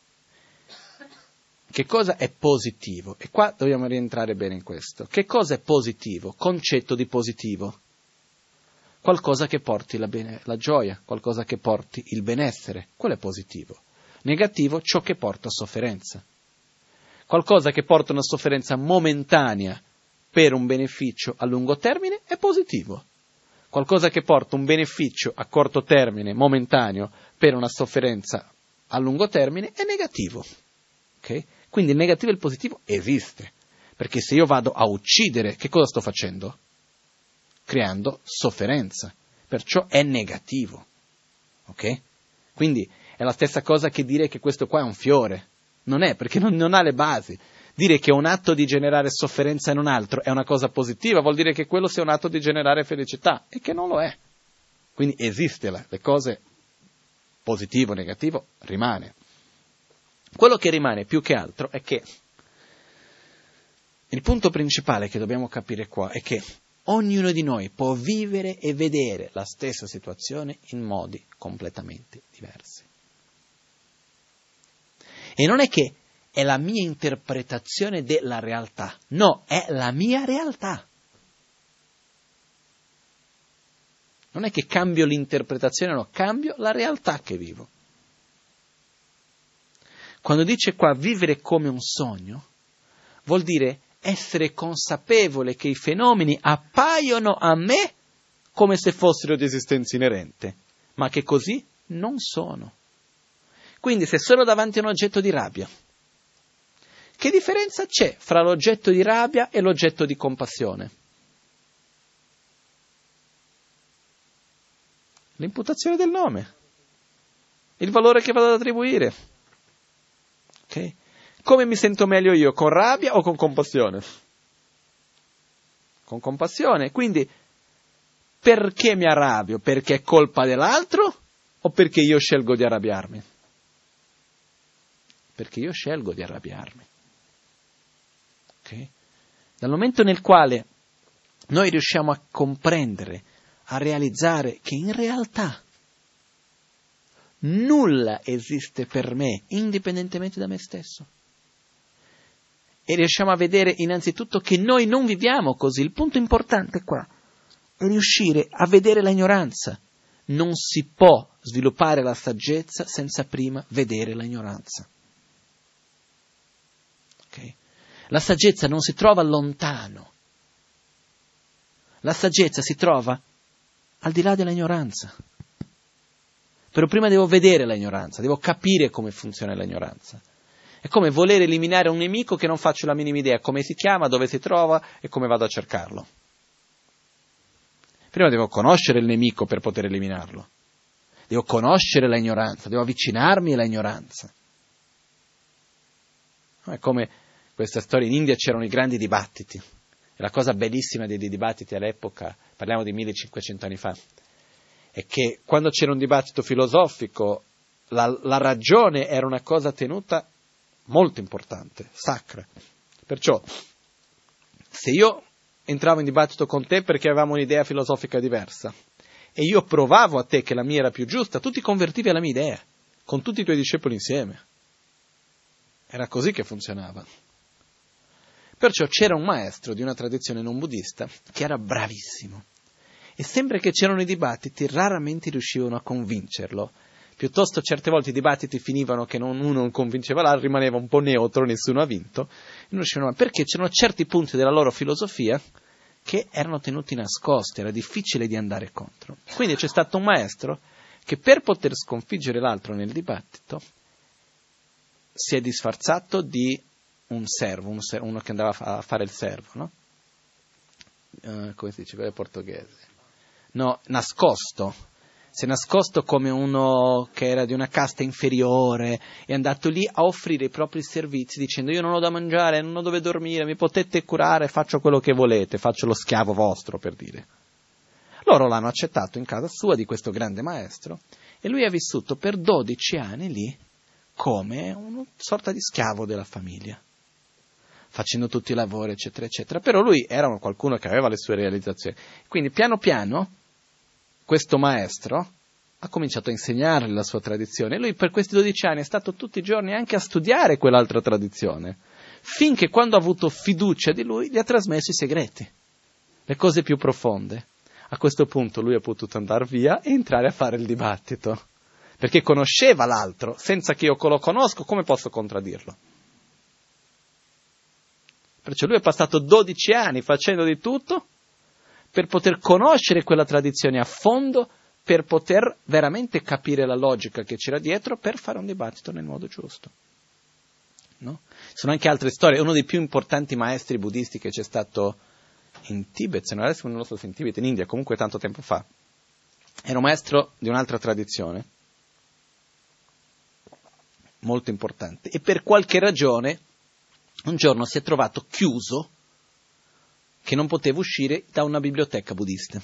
Speaker 2: Che cosa è positivo? E qua dobbiamo rientrare bene in questo. Che cosa è positivo? Concetto di positivo. Qualcosa che porti la gioia, qualcosa che porti il benessere. Quello è positivo. Negativo, ciò che porta sofferenza. Qualcosa che porta una sofferenza momentanea per un beneficio a lungo termine è positivo. Qualcosa che porta un beneficio a corto termine, momentaneo, per una sofferenza a lungo termine è negativo. Okay? Quindi il negativo e il positivo esiste. Perché se io vado a uccidere, che cosa sto facendo? Creando sofferenza. Perciò è negativo. Ok? Quindi è la stessa cosa che dire che questo qua è un fiore. Non è, perché non ha le basi. Dire che un atto di generare sofferenza in un altro è una cosa positiva, vuol dire che quello sia un atto di generare felicità, e che non lo è. Quindi esiste le cose positivo, negativo, rimane. Quello che rimane più che altro è che il punto principale che dobbiamo capire qua è che ognuno di noi può vivere e vedere la stessa situazione in modi completamente diversi. E non è che è la mia interpretazione della realtà. No, è la mia realtà. Non è che cambio l'interpretazione, no, cambio la realtà che vivo. Quando dice qua vivere come un sogno, vuol dire essere consapevole che i fenomeni appaiono a me come se fossero di esistenza inerente, ma che così non sono. Quindi se sono davanti a un oggetto di rabbia, che differenza c'è fra l'oggetto di rabbia e l'oggetto di compassione? L'imputazione del nome, il valore che vado ad attribuire. Okay? Come mi sento meglio io, con rabbia o con compassione? Con compassione. Quindi, perché mi arrabbio? Perché è colpa dell'altro o perché io scelgo di arrabbiarmi? Perché io scelgo di arrabbiarmi. Okay? Dal momento nel quale noi riusciamo a comprendere, a realizzare che in realtà nulla esiste per me indipendentemente da me stesso. E riusciamo a vedere innanzitutto che noi non viviamo così. Il punto importante qua è riuscire a vedere l'ignoranza. Non si può sviluppare la saggezza senza prima vedere l'ignoranza. Okay? La saggezza non si trova lontano. La saggezza si trova al di là dell'ignoranza. Però prima devo vedere l'ignoranza, devo capire come funziona l'ignoranza. È come voler eliminare un nemico che non faccio la minima idea come si chiama, dove si trova e come vado a cercarlo. Prima devo conoscere il nemico per poter eliminarlo. Devo conoscere l'ignoranza, devo avvicinarmi alla ignoranza. È come questa storia, in India c'erano i grandi dibattiti. E la cosa bellissima dei dibattiti all'epoca, parliamo di 1500 anni fa, è che quando c'era un dibattito filosofico, la ragione era una cosa tenuta molto importante, sacra. Perciò, se io entravo in dibattito con te perché avevamo un'idea filosofica diversa, e io provavo a te che la mia era più giusta, tu ti convertivi alla mia idea, con tutti i tuoi discepoli insieme. Era così che funzionava. Perciò c'era un maestro di una tradizione non buddista che era bravissimo. E sempre che c'erano i dibattiti, raramente riuscivano a convincerlo. Piuttosto certe volte i dibattiti finivano che uno non convinceva l'altro, rimaneva un po' neutro, nessuno ha vinto. E non riuscivano, perché c'erano certi punti della loro filosofia che erano tenuti nascosti, era difficile di andare contro. Quindi c'è stato un maestro che per poter sconfiggere l'altro nel dibattito si è disfarzato di un servo, uno che andava a fare il servo, no? Come si dice in portoghese? No, nascosto. Si è nascosto come uno che era di una casta inferiore, è andato lì a offrire i propri servizi dicendo io non ho da mangiare, non ho dove dormire, mi potete curare, faccio quello che volete, faccio lo schiavo vostro, per dire. Loro l'hanno accettato in casa sua di questo grande maestro e lui ha vissuto per 12 anni lì come una sorta di schiavo della famiglia, facendo tutti i lavori, eccetera, eccetera. Però lui era qualcuno che aveva le sue realizzazioni. Quindi piano piano questo maestro ha cominciato a insegnargli la sua tradizione e lui per questi 12 anni è stato tutti i giorni anche a studiare quell'altra tradizione, finché quando ha avuto fiducia di lui gli ha trasmesso i segreti, le cose più profonde. A questo punto lui ha potuto andare via e entrare a fare il dibattito, perché conosceva l'altro, senza che io lo conosco, come posso contraddirlo? Perciò lui è passato 12 anni facendo di tutto per poter conoscere quella tradizione a fondo, per poter veramente capire la logica che c'era dietro, per fare un dibattito nel modo giusto. No? Sono anche altre storie. Uno dei più importanti maestri buddisti che c'è stato in Tibet, se non adesso non lo so se in Tibet, in India, comunque tanto tempo fa, era un maestro di un'altra tradizione, molto importante, e per qualche ragione un giorno si è trovato chiuso, che non poteva uscire da una biblioteca buddista.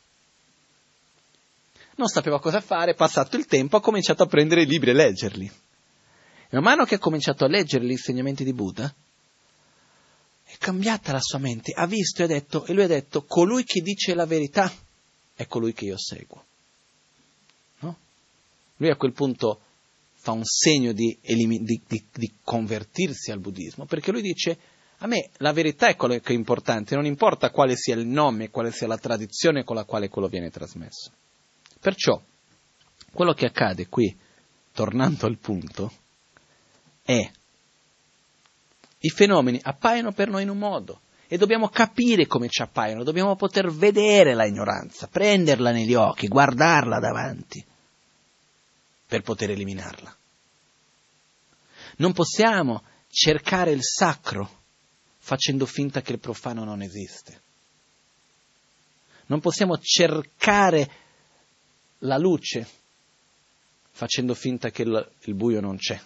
Speaker 2: Non sapeva cosa fare, passato il tempo ha cominciato a prendere i libri e leggerli. E man mano che ha cominciato a leggere gli insegnamenti di Buddha, è cambiata la sua mente, ha visto e lui ha detto, colui che dice la verità è colui che io seguo. No? Lui a quel punto fa un segno di convertirsi al buddismo, perché lui dice: a me la verità è quello che è importante, non importa quale sia il nome, quale sia la tradizione con la quale quello viene trasmesso. Perciò, quello che accade qui, tornando al punto, è: i fenomeni appaiono per noi in un modo, e dobbiamo capire come ci appaiono, dobbiamo poter vedere la ignoranza, prenderla negli occhi, guardarla davanti, per poter eliminarla. Non possiamo cercare il sacro facendo finta che il profano non esiste. Non possiamo cercare la luce facendo finta che il buio non c'è.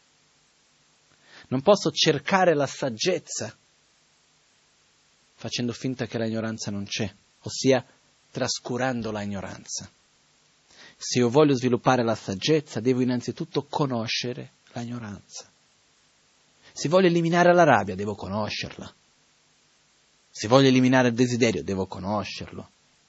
Speaker 2: Non posso cercare la saggezza facendo finta che la ignoranza non c'è, ossia trascurando la ignoranza. Se io voglio sviluppare la saggezza, devo innanzitutto conoscere la ignoranza. Se voglio eliminare la rabbia, devo conoscerla. Se voglio eliminare il desiderio, devo conoscerlo.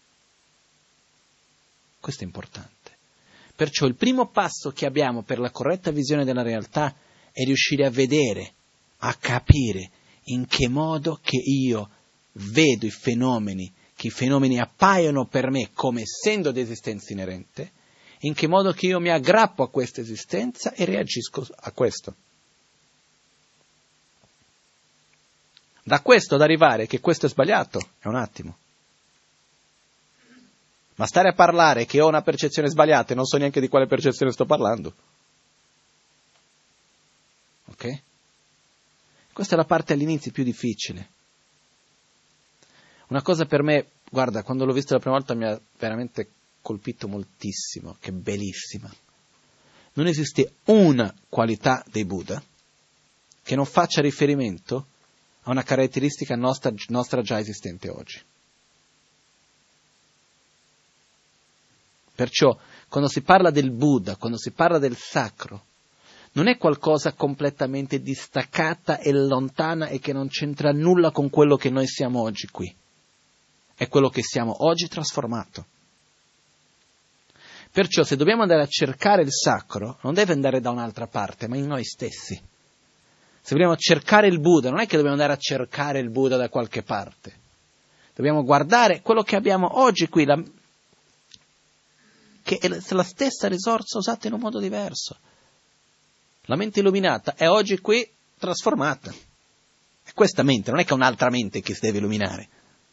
Speaker 2: Questo è importante. Perciò il primo passo che abbiamo per la corretta visione della realtà è riuscire a vedere, a capire in che modo che io vedo i fenomeni, che i fenomeni appaiono per me come essendo di esistenza inerente, in che modo che io mi aggrappo a questa esistenza e reagisco a questo. Da questo ad arrivare che questo è sbagliato è un attimo. Ma stare a parlare che ho una percezione sbagliata e non so neanche di quale percezione sto parlando. Ok? Questa è la parte all'inizio più difficile. Una cosa per me, guarda, quando l'ho visto la prima volta mi ha veramente colpito moltissimo, che bellissima. Non esiste una qualità dei Buddha che non faccia riferimento a una caratteristica nostra già esistente oggi. Perciò, quando si parla del Buddha, quando si parla del sacro, non è qualcosa completamente distaccata e lontana e che non c'entra nulla con quello che noi siamo oggi qui. È quello che siamo oggi trasformato. Perciò, se dobbiamo andare a cercare il sacro, non deve andare da un'altra parte, ma in noi stessi. Se vogliamo cercare il Buddha, non è che dobbiamo andare a cercare il Buddha da qualche parte. Dobbiamo guardare quello che abbiamo oggi qui, che è la stessa risorsa usata in un modo diverso. La mente illuminata è oggi qui trasformata. È questa mente, non è che è un'altra mente che si deve illuminare.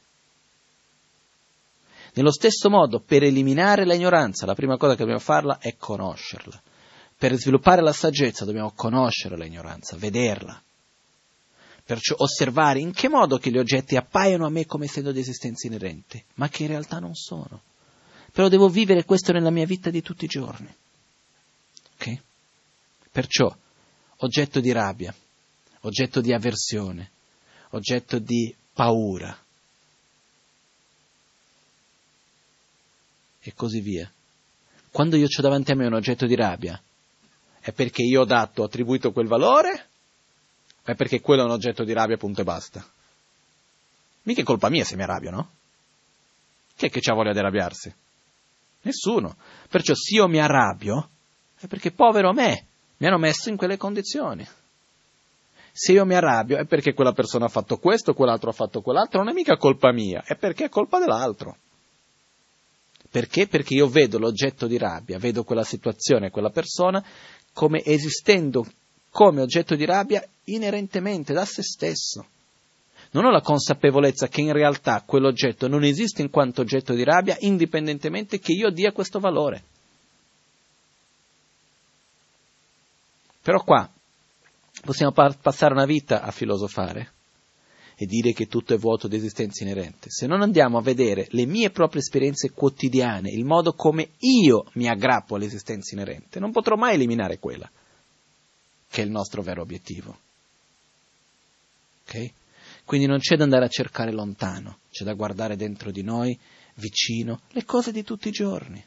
Speaker 2: Nello stesso modo, per eliminare l'ignoranza, la prima cosa che dobbiamo farla è conoscerla. Per sviluppare la saggezza dobbiamo conoscere l'ignoranza, vederla. Perciò osservare in che modo che gli oggetti appaiono a me come essendo di esistenza inerente, ma che in realtà non sono. Però devo vivere questo nella mia vita di tutti i giorni. Ok? Perciò, oggetto di rabbia, oggetto di avversione, oggetto di paura, e così via. Quando io ho davanti a me un oggetto di rabbia, è perché io ho attribuito quel valore, o è perché quello è un oggetto di rabbia, punto e basta? Mica è colpa mia se mi arrabbio, no? Chi è che c'ha voglia di arrabbiarsi? Nessuno. Perciò se io mi arrabbio, è perché povero me, mi hanno messo in quelle condizioni. Se io mi arrabbio è perché quella persona ha fatto questo, quell'altro ha fatto quell'altro, non è mica colpa mia, è perché è colpa dell'altro. Perché? Perché io vedo l'oggetto di rabbia, vedo quella situazione, quella persona, come esistendo come oggetto di rabbia inerentemente da se stesso. Non ho la consapevolezza che in realtà quell'oggetto non esiste in quanto oggetto di rabbia, indipendentemente che io dia questo valore. Però qua possiamo passare una vita a filosofare e dire che tutto è vuoto di esistenza inerente. Se non andiamo a vedere le mie proprie esperienze quotidiane, il modo come io mi aggrappo all'esistenza inerente, non potrò mai eliminare quella, che è il nostro vero obiettivo. Ok? Quindi non c'è da andare a cercare lontano, c'è da guardare dentro di noi, vicino, le cose di tutti i giorni.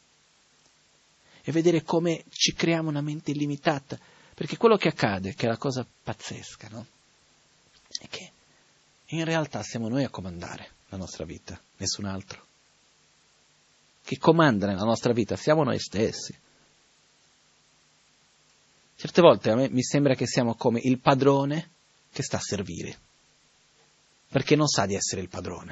Speaker 2: E vedere come ci creiamo una mente illimitata. Perché quello che accade, che è la cosa pazzesca, no? È che in realtà siamo noi a comandare la nostra vita, nessun altro. Chi comanda nella nostra vita siamo noi stessi. Certe volte a me mi sembra che siamo come il padrone che sta a servire, perché non sa di essere il padrone.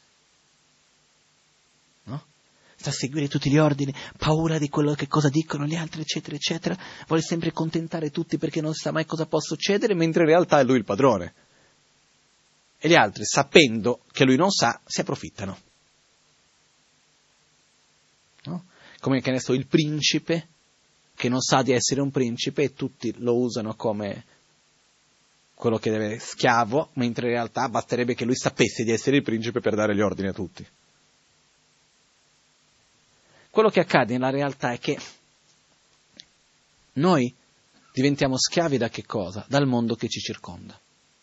Speaker 2: No? Sta a seguire tutti gli ordini, paura di quello che cosa dicono gli altri, eccetera, eccetera. Vuole sempre accontentare tutti perché non sa mai cosa può succedere, mentre in realtà è lui il padrone. E gli altri, sapendo che lui non sa, si approfittano. No? Come che ne so, il principe che non sa di essere un principe e tutti lo usano come quello che deve schiavo, mentre in realtà basterebbe che lui sapesse di essere il principe per dare gli ordini a tutti. Quello che accade nella realtà è che noi diventiamo schiavi da che cosa? Dal mondo che ci circonda.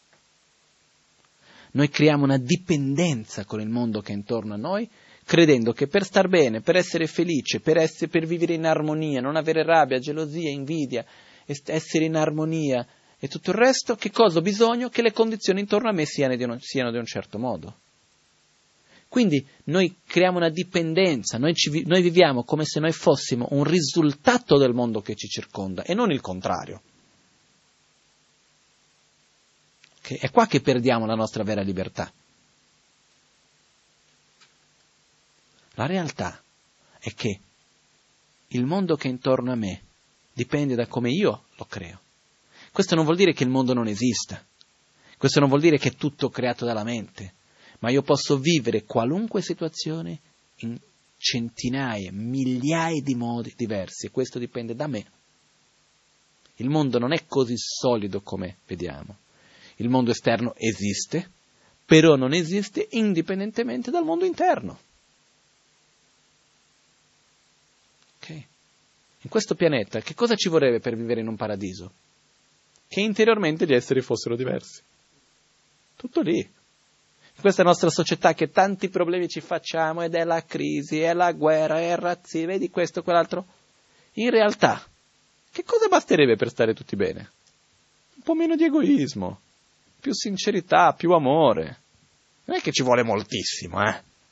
Speaker 2: Noi creiamo una dipendenza con il mondo che è intorno a noi, credendo che per star bene, per essere felice, per vivere in armonia, non avere rabbia, gelosia, invidia, essere in armonia e tutto il resto, che cosa ho bisogno? Che le condizioni intorno a me siano di un certo modo. Quindi noi creiamo una dipendenza, noi viviamo come se noi fossimo un risultato del mondo che ci circonda e non il contrario. Okay? È qua che perdiamo la nostra vera libertà. La realtà è che il mondo che è intorno a me dipende da come io lo creo. Questo non vuol dire che il mondo non esista, questo non vuol dire che è tutto creato dalla mente, ma io posso vivere qualunque situazione in centinaia, migliaia di modi diversi e questo dipende da me. Il mondo non è così solido come vediamo. Il mondo esterno esiste, però non esiste indipendentemente dal mondo interno. Okay? In questo pianeta, che cosa ci vorrebbe per vivere in un paradiso? Che interiormente gli esseri fossero diversi. Tutto lì. In questa nostra società che tanti problemi ci facciamo, ed è la crisi, è la guerra, è il razzismo, vedi questo, quell'altro. In realtà, che cosa basterebbe per stare tutti bene? Un po' meno di egoismo, più sincerità, più amore. Non è che ci vuole moltissimo,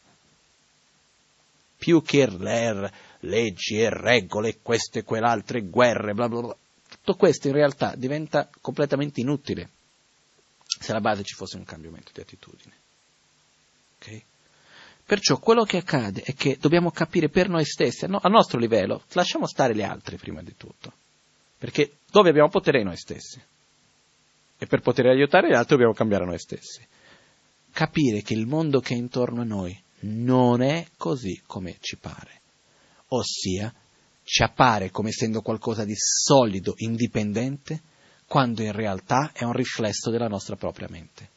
Speaker 2: Più che leggi e regole, queste e quell'altre, guerre, bla bla bla. Tutto questo in realtà diventa completamente inutile se alla base ci fosse un cambiamento di attitudine. Okay? Perciò quello che accade è che dobbiamo capire per noi stessi, a nostro livello, lasciamo stare gli altri prima di tutto, perché dove abbiamo potere è noi stessi, e per poter aiutare gli altri dobbiamo cambiare noi stessi. Capire che il mondo che è intorno a noi non è così come ci pare, ossia ci appare come essendo qualcosa di solido, indipendente, quando in realtà è un riflesso della nostra propria mente.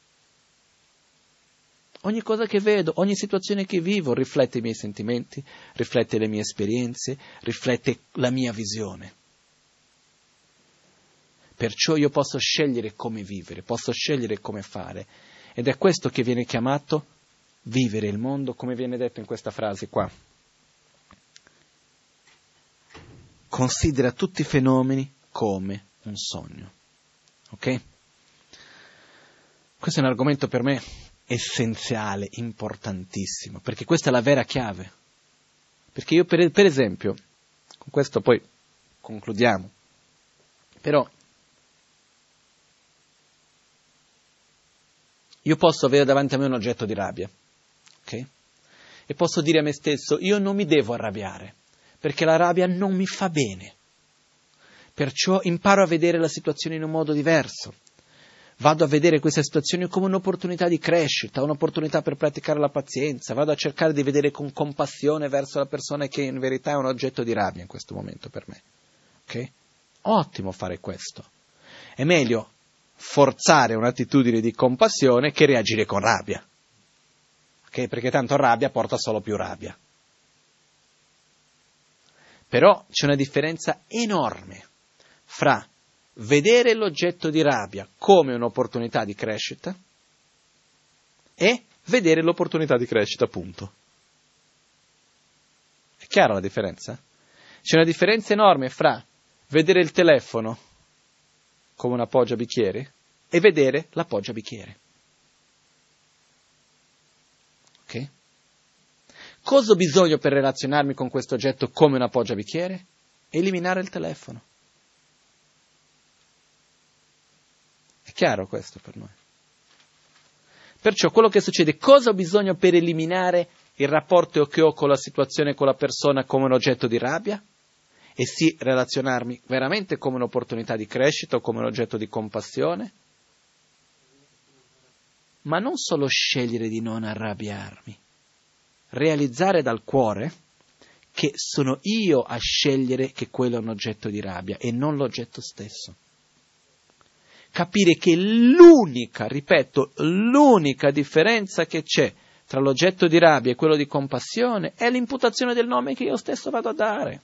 Speaker 2: Ogni cosa che vedo, ogni situazione che vivo riflette i miei sentimenti, riflette le mie esperienze, riflette la mia visione. Perciò io posso scegliere come vivere, posso scegliere come fare, ed è questo che viene chiamato vivere il mondo, come viene detto in questa frase qua. Considera tutti i fenomeni come un sogno. Ok? Questo è un argomento per me essenziale, importantissimo, perché questa è la vera chiave. Perché io, per esempio, con questo poi concludiamo, però io posso avere davanti a me un oggetto di rabbia, ok? E posso dire a me stesso, io non mi devo arrabbiare, perché la rabbia non mi fa bene. Perciò imparo a vedere la situazione in un modo diverso. Vado a vedere questa situazione come un'opportunità di crescita, un'opportunità per praticare la pazienza. Vado a cercare di vedere con compassione verso la persona che in verità è un oggetto di rabbia in questo momento per me. Ok? Ottimo fare questo. È meglio forzare un'attitudine di compassione che reagire con rabbia. Ok? Perché tanto rabbia porta solo più rabbia. Però c'è una differenza enorme fra vedere l'oggetto di rabbia come un'opportunità di crescita e vedere l'opportunità di crescita, punto. È chiara la differenza? C'è una differenza enorme fra vedere il telefono come un appoggiabicchieri e vedere l'appoggiabicchiere. Ok? Cosa ho bisogno per relazionarmi con questo oggetto come un appoggiabicchiere? Eliminare il telefono. Chiaro questo per noi? Perciò quello che succede, cosa ho bisogno per eliminare il rapporto che ho con la situazione, con la persona come un oggetto di rabbia? E sì, relazionarmi veramente come un'opportunità di crescita o come un oggetto di compassione? Ma non solo scegliere di non arrabbiarmi, realizzare dal cuore che sono io a scegliere che quello è un oggetto di rabbia e non l'oggetto stesso. Capire che l'unica differenza che c'è tra l'oggetto di rabbia e quello di compassione è l'imputazione del nome che io stesso vado a dare.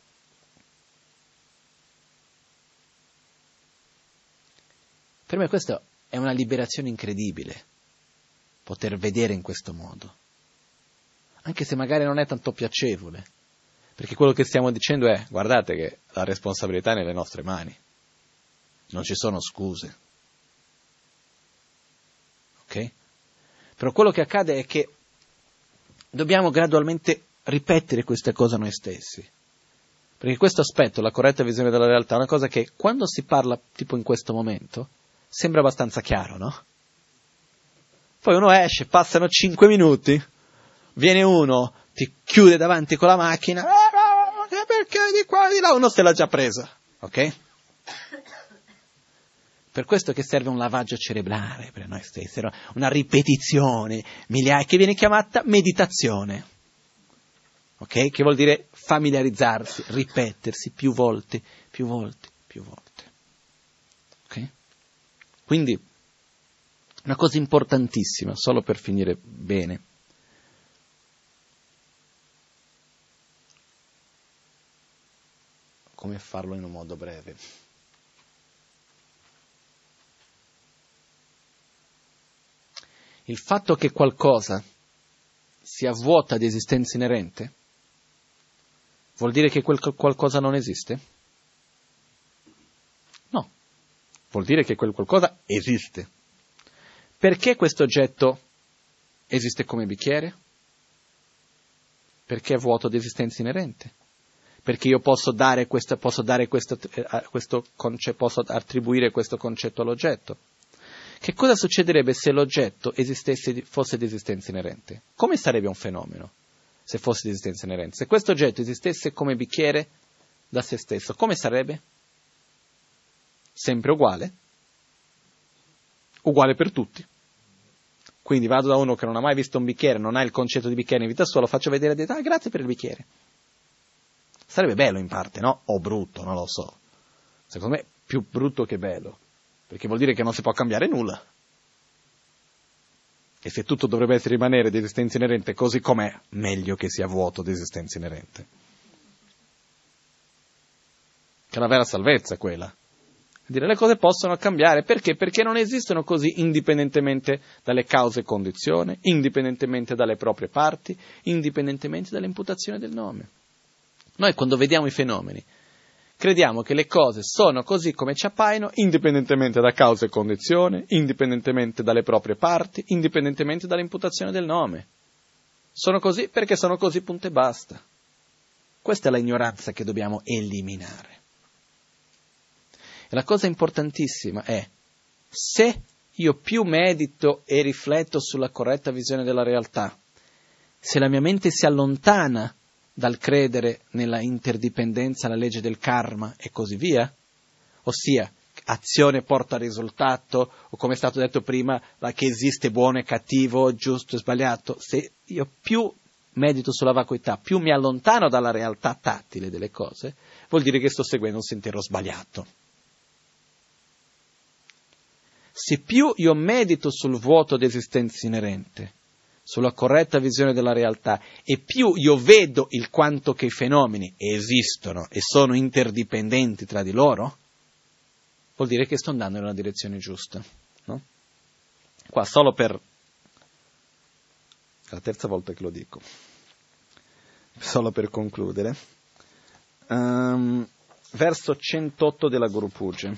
Speaker 2: Per me questa è una liberazione incredibile, poter vedere in questo modo, anche se magari non è tanto piacevole, perché quello che stiamo dicendo è, guardate che la responsabilità è nelle nostre mani, non ci sono scuse, ok? Però quello che accade è che dobbiamo gradualmente ripetere queste cose a noi stessi, perché questo aspetto, la corretta visione della realtà, è una cosa che quando si parla tipo in questo momento sembra abbastanza chiaro, no? Poi uno esce, passano 5 minuti, viene uno, ti chiude davanti con la macchina, perché di qua e di là, uno se l'ha già presa, ok? Per questo che serve un lavaggio cerebrale per noi stessi, una ripetizione, che viene chiamata meditazione, ok? Che vuol dire familiarizzarsi, ripetersi più volte, ok? Quindi, una cosa importantissima, solo per finire bene. Come farlo in un modo breve? Il fatto che qualcosa sia vuota di esistenza inerente vuol dire che quel qualcosa non esiste? No, vuol dire che quel qualcosa esiste. Perché questo oggetto esiste come bicchiere? Perché è vuoto di esistenza inerente. Perché io posso attribuire questo concetto all'oggetto. Che cosa succederebbe se l'oggetto fosse di esistenza inerente? Come sarebbe un fenomeno se fosse di esistenza inerente? Se questo oggetto esistesse come bicchiere da se stesso, come sarebbe? Sempre uguale? Uguale per tutti. Quindi vado da uno che non ha mai visto un bicchiere, non ha il concetto di bicchiere in vita sua, lo faccio vedere e dico, grazie per il bicchiere. Sarebbe bello in parte, no? O brutto, non lo so. Secondo me più brutto che bello, perché vuol dire che non si può cambiare nulla. E se tutto dovrebbe rimanere di esistenza inerente così com'è, meglio che sia vuoto di esistenza inerente. Che è la vera salvezza quella. Dire le cose possono cambiare, perché? Perché non esistono così indipendentemente dalle cause e condizioni, indipendentemente dalle proprie parti, indipendentemente dall'imputazione del nome. Noi quando vediamo i fenomeni crediamo che le cose sono così come ci appaiono, indipendentemente da cause e condizioni, indipendentemente dalle proprie parti, indipendentemente dall'imputazione del nome. Sono così perché sono così, punto e basta. Questa è la ignoranza che dobbiamo eliminare. E la cosa importantissima è, se io più medito e rifletto sulla corretta visione della realtà, se la mia mente si allontana dal credere nella interdipendenza, la legge del karma e così via, ossia azione porta al risultato, o come è stato detto prima, che esiste buono e cattivo, giusto e sbagliato, se io più medito sulla vacuità, più mi allontano dalla realtà tattile delle cose, vuol dire che sto seguendo un sentiero sbagliato. Se più io medito sul vuoto di esistenza inerente, sulla corretta visione della realtà, e più io vedo il quanto che i fenomeni esistono e sono interdipendenti tra di loro, vuol dire che sto andando nella direzione giusta, no? Qua solo per... è la terza volta che lo dico. Solo per concludere. Verso 108 della Guru Puja.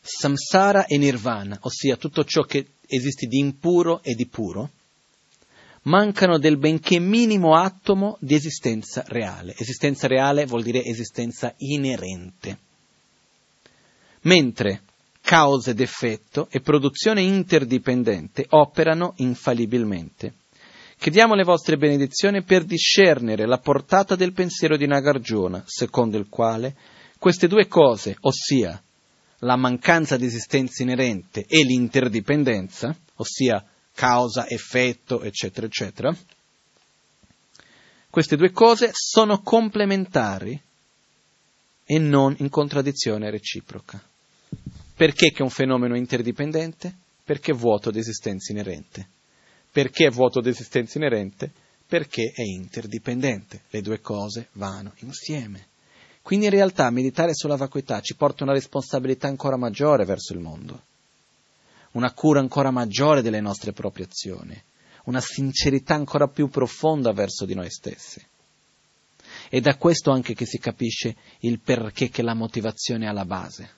Speaker 2: Samsara e Nirvana, ossia tutto ciò che esiste di impuro e di puro, mancano del benché minimo atomo di esistenza reale. Esistenza reale vuol dire esistenza inerente. Mentre causa ed effetto e produzione interdipendente operano infallibilmente. Chiediamo le vostre benedizioni per discernere la portata del pensiero di Nagarjuna, secondo il quale queste due cose, ossia la mancanza di esistenza inerente e l'interdipendenza, ossia causa, effetto, eccetera, eccetera, queste due cose sono complementari e non in contraddizione reciproca. Perché che un fenomeno è interdipendente? Perché è vuoto di esistenza inerente. Perché è vuoto di esistenza inerente? Perché è interdipendente. Le due cose vanno insieme. Quindi in realtà meditare sulla vacuità ci porta una responsabilità ancora maggiore verso il mondo, una cura ancora maggiore delle nostre proprie azioni, una sincerità ancora più profonda verso di noi stessi. È da questo anche che si capisce il perché che la motivazione è alla base.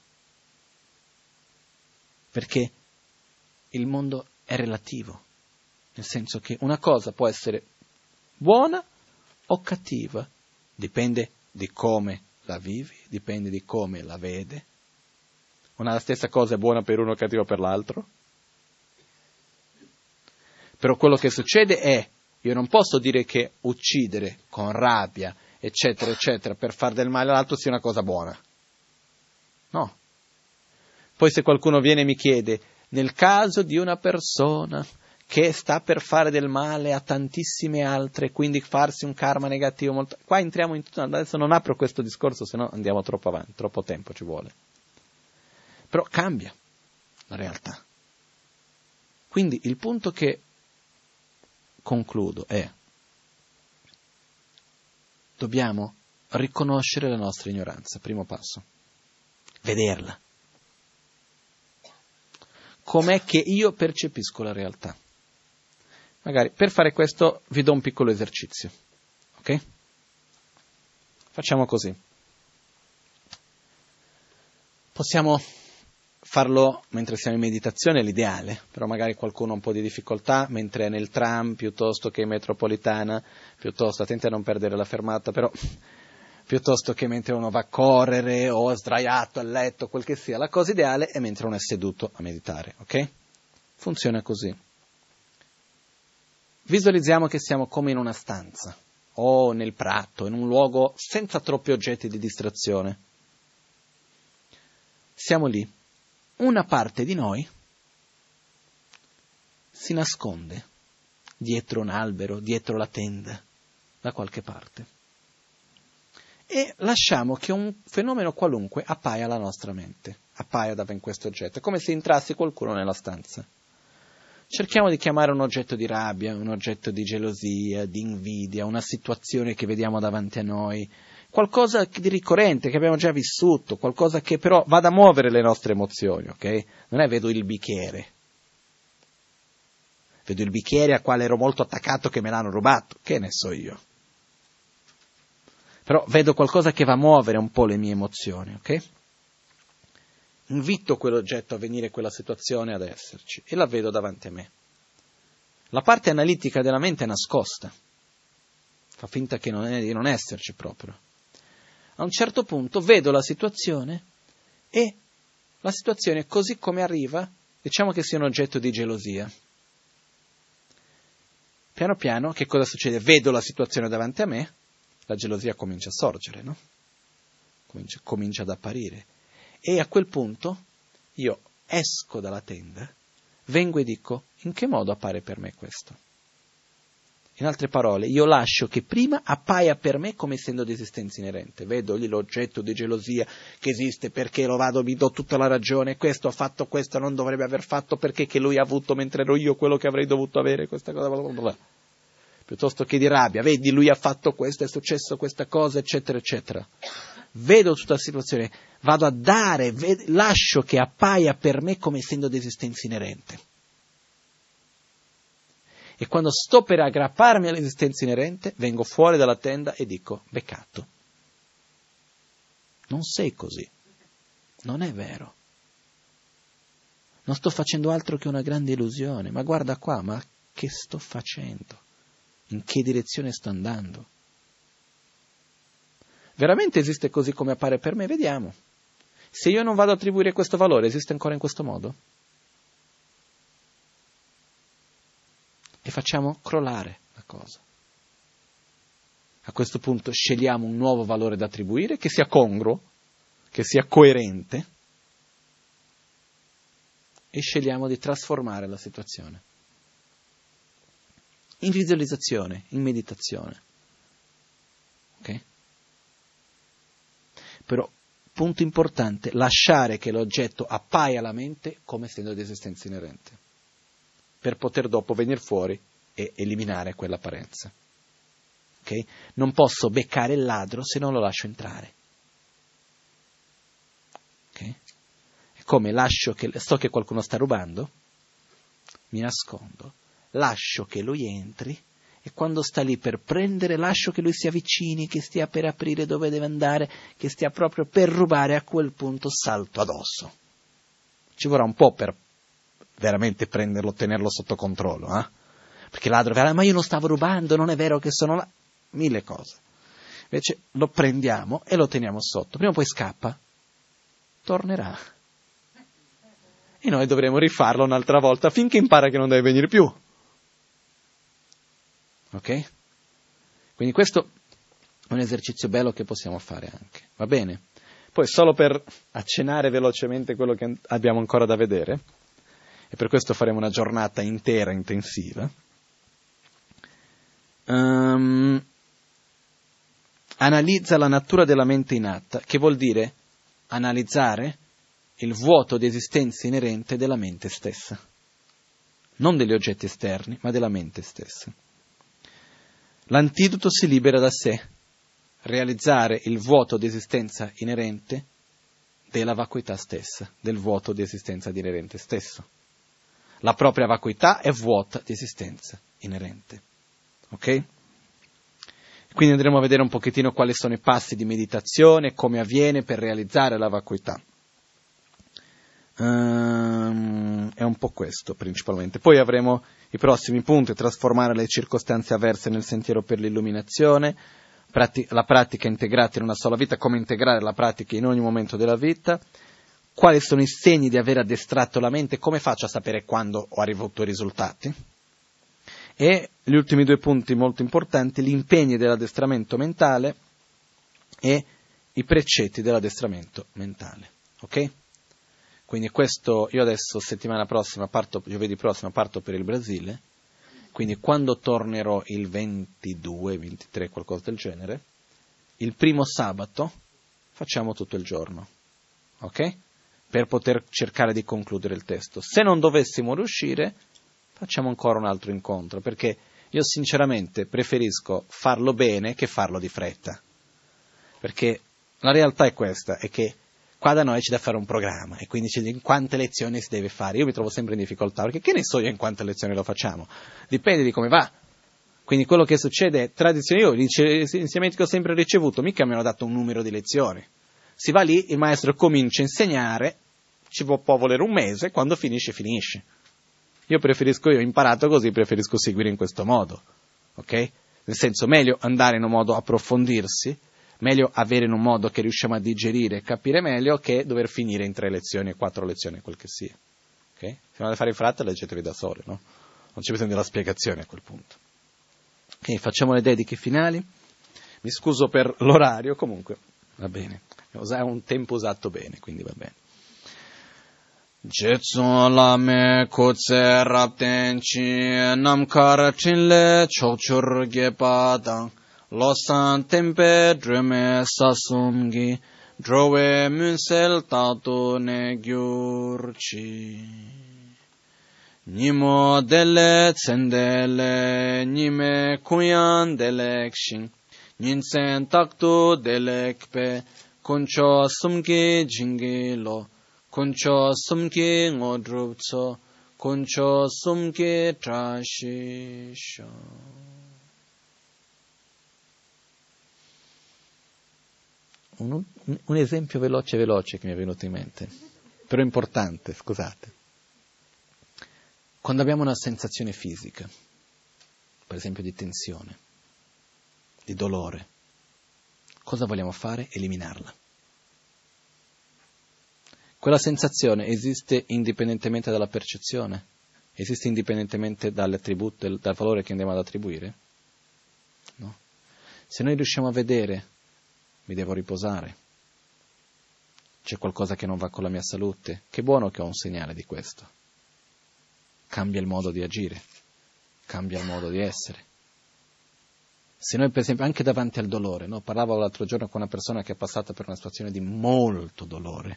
Speaker 2: Perché il mondo è relativo, nel senso che una cosa può essere buona o cattiva, dipende di come la vivi, dipende di come la vede. La stessa cosa è buona per uno e cattiva per l'altro. Però quello che succede è, io non posso dire che uccidere con rabbia, eccetera, eccetera, per far del male all'altro sia una cosa buona. No. Poi se qualcuno viene e mi chiede, nel caso di una persona che sta per fare del male a tantissime altre, quindi farsi un karma negativo molto... Qua entriamo in tutto, adesso non apro questo discorso, se no andiamo troppo avanti, troppo tempo ci vuole. Però cambia la realtà. Quindi il punto che concludo è, dobbiamo riconoscere la nostra ignoranza, primo passo, vederla. Com'è che io percepisco la realtà? Magari per fare questo vi do un piccolo esercizio, ok? Facciamo così. Possiamo farlo mentre siamo in meditazione, è l'ideale, però magari qualcuno ha un po' di difficoltà mentre è nel tram piuttosto che in metropolitana, piuttosto, attenti a non perdere la fermata, però piuttosto che mentre uno va a correre o sdraiato a letto, quel che sia, la cosa ideale è mentre uno è seduto a meditare, ok? Funziona così. Visualizziamo che siamo come in una stanza o nel prato, in un luogo senza troppi oggetti di distrazione. Siamo lì. Una parte di noi si nasconde dietro un albero, dietro la tenda, da qualche parte. E lasciamo che un fenomeno qualunque appaia alla nostra mente, appaia da questo oggetto, è come se entrasse qualcuno nella stanza. Cerchiamo di chiamare un oggetto di rabbia, un oggetto di gelosia, di invidia, una situazione che vediamo davanti a noi, qualcosa di ricorrente che abbiamo già vissuto, qualcosa che però vada a muovere le nostre emozioni, ok? Non è vedo il bicchiere al quale ero molto attaccato che me l'hanno rubato, che ne so io. Però vedo qualcosa che va a muovere un po' le mie emozioni, ok? Invito quell'oggetto a venire, quella situazione ad esserci, e la vedo davanti a me. La parte analitica della mente è nascosta, fa finta che di non esserci proprio. A un certo punto vedo la situazione e la situazione così come arriva, diciamo che sia un oggetto di gelosia. Piano piano, che cosa succede? Vedo la situazione davanti a me, la gelosia comincia a sorgere, no? Comincia ad apparire. E a quel punto io esco dalla tenda, vengo e dico, in che modo appare per me questo? In altre parole, io lascio che prima appaia per me come essendo di esistenza inerente. Vedo lì l'oggetto di gelosia che esiste perché lo vado, mi do tutta la ragione, questo ha fatto questo, non dovrebbe aver fatto perché che lui ha avuto mentre ero io quello che avrei dovuto avere, questa cosa, bla bla bla. Piuttosto che di rabbia, vedi lui ha fatto questo, è successo questa cosa, eccetera, eccetera. Vedo tutta la situazione, vado a dare, lascio che appaia per me come essendo di esistenza inerente. E quando sto per aggrapparmi all'esistenza inerente, vengo fuori dalla tenda e dico, beccato. Non sei così. Non è vero. Non sto facendo altro che una grande illusione. Ma guarda qua, ma che sto facendo? In che direzione sto andando? Veramente esiste così come appare per me? Vediamo. Se io non vado ad attribuire questo valore, esiste ancora in questo modo? E facciamo crollare la cosa. A questo punto scegliamo un nuovo valore da attribuire che sia congruo, che sia coerente, e scegliamo di trasformare la situazione. In visualizzazione, in meditazione. Ok? Però, punto importante, lasciare che l'oggetto appaia alla mente come essendo di esistenza inerente, per poter dopo venire fuori e eliminare quell'apparenza. Okay? Non posso beccare il ladro se non lo lascio entrare. Okay? È come so che qualcuno sta rubando, mi nascondo, lascio che lui entri e quando sta lì per prendere lascio che lui si avvicini, che stia per aprire dove deve andare, che stia proprio per rubare, a quel punto salto addosso. Ci vorrà un po' per veramente prenderlo, tenerlo sotto controllo, Perché il ladro dirà, ma io non stavo rubando, non è vero che sono là, 1000 cose. Invece lo prendiamo e lo teniamo sotto, prima o poi scappa, tornerà. E noi dovremo rifarlo un'altra volta finché impara che non deve venire più. Ok? Quindi questo è un esercizio bello che possiamo fare anche, va bene? Poi solo per accennare velocemente quello che abbiamo ancora da vedere, e per questo faremo una giornata intera intensiva, analizza la natura della mente inatta, che vuol dire analizzare il vuoto di esistenza inerente della mente stessa, non degli oggetti esterni, ma della mente stessa. L'antidoto si libera da sé, realizzare il vuoto di esistenza inerente della vacuità stessa, del vuoto di esistenza di inerente stesso. La propria vacuità è vuota di esistenza inerente. Ok? Quindi andremo a vedere un pochettino quali sono i passi di meditazione, come avviene per realizzare la vacuità. È un po' questo principalmente. Poi avremo i prossimi punti: trasformare le circostanze avverse nel sentiero per l'illuminazione, la pratica integrata in una sola vita, come integrare la pratica in ogni momento della vita, quali sono i segni di aver addestrato la mente, come faccio a sapere quando ho avuto i risultati, e gli ultimi 2 punti molto importanti: gli impegni dell'addestramento mentale e i precetti dell'addestramento mentale. Ok? Quindi questo, io adesso giovedì prossimo parto per il Brasile, quindi quando tornerò il 22, 23, qualcosa del genere, il primo sabato facciamo tutto il giorno, ok? Per poter cercare di concludere il testo. Se non dovessimo riuscire, facciamo ancora un altro incontro, perché io sinceramente preferisco farlo bene che farlo di fretta, perché la realtà è questa, è che qua da noi c'è da fare un programma e quindi c'è in quante lezioni si deve fare. Io mi trovo sempre in difficoltà, perché che ne so io in quante lezioni lo facciamo? Dipende di come va. Quindi quello che succede è tradizione. Io gli insegnamenti che ho sempre ricevuto mica mi hanno dato un numero di lezioni. Si va lì, il maestro comincia a insegnare, ci può volere un mese, quando finisce, finisce. Io ho imparato così, preferisco seguire in questo modo. Ok? Nel senso, meglio andare in un modo approfondirsi, meglio avere in un modo che riusciamo a digerire e capire meglio, che dover finire in 3 lezioni, 4 lezioni, quel che sia. Okay? Se non da fare in fretta, leggetevi da soli, no? Non c'è bisogno della spiegazione a quel punto. Ok, facciamo le dediche finali. Mi scuso per l'orario, comunque va bene. È un tempo usato bene, quindi va bene. Jetsu lame kutse raptenchi namkar chinle chokchur gepadang losan tempe drume sasumgi drowe munsel tato ne gyurchi nimo dele tsendele nime kuyan delekshin ninsen takto delekpe kuncho sumgi jingilo kuncho sumki ngodrupso, kuncho sumki trashisho. Un esempio veloce che mi è venuto in mente, però importante, scusate. Quando abbiamo una sensazione fisica, per esempio di tensione, di dolore, cosa vogliamo fare? Eliminarla. Quella sensazione esiste indipendentemente dalla percezione? Esiste indipendentemente dal valore che andiamo ad attribuire? No. Se noi riusciamo a vedere, mi devo riposare, c'è qualcosa che non va con la mia salute, che buono che ho un segnale di questo. Cambia il modo di agire, cambia il modo di essere. Se noi, per esempio, anche davanti al dolore, no? Parlavo l'altro giorno con una persona che è passata per una situazione di molto dolore,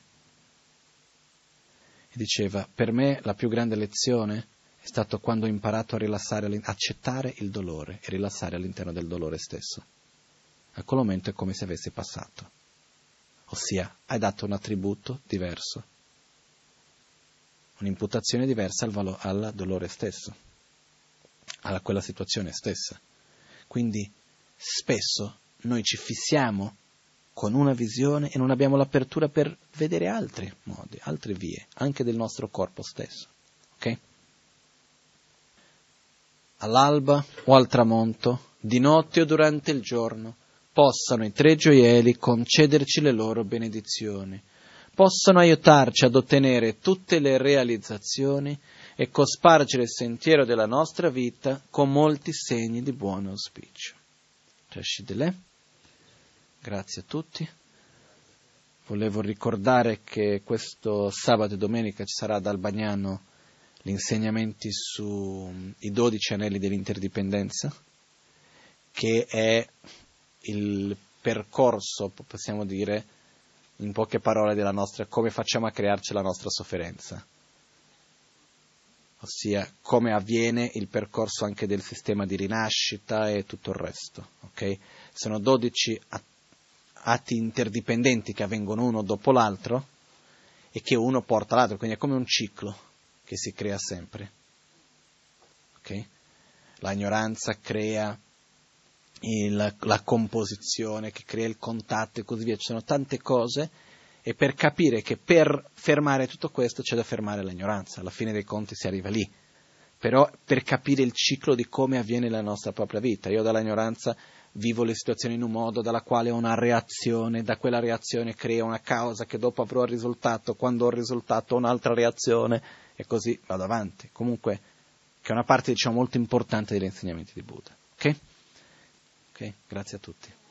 Speaker 2: e diceva, per me la più grande lezione è stato quando ho imparato a rilassare, accettare il dolore e rilassare all'interno del dolore stesso. A quel momento è come se avesse passato. Ossia, hai dato un attributo diverso, un'imputazione diversa al dolore stesso, a quella situazione stessa. Quindi spesso noi ci fissiamo con una visione e non abbiamo l'apertura per vedere altri modi, altre vie, anche del nostro corpo stesso. Ok? All'alba o al tramonto, di notte o durante il giorno, possano i tre gioielli concederci le loro benedizioni, possano aiutarci ad ottenere tutte le realizzazioni e cospargere il sentiero della nostra vita con molti segni di buon auspicio. Grazie a tutti. Volevo ricordare che questo sabato e domenica ci sarà ad Albagnano gli insegnamenti sui 12 anelli dell'interdipendenza, che è il percorso, possiamo dire, in poche parole, della nostra, come facciamo a crearci la nostra sofferenza. Ossia, come avviene il percorso anche del sistema di rinascita e tutto il resto. Okay? Sono 12 atti interdipendenti che avvengono uno dopo l'altro e che uno porta l'altro, quindi è come un ciclo che si crea sempre. Okay? La ignoranza crea la composizione, che crea il contatto e così via. Ci sono tante cose, e per capire che per fermare tutto questo c'è da fermare l'ignoranza. Alla fine dei conti si arriva lì. Però per capire il ciclo di come avviene la nostra propria vita. Io dall'ignoranza vivo le situazioni in un modo, dalla quale ho una reazione, da quella reazione crea una causa che dopo avrò il risultato, quando ho il risultato ho un'altra reazione, e così vado avanti. Comunque, che è una parte, diciamo, molto importante degli insegnamenti di Buddha. Ok? Ok? Grazie a tutti.